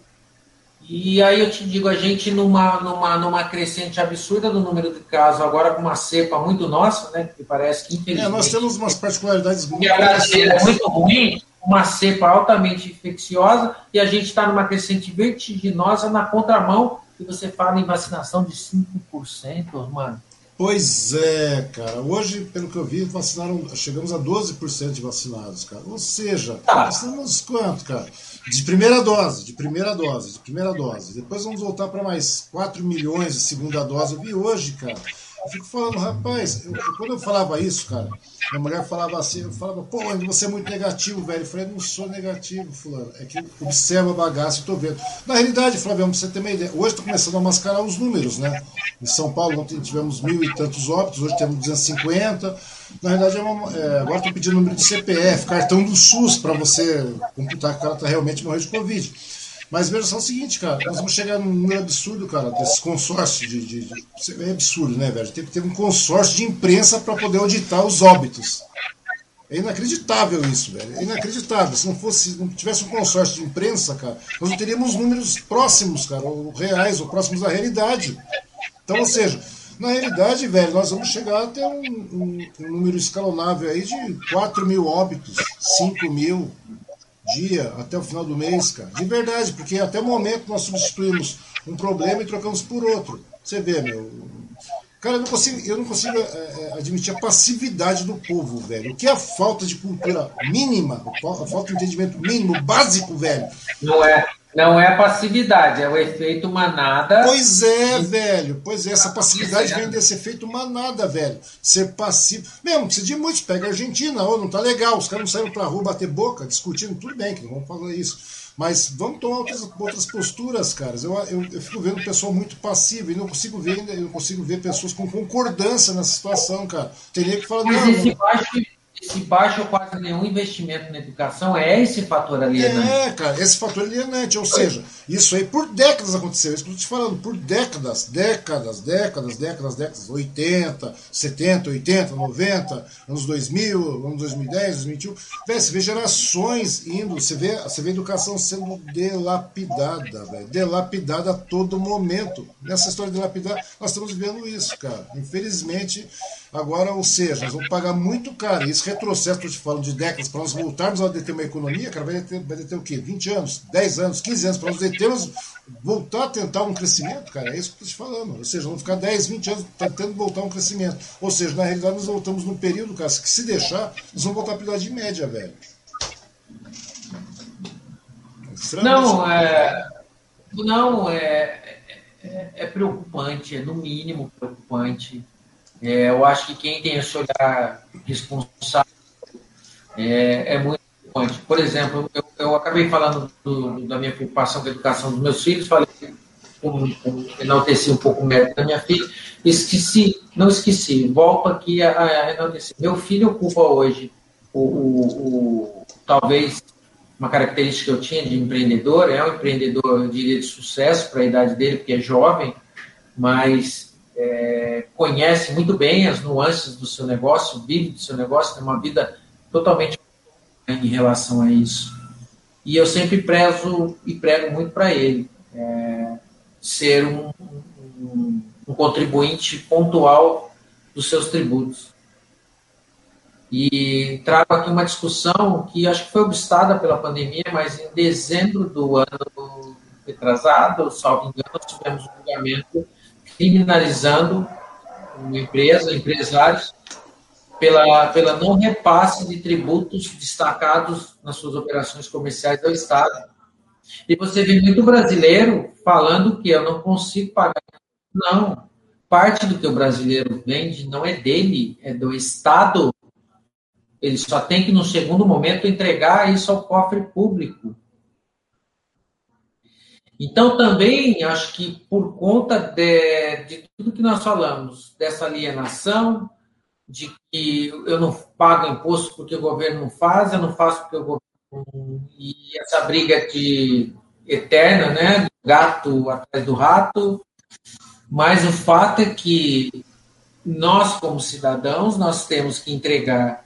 E aí eu te digo, a gente numa, numa, numa crescente absurda do número de casos, agora com uma cepa muito nossa, né, que parece que infelizmente... É, nós temos umas particularidades muito... E a brasileira é muito ruim, uma cepa altamente infecciosa, e a gente está numa crescente vertiginosa na contramão, e você fala em vacinação de cinco por cento, mano. Pois é, cara. Hoje, pelo que eu vi, vacinaram, chegamos a doze por cento de vacinados, cara. Ou seja, tá. Nós temos quanto, cara? De primeira dose, de primeira dose, de primeira dose. Depois vamos voltar para mais quatro milhões de segunda dose. Eu vi hoje, cara. Eu fico falando, rapaz, eu, quando eu falava isso, cara, minha mulher falava assim, eu falava, pô, você é muito negativo, velho. Eu falei, não sou negativo, fulano. É que observa a bagaça e tô vendo. Na realidade, Flávio, pra você ter uma ideia, hoje tá começando a mascarar os números, né? Em São Paulo ontem tivemos mil e tantos óbitos, hoje temos duzentos e cinquenta. Na verdade, é uma, é, agora estão pedindo número de C P F, cartão do SUS, para você computar que o cara tá realmente morrendo de Covid. Mas veja só o seguinte, cara, nós vamos chegar num número absurdo, cara, desses consórcios de, de, de... É absurdo, né, velho? Tem que ter um consórcio de imprensa para poder auditar os óbitos. É inacreditável isso, velho. É inacreditável. Se não fosse, se não tivesse um consórcio de imprensa, cara, nós não teríamos números próximos, cara, ou reais, ou próximos da realidade. Então, ou seja, na realidade, velho, nós vamos chegar a ter um, um, um número escalonável aí de quatro mil óbitos, cinco mil dia até o final do mês, cara. De verdade, porque até o momento nós substituímos um problema e trocamos por outro. Você vê, meu. Cara, eu não consigo, eu não consigo é, admitir a passividade do povo, velho. O que é a falta de cultura mínima, a falta de entendimento mínimo, básico, velho. Não é. Não é a passividade, é o efeito manada. Pois é, velho. Pois é, essa passividade vem desse efeito manada, velho. Ser passivo. Mesmo, precisa de muitos. Pega a Argentina, ou não tá legal. Os caras não saíram pra rua bater boca, discutindo, tudo bem, que não vamos falar isso. Mas vamos tomar outras, outras posturas, caras. Eu, eu, eu fico vendo o pessoal muito passivo e não consigo ver ainda, eu não consigo ver pessoas com concordância nessa situação, cara. Tem nem que falar, Mas não. Esse não. baixo, esse baixo ou quase nenhum investimento na educação é esse fator alienante. É, cara, esse fator alienante. Ou seja, isso aí por décadas aconteceu. Isso que eu tô te falando, por décadas, décadas, décadas, décadas, décadas. oitenta, setenta, oitenta, noventa, anos dois mil, anos dois mil e dez, dois mil e vinte e um. Véio, você vê gerações indo, você vê, você vê a educação sendo delapidada, velho. Delapidada a todo momento. Nessa história de delapidar, nós estamos vendo isso, cara. Infelizmente, agora, ou seja, nós vamos pagar muito caro. Esse retrocesso, estou te falando, de décadas, para nós voltarmos a deter uma economia, cara, vai deter, vai deter o quê? vinte anos, dez anos, quinze anos, para nós determos, voltar a tentar um crescimento, cara, é isso que eu estou te falando. Ou seja, vamos ficar dez, vinte anos tentando voltar a um crescimento. Ou seja, na realidade, nós voltamos num período, cara, que se deixar, nós vamos voltar para a idade média, velho. Não, é, não é, é, é preocupante, é no mínimo preocupante. É, eu acho que quem tem esse olhar responsável é, é muito importante. Por exemplo, eu, eu acabei falando do, da minha preocupação com a educação dos meus filhos, falei com, com, enalteci um pouco o mérito da minha filha, esqueci, não esqueci, volto aqui a, a enaltecer. Meu filho ocupa hoje o, o, o, talvez uma característica que eu tinha de empreendedor, é um empreendedor, eu diria, de sucesso para a idade dele, porque é jovem, mas é, conhece muito bem as nuances do seu negócio, vive do seu negócio, tem uma vida totalmente em relação a isso. E eu sempre prezo e prego muito para ele é, ser um, um, um contribuinte pontual dos seus tributos. E trago aqui uma discussão que acho que foi obstada pela pandemia, mas em dezembro do ano retrasado, salvo engano, tivemos um julgamento criminalizando uma empresa, empresários, pela, pela não repasse de tributos destacados nas suas operações comerciais ao Estado. E você vê muito brasileiro falando que eu não consigo pagar. Não. Parte do que o brasileiro vende não é dele, é do Estado. Ele só tem que, no segundo momento, entregar isso ao cofre público. Então, também, acho que por conta de, de tudo que nós falamos, dessa alienação, de que eu não pago imposto porque o governo não faz, eu não faço porque o governo... E essa briga de eterna, né? Do gato atrás do rato. Mas o fato é que nós, como cidadãos, nós temos que entregar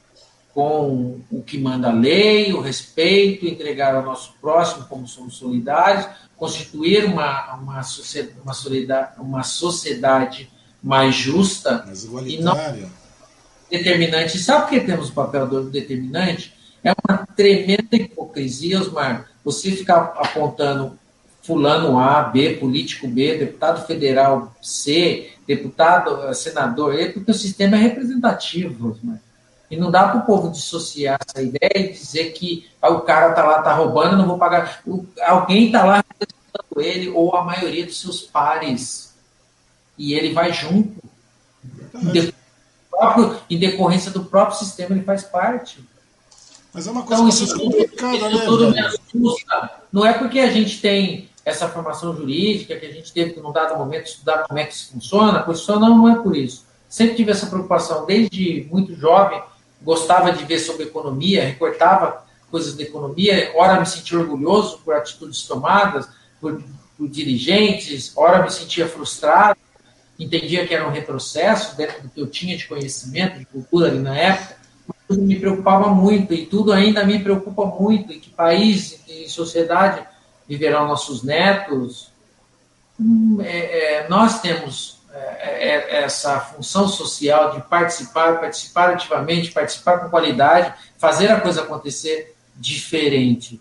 com o que manda a lei, o respeito, entregar ao nosso próximo como somos solidários, constituir uma, uma, sociedade, uma, solidar, uma sociedade mais justa mais e não determinante. Sabe por que temos o papel do determinante? É uma tremenda hipocrisia, Osmar, você ficar apontando fulano A, B, político B, deputado federal C, deputado, senador E, porque o sistema é representativo, Osmar. E não dá para o povo dissociar essa ideia e dizer que ah, o cara está lá, está roubando, eu não vou pagar. O, alguém está lá representando ele, ou a maioria dos seus pares. E ele vai junto. Em, de, próprio, em decorrência do próprio sistema, ele faz parte. Mas é uma coisa então, isso tudo, complicada, isso né, tudo me assusta. Não é porque a gente tem essa formação jurídica, que a gente teve que, num dado momento, estudar como é que isso funciona, a Constituição não, não é por isso. Sempre tive essa preocupação, desde muito jovem, gostava de ver sobre economia, recortava coisas da economia, ora me sentia orgulhoso por atitudes tomadas, por, por dirigentes, ora me sentia frustrado, entendia que era um retrocesso dentro do que eu tinha de conhecimento, de cultura ali na época, mas tudo me preocupava muito, e tudo ainda me preocupa muito, em que país, em que sociedade viverão nossos netos. Hum, é, é, nós temos essa função social de participar, participar ativamente, participar com qualidade, fazer a coisa acontecer diferente.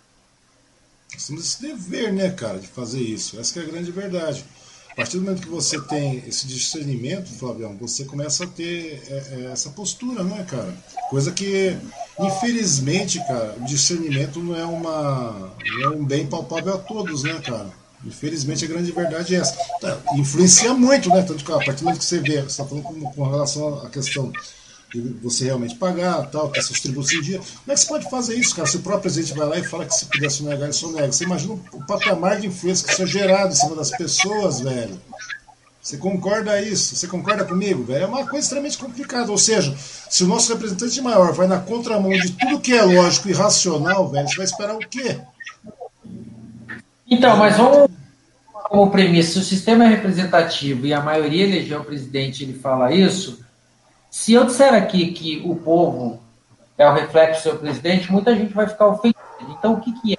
Nós temos esse dever, né, cara, de fazer isso. Essa que é a grande verdade. A partir do momento que você tem esse discernimento, Flavião, você começa a ter essa postura, né, cara? Coisa que, infelizmente, cara, o discernimento não é, uma, não é um bem palpável a todos, né, cara? Infelizmente a grande verdade é essa. Tá, influencia muito, né? Tanto que a partir do momento que você vê, você está falando com, com relação à questão de você realmente pagar, tal, ter seus tributos em dia. Como é que você pode fazer isso, cara? Se o próprio presidente vai lá e fala que se pudesse negar, ele só nega. Você imagina o patamar de influência que isso é gerado em cima das pessoas, velho. Você concorda isso? Você concorda comigo, velho? É uma coisa extremamente complicada. Ou seja, se o nosso representante maior vai na contramão de tudo que é lógico e racional, velho, você vai esperar o quê? Então, mas vamos, como premissa, se o sistema é representativo e a maioria elegeu o presidente, ele fala isso, se eu disser aqui que o povo é o reflexo do seu presidente, muita gente vai ficar ofendida. Então, o que, que é?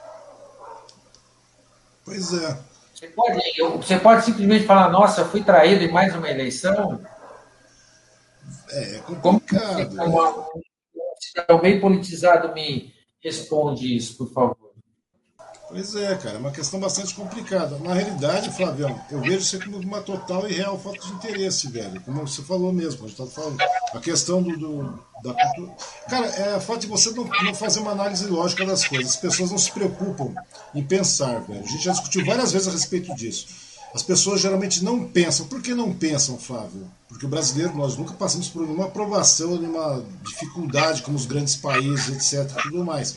Pois é. Você pode, você pode simplesmente falar, nossa, eu fui traído em mais uma eleição? É, é complicado. Como um cidadão bem politizado me responde isso, por favor? Pois é, cara, é uma questão bastante complicada. Na realidade, Flavião, eu vejo isso como uma total e real falta de interesse, velho. Como você falou mesmo, a gente tá falando. A questão do, do da cultura. Cara, é a falta de você não, não fazer uma análise lógica das coisas. As pessoas não se preocupam em pensar, velho. A gente já discutiu várias vezes a respeito disso. As pessoas geralmente não pensam. Por que não pensam, Flávio? Porque o brasileiro, nós nunca passamos por nenhuma aprovação, nenhuma dificuldade como os grandes países, etc, tudo mais.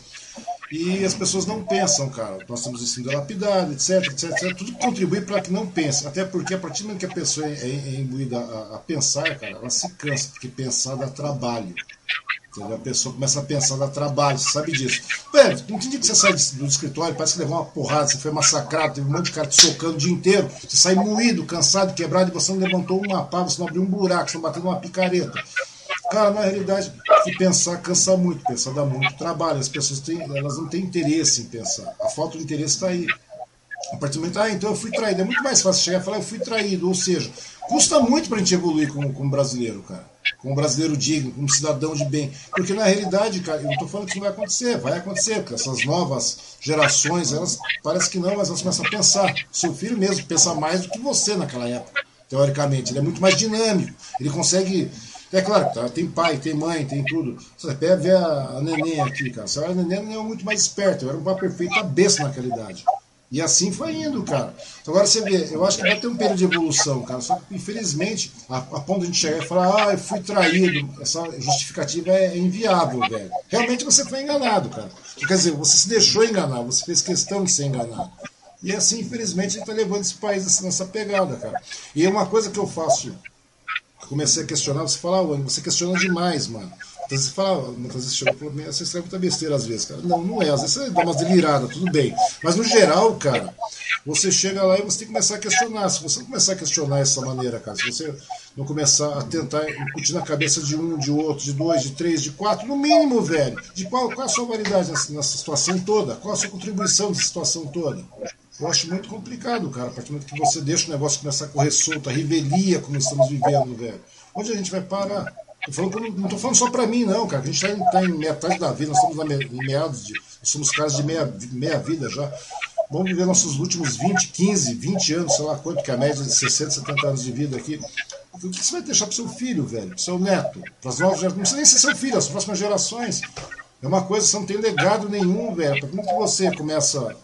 E as pessoas não pensam, cara. Nós temos ensino da lapidado, etc, etc, etc. Tudo contribui para que não pense. Até porque a partir do momento que a pessoa é, é imbuída a, a pensar, cara, ela se cansa, porque pensar dá trabalho. Entendeu? A pessoa começa a pensar, dá trabalho, você sabe disso. Velho, não tem dia que você sai do escritório, parece que levou uma porrada, você foi massacrado, teve um monte de cara te socando o dia inteiro, você sai moído, cansado, quebrado, e você não levantou uma pá, você não abriu um buraco, você não bateu uma picareta. Cara, na realidade, que pensar cansa muito, pensar dá muito trabalho, as pessoas têm, elas não têm interesse em pensar, a falta de interesse está aí. A partir do momento, ah, então eu fui traído, é muito mais fácil chegar e falar, eu fui traído, ou seja, custa muito pra gente evoluir como, como brasileiro, cara, como brasileiro digno, como cidadão de bem, porque na realidade, cara, eu não tô falando que isso não vai acontecer, vai acontecer, porque essas novas gerações, elas, parece que não, mas elas começam a pensar, seu filho mesmo pensa mais do que você naquela época, teoricamente, ele é muito mais dinâmico, ele consegue... É claro, tá, tem pai, tem mãe, tem tudo. Você pega ver a, a neném aqui, cara. A neném é muito mais esperta. Eu era um pai perfeito, a besta naquela idade. E assim foi indo, cara. Então, agora você vê, eu acho que vai ter um período de evolução, cara. Só que, infelizmente, a, a ponto de a gente chegar e falar, ah, eu fui traído, essa justificativa é inviável, velho. Realmente você foi enganado, cara. Quer dizer, você se deixou enganar, você fez questão de ser enganado. E assim, infelizmente, a gente está levando esse país assim, nessa pegada, cara. E é uma coisa que eu faço. Comecei a questionar, você fala, ah, você questiona demais, mano. Muitas vezes você fala, muitas vezes chega, você escreve muita besteira às vezes, cara. Não, não é, às vezes você dá umas deliradas, tudo bem. Mas no geral, cara, você chega lá e você tem que começar a questionar. Se você não começar a questionar dessa maneira, cara, se você não começar a tentar incutir na cabeça de um, de outro, de dois, de três, de quatro, no mínimo, velho, de qual, qual a sua validade nessa, nessa situação toda? Qual a sua contribuição nessa situação toda? Eu acho muito complicado, cara, a partir do momento que você deixa o negócio começar a correr solto, a revelia como estamos vivendo, velho. Onde a gente vai parar? Tô falando, não estou falando só para mim, não, cara. A gente está tá em metade da vida, nós estamos em meados de. Nós somos caras de meia, meia vida já. Vamos viver nossos últimos vinte, quinze, vinte anos, sei lá quanto, que é a média de sessenta, setenta anos de vida aqui. O que você vai deixar para o seu filho, velho? Para o seu neto? Para as novas gerações? Não precisa nem ser seu filho, as próximas gerações. É uma coisa, você não tem legado nenhum, velho. Para como que você começa.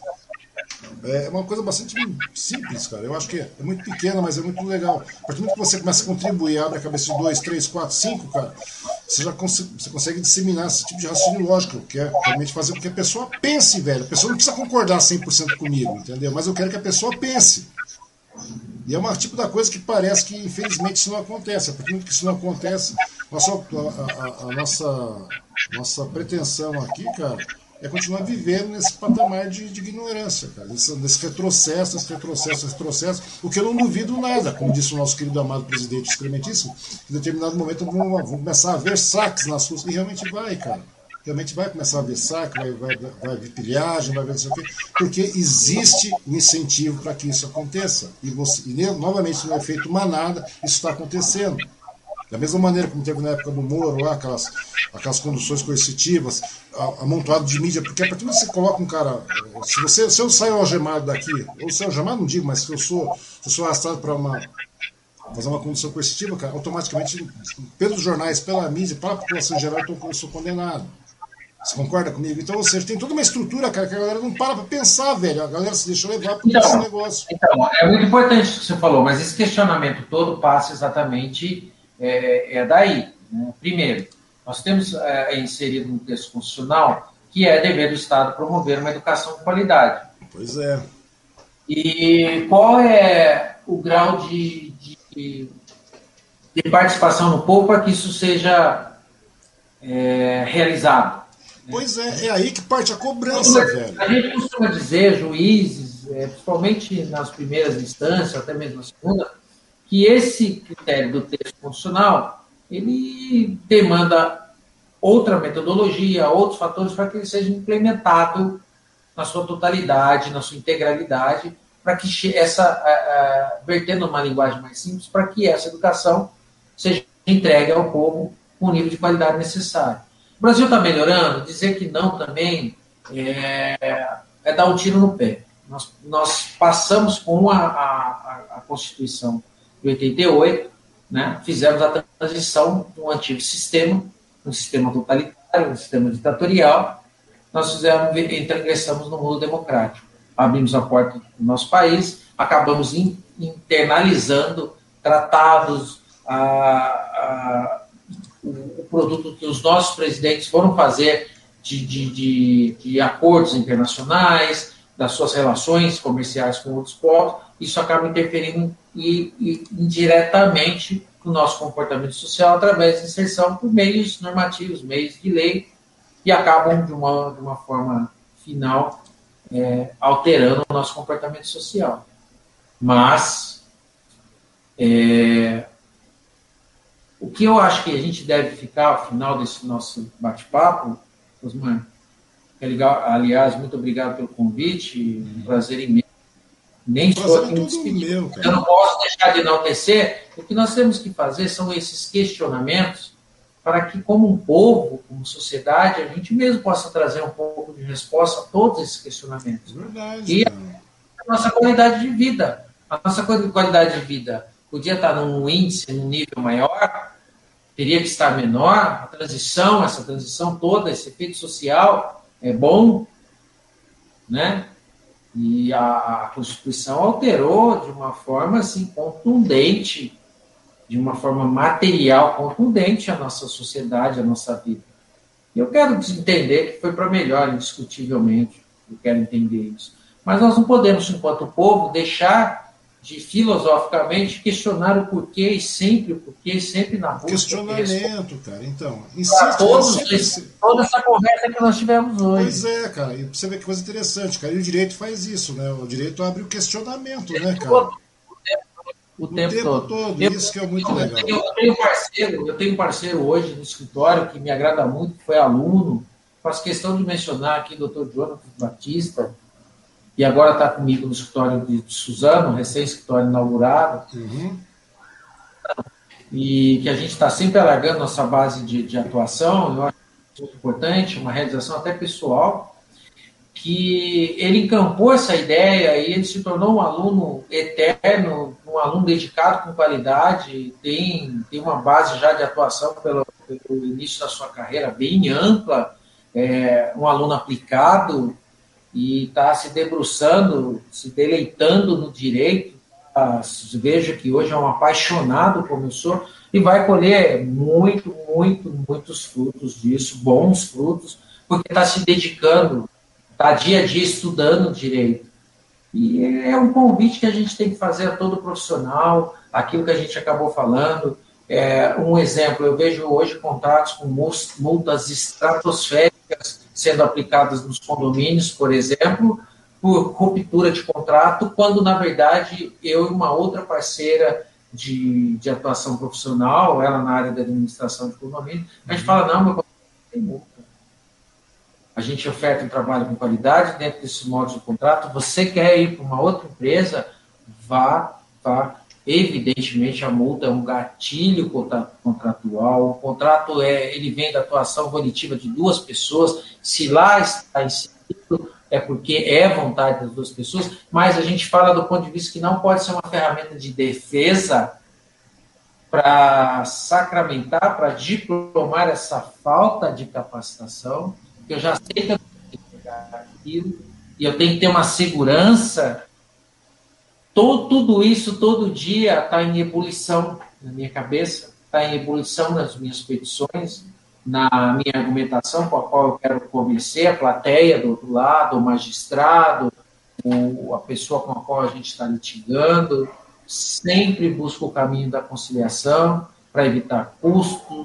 É uma coisa bastante simples, cara. Eu acho que é muito pequena, mas é muito legal. A partir do momento que você começa a contribuir, abre a cabeça de dois, três, quatro, cinco, cara, você já consegue, você consegue disseminar esse tipo de raciocínio lógico, que é realmente fazer com que a pessoa pense, velho. A pessoa não precisa concordar cem por cento comigo, entendeu? Mas eu quero que a pessoa pense. E é um tipo da coisa que parece que, infelizmente, isso não acontece. A partir do momento que isso não acontece, nossa, a, a, a nossa, nossa pretensão aqui, cara, é continuar vivendo nesse patamar de, de ignorância, cara. Nesse, nesse retrocesso, nesse retrocesso, nesse retrocesso, o que eu não duvido nada, como disse o nosso querido amado presidente excrementíssimo, em determinado momento vão, vão começar a haver saques nas ruas, e realmente vai, cara. Realmente vai começar a haver saque, vai, vai, vai haver pilhagem, vai haver não sei o quê, porque existe um incentivo para que isso aconteça. E, você, e novamente, no efeito manada, isso está acontecendo. Da mesma maneira como teve na época do Moro, lá, aquelas, aquelas conduções coercitivas, amontoado de mídia, porque a partir do momento que você coloca um cara. Se, você, se eu saio algemado daqui, ou se eu algemado não digo, mas se eu sou, se eu sou arrastado para uma, fazer uma condução coercitiva, cara, automaticamente, pelos jornais, pela mídia, pela população em geral, eu sou condenado. Você concorda comigo? Então, ou seja, tem toda uma estrutura, cara, que a galera não para pra pensar, velho. A galera se deixa levar por então, esse negócio. Então, é muito importante o que você falou, mas esse questionamento todo passa exatamente. É, é daí. Né? Primeiro, nós temos é, inserido no texto constitucional que é dever do Estado promover uma educação de qualidade. Pois é. E qual é o grau de, de, de participação no povo para que isso seja é, realizado? Pois é, é aí que parte a cobrança, a velho. A gente costuma dizer, juízes, é, principalmente nas primeiras instâncias, até mesmo na segunda, que esse critério do texto constitucional, ele demanda outra metodologia, outros fatores para que ele seja implementado na sua totalidade, na sua integralidade, para que essa, a, a, vertendo uma linguagem mais simples, para que essa educação seja entregue ao povo com o nível de qualidade necessário. O Brasil está melhorando, dizer que não também é, é dar um tiro no pé. Nós, nós passamos com a, a, a Constituição de oitenta e oito, né, fizemos a transição do antigo sistema, um sistema totalitário, um sistema ditatorial, nós fizemos, ingressamos no mundo democrático. Abrimos a porta do nosso país, acabamos in, internalizando tratados, a, a, o, o produto que os nossos presidentes foram fazer de, de, de, de acordos internacionais, das suas relações comerciais com outros povos, isso acaba interferindo e, e, indiretamente no nosso comportamento social através de inserção por meios normativos, meios de lei, e acabam, de uma, de uma forma final, é, alterando o nosso comportamento social. Mas, é, o que eu acho que a gente deve ficar ao final desse nosso bate-papo, Osmar, é legal, aliás, muito obrigado pelo convite, um prazer imenso. Nem sou aqui um despedido. Eu não posso deixar de enaltecer. O que nós temos que fazer são esses questionamentos para que, como um povo, como sociedade, a gente mesmo possa trazer um pouco de resposta a todos esses questionamentos. Verdade, e a nossa qualidade de vida. A nossa qualidade de vida podia estar num índice, num nível maior, teria que estar menor. A transição, essa transição toda, esse efeito social é bom, né? E a Constituição alterou de uma forma assim, contundente, de uma forma material contundente a nossa sociedade, a nossa vida. E eu quero entender que foi para melhor, indiscutivelmente. Eu quero entender isso. Mas nós não podemos, enquanto povo, deixar de filosoficamente questionar o porquê e sempre o porquê e sempre na busca. Questionamento, cara. Então, insiste, todos esse, toda essa conversa que nós tivemos hoje. Pois é, cara. E você vê que coisa interessante, cara. E o direito faz isso, né? O direito abre o questionamento, né, cara? O tempo, o tempo, o tempo todo. todo. Eu, isso que é muito eu, legal. Eu, eu, tenho um parceiro, eu tenho um parceiro hoje no escritório que me agrada muito, que foi aluno. Faço questão de mencionar aqui o doutor Jonathan Batista, e agora está comigo no escritório de Suzano, recém-escritório inaugurado, uhum. E que a gente está sempre alargando nossa base de, de atuação. Eu acho muito importante, uma realização até pessoal, que ele encampou essa ideia e ele se tornou um aluno eterno, um aluno dedicado com qualidade, tem, tem uma base já de atuação pelo, pelo início da sua carreira bem ampla, é, um aluno aplicado, e está se debruçando, se deleitando no direito. Ah, vejo que hoje é um apaixonado como eu sou, e vai colher muito, muito, muitos frutos disso, bons frutos, porque está se dedicando, está dia a dia estudando direito. E é um convite que a gente tem que fazer a todo profissional, aquilo que a gente acabou falando. É, um exemplo, eu vejo hoje contratos com multas estratosféricas sendo aplicadas nos condomínios, por exemplo, por ruptura de contrato, quando, na verdade, eu e uma outra parceira de, de atuação profissional, ela na área da administração de condomínio, a gente fala, não, meu contrato tem multa. A gente oferta um trabalho com qualidade dentro desses modos de contrato. Você quer ir para uma outra empresa? Vá, vá. Evidentemente, a multa é um gatilho contratual. O contrato é, ele vem da atuação volitiva de duas pessoas. Se lá está inserido, é porque é vontade das duas pessoas. Mas a gente fala do ponto de vista que não pode ser uma ferramenta de defesa para sacramentar, para diplomar essa falta de capacitação. Eu já sei que eu tenho que pegar aquilo e eu tenho que ter uma segurança. Todo, tudo isso, todo dia, está em ebulição na minha cabeça, está em ebulição nas minhas petições, na minha argumentação com a qual eu quero convencer a plateia do outro lado, o magistrado, o, a pessoa com a qual a gente está litigando. Sempre busco o caminho da conciliação para evitar custos.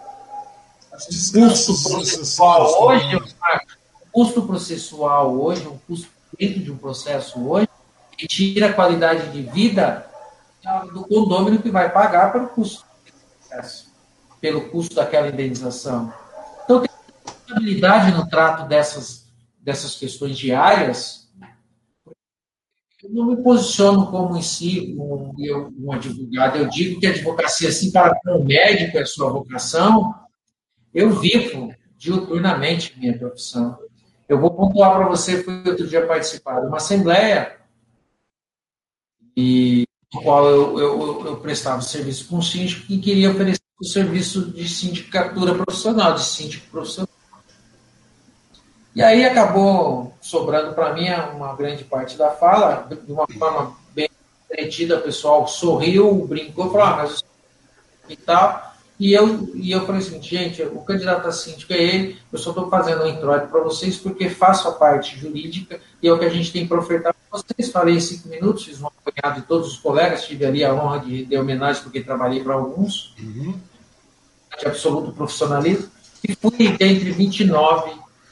Custo processual hoje, o custo processual hoje, um custo dentro de um processo hoje, que tira a qualidade de vida do condômino que vai pagar pelo custo do processo, pelo custo daquela indenização. Então, tem responsabilidade no trato dessas, dessas questões diárias. Eu não me posiciono como em si um, um advogado. Eu digo que a advocacia, assim, para um médico é a sua vocação. Eu vivo diuturnamente minha profissão. Eu vou pontuar para você, fui outro dia participar de uma assembleia e no qual eu, eu, eu prestava serviço com um síndico e queria oferecer o serviço de sindicatura profissional, de síndico profissional. E aí acabou sobrando para mim uma grande parte da fala, de uma forma bem comprometida, o pessoal sorriu, brincou, falou, ah, mas e tal. E eu, e eu falei assim, gente, o candidato a síndico é ele, eu só estou fazendo um introito para vocês porque faço a parte jurídica e é o que a gente tem para ofertar para vocês. Falei em cinco minutos, fiz um apanhado de todos os colegas, tive ali a honra de de homenagem porque trabalhei para alguns, Uhum. de absoluto profissionalismo, e fui dentre vinte e nove,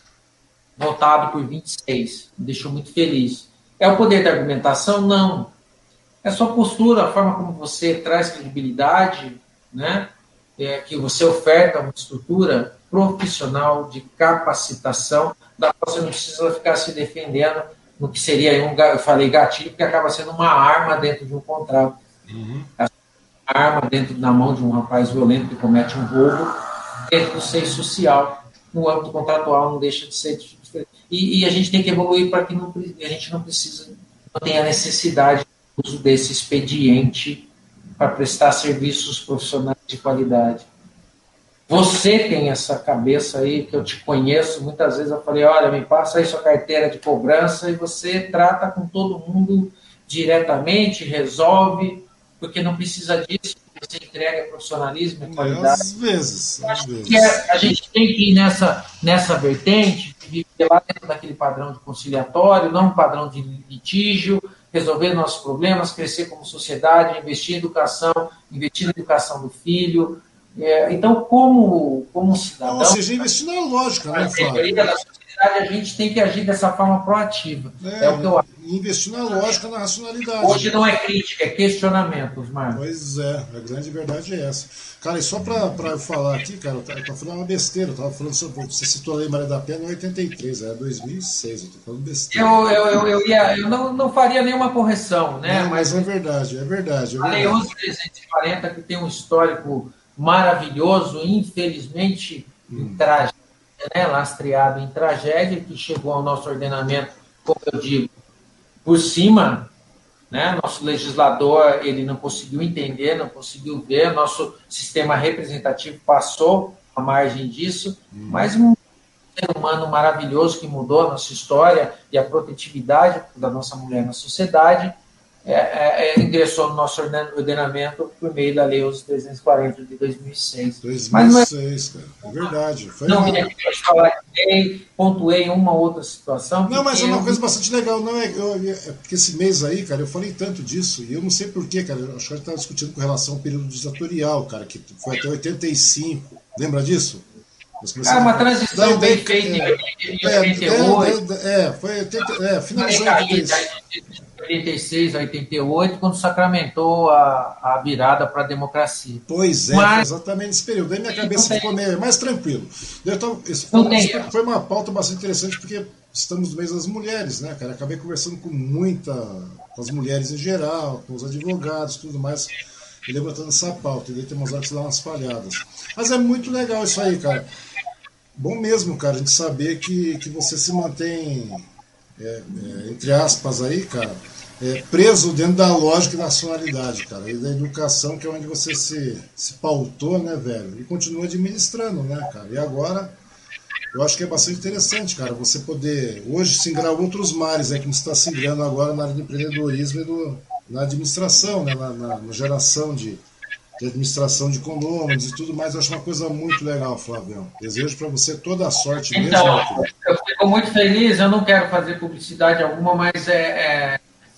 votado por vinte e seis, me deixou muito feliz. É o poder da argumentação? Não. É a sua postura, a forma como você traz credibilidade, né? É, que você oferta uma estrutura profissional de capacitação, da qual você não precisa ficar se defendendo no que seria, um, eu falei gatilho, porque acaba sendo uma arma dentro de um contrato. Uhum. Uma arma dentro da mão de um rapaz violento que comete um roubo, dentro do seio social, no âmbito contratual, não deixa de ser diferente. E, e a gente tem que evoluir para que não, a gente não precisa, não tenha necessidade do uso desse expediente para prestar serviços profissionais de qualidade. Você tem essa cabeça aí, que eu te conheço, muitas vezes eu falei, olha, me passa aí sua carteira de cobrança e você trata com todo mundo diretamente, resolve, porque não precisa disso, você entrega profissionalismo e qualidade. Às vezes, às vezes. Que a, a gente tem que ir nessa, nessa vertente, viver lá dentro daquele padrão de conciliatório, não um padrão de litígio, resolver nossos problemas, crescer como sociedade, investir em educação, investir na educação do filho. É, então, como, como cidadão... Ou seja, investir na lógica, né, Flávio? Da sociedade, a gente tem que agir dessa forma proativa. É, é o que eu acho. Investir na lógica, na racionalidade. Hoje não é crítica, é questionamento, Osmar. Pois é, a grande verdade é essa. Cara, e só para eu falar aqui, cara, eu tô falando uma besteira, eu tava falando sobre, você citou a Lei Maria da Penha em oitenta e três, era dois mil e seis, eu tô falando besteira. Eu, eu, eu, eu, ia, eu não, não faria nenhuma correção, né? Não, mas é verdade, é verdade. É a Lei verdade. onze mil trezentos e quarenta, que tem um histórico maravilhoso, infelizmente, em Hum. tragédia, né? Lastreado em tragédia, que chegou ao nosso ordenamento, como eu digo, por cima, né? Nosso legislador ele não conseguiu entender, não conseguiu ver, nosso sistema representativo passou à margem disso, hum. mas um ser humano maravilhoso que mudou a nossa história e a protetividade da nossa mulher na sociedade, é, é, é, ingressou no nosso ordenamento por meio da Lei onze mil trezentos e quarenta de dois mil e seis. dois mil e seis, mas, cara, é verdade. Foi não uma... vim aqui para te falar que dei, pontuei uma outra situação. Não, mas é uma coisa bastante legal. Não é, eu, é porque esse mês aí, cara, eu falei tanto disso, e eu não sei porquê, cara. Eu acho que a gente estava discutindo com relação ao período ditatorial, cara, que foi até oitenta e cinco. Lembra disso? Cara, uma transição daí, bem feita em oitenta e oito. É, é, foi oitenta, é, finalizando oitenta e seis a oitenta e oito, quando sacramentou a, a virada para a democracia. Pois é, Mas, foi exatamente nesse período. Daí minha cabeça ficou meio mais tranquilo. Então, isso foi, uma, foi uma pauta bastante interessante, porque estamos no mês das mulheres, né, cara? Acabei conversando com muita, com as mulheres em geral, com os advogados, tudo mais, e levantando essa pauta. E daí tem umas horas que dá umas falhadas. Mas é muito legal isso aí, cara. Bom mesmo, cara, a gente saber que, que você se mantém, é, é, entre aspas aí, cara, é, preso dentro da lógica e da racionalidade, cara, e da educação, que é onde você se, se pautou, né, velho, e continua administrando, né, cara, e agora eu acho que é bastante interessante, cara, você poder hoje singrar outros mares, aí, como você está singrando agora na área do empreendedorismo e do, na administração, né, na, na, na geração de de administração de condôminos e tudo mais. Eu acho uma coisa muito legal, Flávio. Desejo para você toda a sorte mesmo. Então, eu fico muito feliz, eu não quero fazer publicidade alguma, mas é, é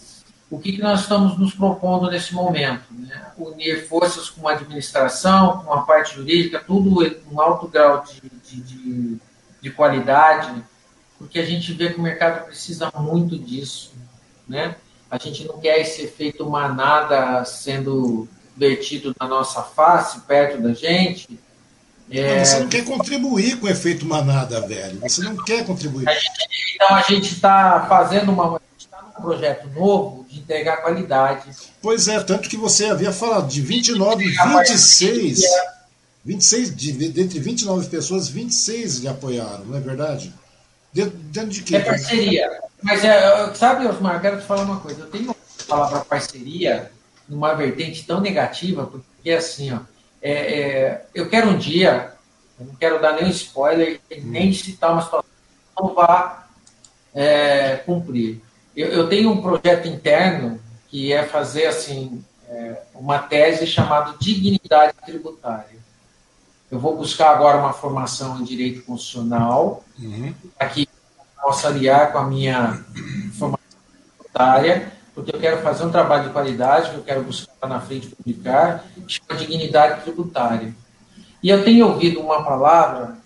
o que, que nós estamos nos propondo nesse momento, né? Unir forças com a administração, com a parte jurídica, tudo com alto grau de, de, de, de qualidade, porque a gente vê que o mercado precisa muito disso, né? A gente não quer esse efeito manada sendo vertido na nossa face, perto da gente. É... Não, você não quer contribuir com o efeito manada, velho. Você não quer contribuir. A gente, então a gente está fazendo uma. A gente está num projeto novo de entregar qualidade. Pois é, tanto que você havia falado de vinte e nove, vinte e seis. vinte e seis, de, dentre vinte e nove pessoas, vinte e seis lhe apoiaram, não é verdade? Dentro, dentro de quê? É parceria. Mas, é, sabe, Osmar, eu quero te falar uma coisa. Eu tenho uma palavra parceria numa vertente tão negativa, porque assim, ó, é, é, eu quero um dia, eu não quero dar nenhum spoiler, hum. nem citar uma situação que não vá é, cumprir. Eu, eu tenho um projeto interno que é fazer assim, é, uma tese chamada Dignidade Tributária. Eu vou buscar agora uma formação em Direito Constitucional, Uhum. aqui posso aliar com a minha formação tributária, porque eu quero fazer um trabalho de qualidade, que eu quero buscar lá na frente publicar, que chama Dignidade Tributária. E eu tenho ouvido uma palavra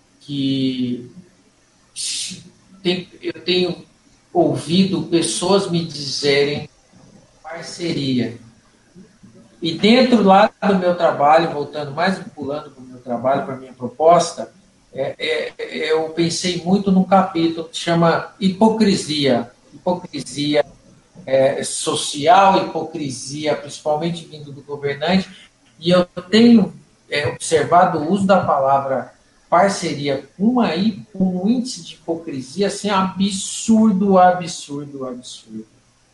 que tem, eu tenho ouvido pessoas me dizerem parceria. E dentro lá do meu trabalho, voltando mais pulando para o meu trabalho, para a minha proposta, é, é, eu pensei muito num capítulo que chama hipocrisia. Hipocrisia é, social, hipocrisia, principalmente vindo do governante. E eu tenho é, observado o uso da palavra parceria com uma, um índice de hipocrisia assim, absurdo, absurdo, absurdo.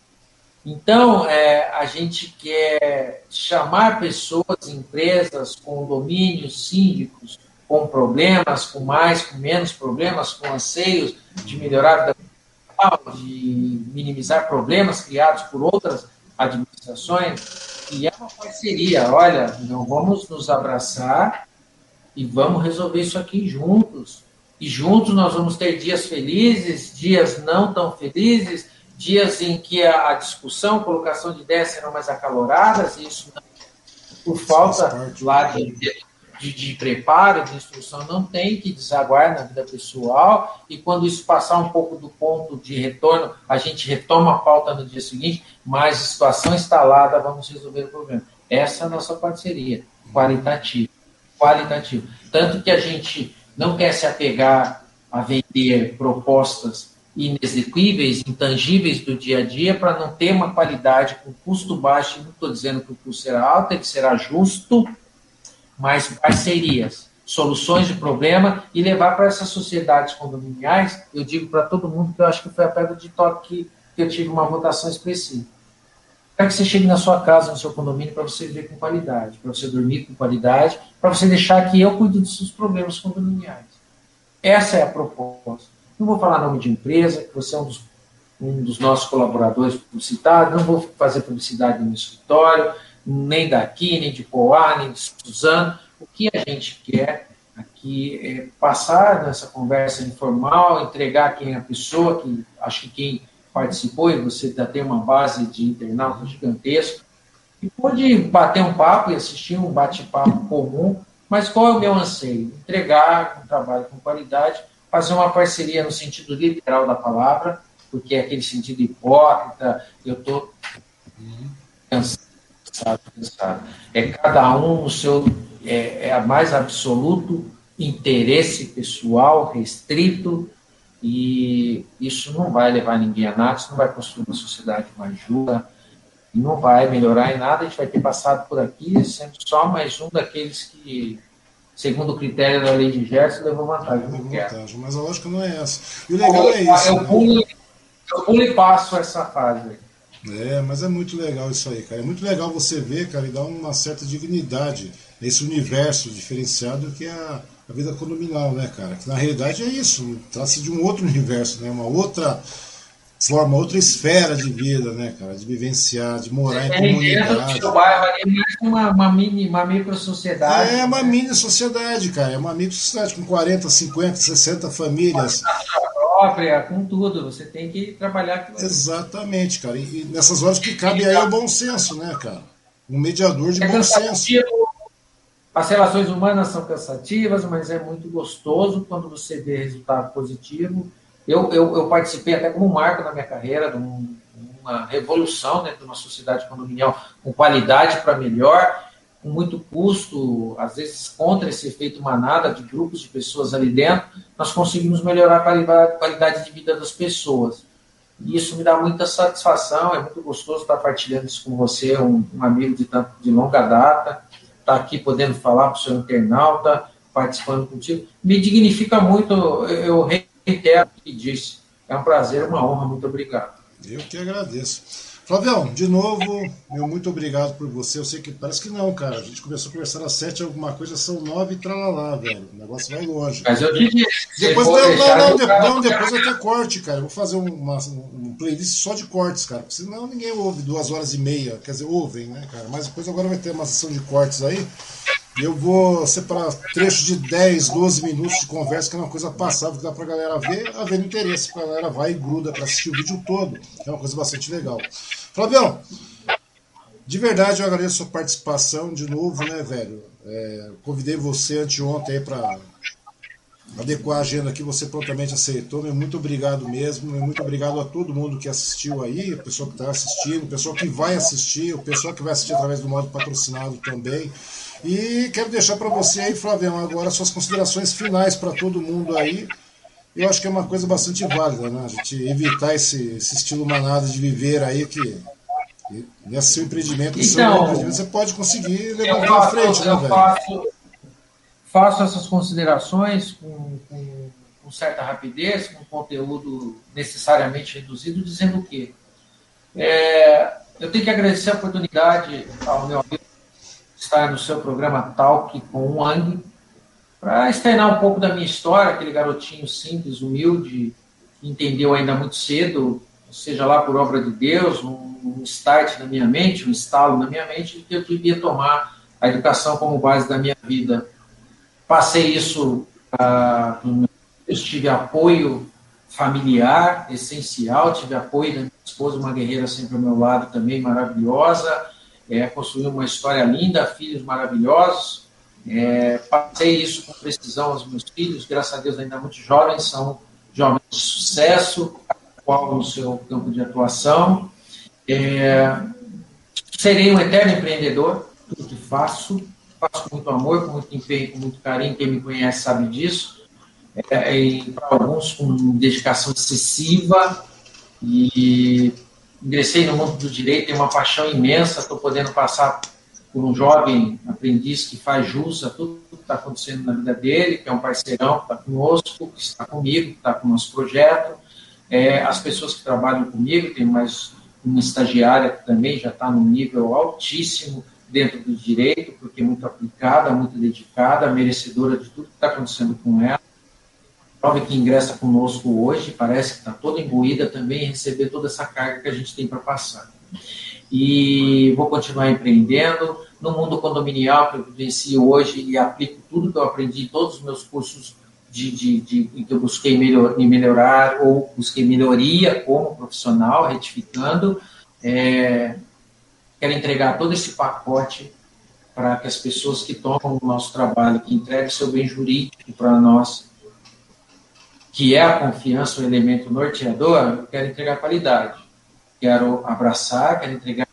Então, é, a gente quer chamar pessoas, empresas, condomínios, síndicos, com problemas, com mais, com menos problemas, com anseios de melhorar a vida social, de minimizar problemas criados por outras administrações, e é uma parceria. Olha, não vamos nos abraçar e vamos resolver isso aqui juntos. E juntos nós vamos ter dias felizes, dias não tão felizes, dias em que a, a discussão, a colocação de ideias serão mais acaloradas, e isso não, por falta lá de, de, de preparo, de instrução, não tem que desaguar na vida pessoal, e quando isso passar um pouco do ponto de retorno, a gente retoma a pauta no dia seguinte, mas a situação instalada, vamos resolver o problema. Essa é a nossa parceria, qualitativa. Qualitativo. Tanto que a gente não quer se apegar a vender propostas inexequíveis, intangíveis do dia a dia, para não ter uma qualidade com custo baixo. Não estou dizendo que o custo será alto, é que será justo, mas parcerias, soluções de problema, e levar para essas sociedades condominiais. Eu digo para todo mundo que eu acho que foi a pedra de toque que eu tive uma votação expressiva. Para que você chegue na sua casa, no seu condomínio, para você viver com qualidade, para você dormir com qualidade, para você deixar que eu cuide dos seus problemas condominiais. Essa é a proposta. Não vou falar nome de empresa, que você é um dos, um dos nossos colaboradores publicitários, não vou fazer publicidade no escritório, nem daqui, nem de Poá, nem de Suzano. O que a gente quer aqui é passar nessa conversa informal, entregar quem é a pessoa, que acho que quem participou, e você já tem uma base de internauta gigantesco, e pode bater um papo e assistir um bate-papo comum, mas qual é o meu anseio? Entregar um trabalho com qualidade, fazer uma parceria no sentido literal da palavra, porque é aquele sentido hipócrita, eu estou cansado, cansado. É cada um no seu é, é mais absoluto interesse pessoal, restrito, e isso não vai levar ninguém a nada, isso não vai construir uma sociedade mais justa, e não vai melhorar em nada. A gente vai ter passado por aqui sendo só mais um daqueles que, segundo o critério da lei de Gerson, levou vantagem. Levou vantagem, mas a lógica não é essa. E o legal eu, é isso. Eu, né? pulo, eu pulo e passo essa fase aí. É, mas é muito legal isso aí, cara. É muito legal você ver, cara, e dar uma certa dignidade nesse universo diferenciado que é a, a vida condominial, né, cara? Que na realidade é isso, trata-se de um outro universo, né? Uma outra forma, outra esfera de vida, né, cara? De vivenciar, de morar em comunidade. Dentro do seu bairro ali é mais uma, uma mini, uma micro-sociedade. É uma mini sociedade, cara. É uma micro sociedade com quarenta, cinquenta, sessenta famílias. Própria, com tudo, você tem que trabalhar com isso. Exatamente, cara. E, e nessas horas que cabe aí o bom senso, né, cara? Um mediador de é bom senso. As relações humanas são cansativas, mas é muito gostoso quando você vê resultado positivo. Eu, eu, eu participei até como marco na minha carreira de um, uma revolução dentro de uma sociedade condominial com qualidade para melhor, com muito custo, às vezes contra esse efeito manada de grupos de pessoas ali dentro, nós conseguimos melhorar a qualidade de vida das pessoas. E isso me dá muita satisfação, é muito gostoso estar partilhando isso com você, um, um amigo de, de longa data, estar aqui podendo falar para o seu internauta, participando contigo. Me dignifica muito, eu reitero o que disse. É um prazer, uma honra, muito obrigado. Eu que agradeço. Flavião, de novo, meu muito obrigado por você. Eu sei que parece que não, cara. A gente começou a conversar às sete, alguma coisa, são nove e tralalá, velho. O negócio vai longe. Mas eu te disse, depois não, não, não, de, não, depois vai ter corte, cara. Eu vou fazer uma, um playlist só de cortes, cara. Porque senão ninguém ouve duas horas e meia. Quer dizer, ouvem, né, cara? Mas depois agora vai ter uma sessão de cortes aí. E eu vou separar trechos de dez, doze minutos de conversa, que é uma coisa passável que dá pra galera ver, havendo interesse. A galera vai e gruda pra assistir o vídeo todo. É uma coisa bastante legal. Flavião, de verdade eu agradeço a sua participação de novo, né, velho? É, convidei você anteontem aí pra adequar a agenda aqui, você prontamente aceitou. Meu muito obrigado mesmo, meu muito obrigado a todo mundo que assistiu aí, o pessoal que está assistindo, o pessoal que vai assistir, o pessoal que vai assistir através do modo patrocinado também. E quero deixar para você aí, Flavião, agora suas considerações finais para todo mundo aí. Eu acho que é uma coisa bastante válida, né? A gente evitar esse, esse estilo manada de viver aí, que nesse seu empreendimento, então, seu empreendimento você pode conseguir levantar à frente, né, velho? Faço, faço essas considerações com, com, com certa rapidez, com conteúdo necessariamente reduzido, dizendo o quê? É, eu tenho que agradecer a oportunidade ao meu amigo estar no seu programa Talk com o Wang, para externar um pouco da minha história, aquele garotinho simples, humilde, que entendeu ainda muito cedo, seja lá por obra de Deus, um, um start na minha mente, um estalo na minha mente, de que eu devia tomar a educação como base da minha vida. Passei isso para os meus filhos, tive apoio familiar essencial, tive apoio da minha esposa, uma guerreira sempre ao meu lado também, maravilhosa, é, construiu uma história linda, filhos maravilhosos. É, passei isso com precisão aos meus filhos, graças a Deus ainda muito jovens, são jovens de sucesso, qual no seu campo de atuação. É, serei um eterno empreendedor, tudo que faço, faço com muito amor, com muito empenho, com muito carinho, quem me conhece sabe disso, é, e para alguns com dedicação excessiva, e ingressei no mundo do direito, tenho uma paixão imensa, estou podendo passar por um jovem aprendiz que faz jus a tudo que está acontecendo na vida dele, que é um parceirão que está conosco, que está comigo, que está com o nosso projeto. É, as pessoas que trabalham comigo, tem mais uma estagiária que também já está num nível altíssimo dentro do direito, porque muito aplicada, muito dedicada, merecedora de tudo que está acontecendo com ela. A jovem que ingressa conosco hoje parece que está toda imbuída também em receber toda essa carga que a gente tem para passar. E vou continuar empreendendo no mundo condominial que eu vivencio hoje e aplico tudo que eu aprendi em todos os meus cursos de, de, de, em que eu busquei melhor, me melhorar ou busquei melhoria como profissional, retificando. É, quero entregar todo esse pacote para que as pessoas que tomam o nosso trabalho, que entregam o seu bem jurídico para nós, que é a confiança, o elemento norteador, eu quero entregar qualidade. Quero abraçar, quero entregar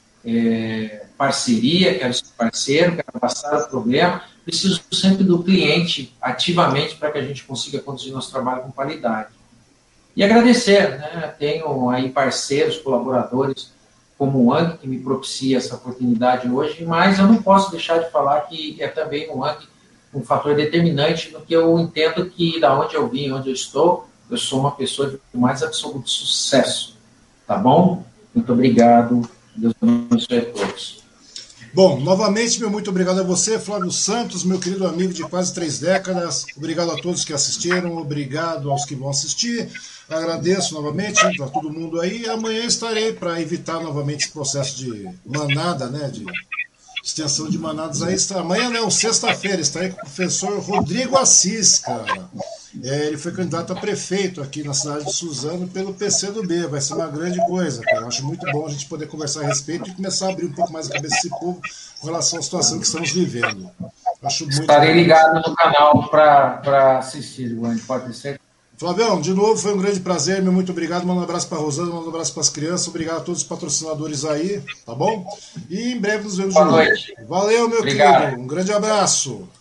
é, parceria, quero ser parceiro, quero abraçar o problema. Preciso sempre do cliente ativamente para que a gente consiga conduzir nosso trabalho com qualidade. E agradecer, né? Tenho aí parceiros, colaboradores, como o Wang, que me propicia essa oportunidade hoje, mas eu não posso deixar de falar que é também o Wang um fator determinante no que eu entendo que, da onde eu vim, onde eu estou, eu sou uma pessoa de mais absoluto sucesso. Tá bom? Muito obrigado. Deus abençoe a todos. Bom, novamente, meu muito obrigado a você, Flávio Santos, meu querido amigo de quase três décadas. Obrigado a todos que assistiram, obrigado aos que vão assistir. Agradeço novamente para todo mundo aí. Amanhã estarei para evitar novamente esse processo de manada, né? De extensão de manadas aí. Amanhã não, sexta-feira, estarei com o professor Rodrigo Assis, cara. É, ele foi candidato a prefeito aqui na cidade de Suzano pelo P C do B. Vai ser uma grande coisa, cara. Acho muito bom a gente poder conversar a respeito e começar a abrir um pouco mais a cabeça desse povo com relação à situação que estamos vivendo. Acho muito Estarei bom. ligado no canal para assistir, Wang, pode ser. Flavião, de novo, foi um grande prazer, meu muito obrigado. Manda um abraço para a Rosana, manda um abraço para as crianças. Obrigado a todos os patrocinadores aí, tá bom? E em breve nos vemos de novo. Valeu, meu obrigado. querido. Um grande abraço.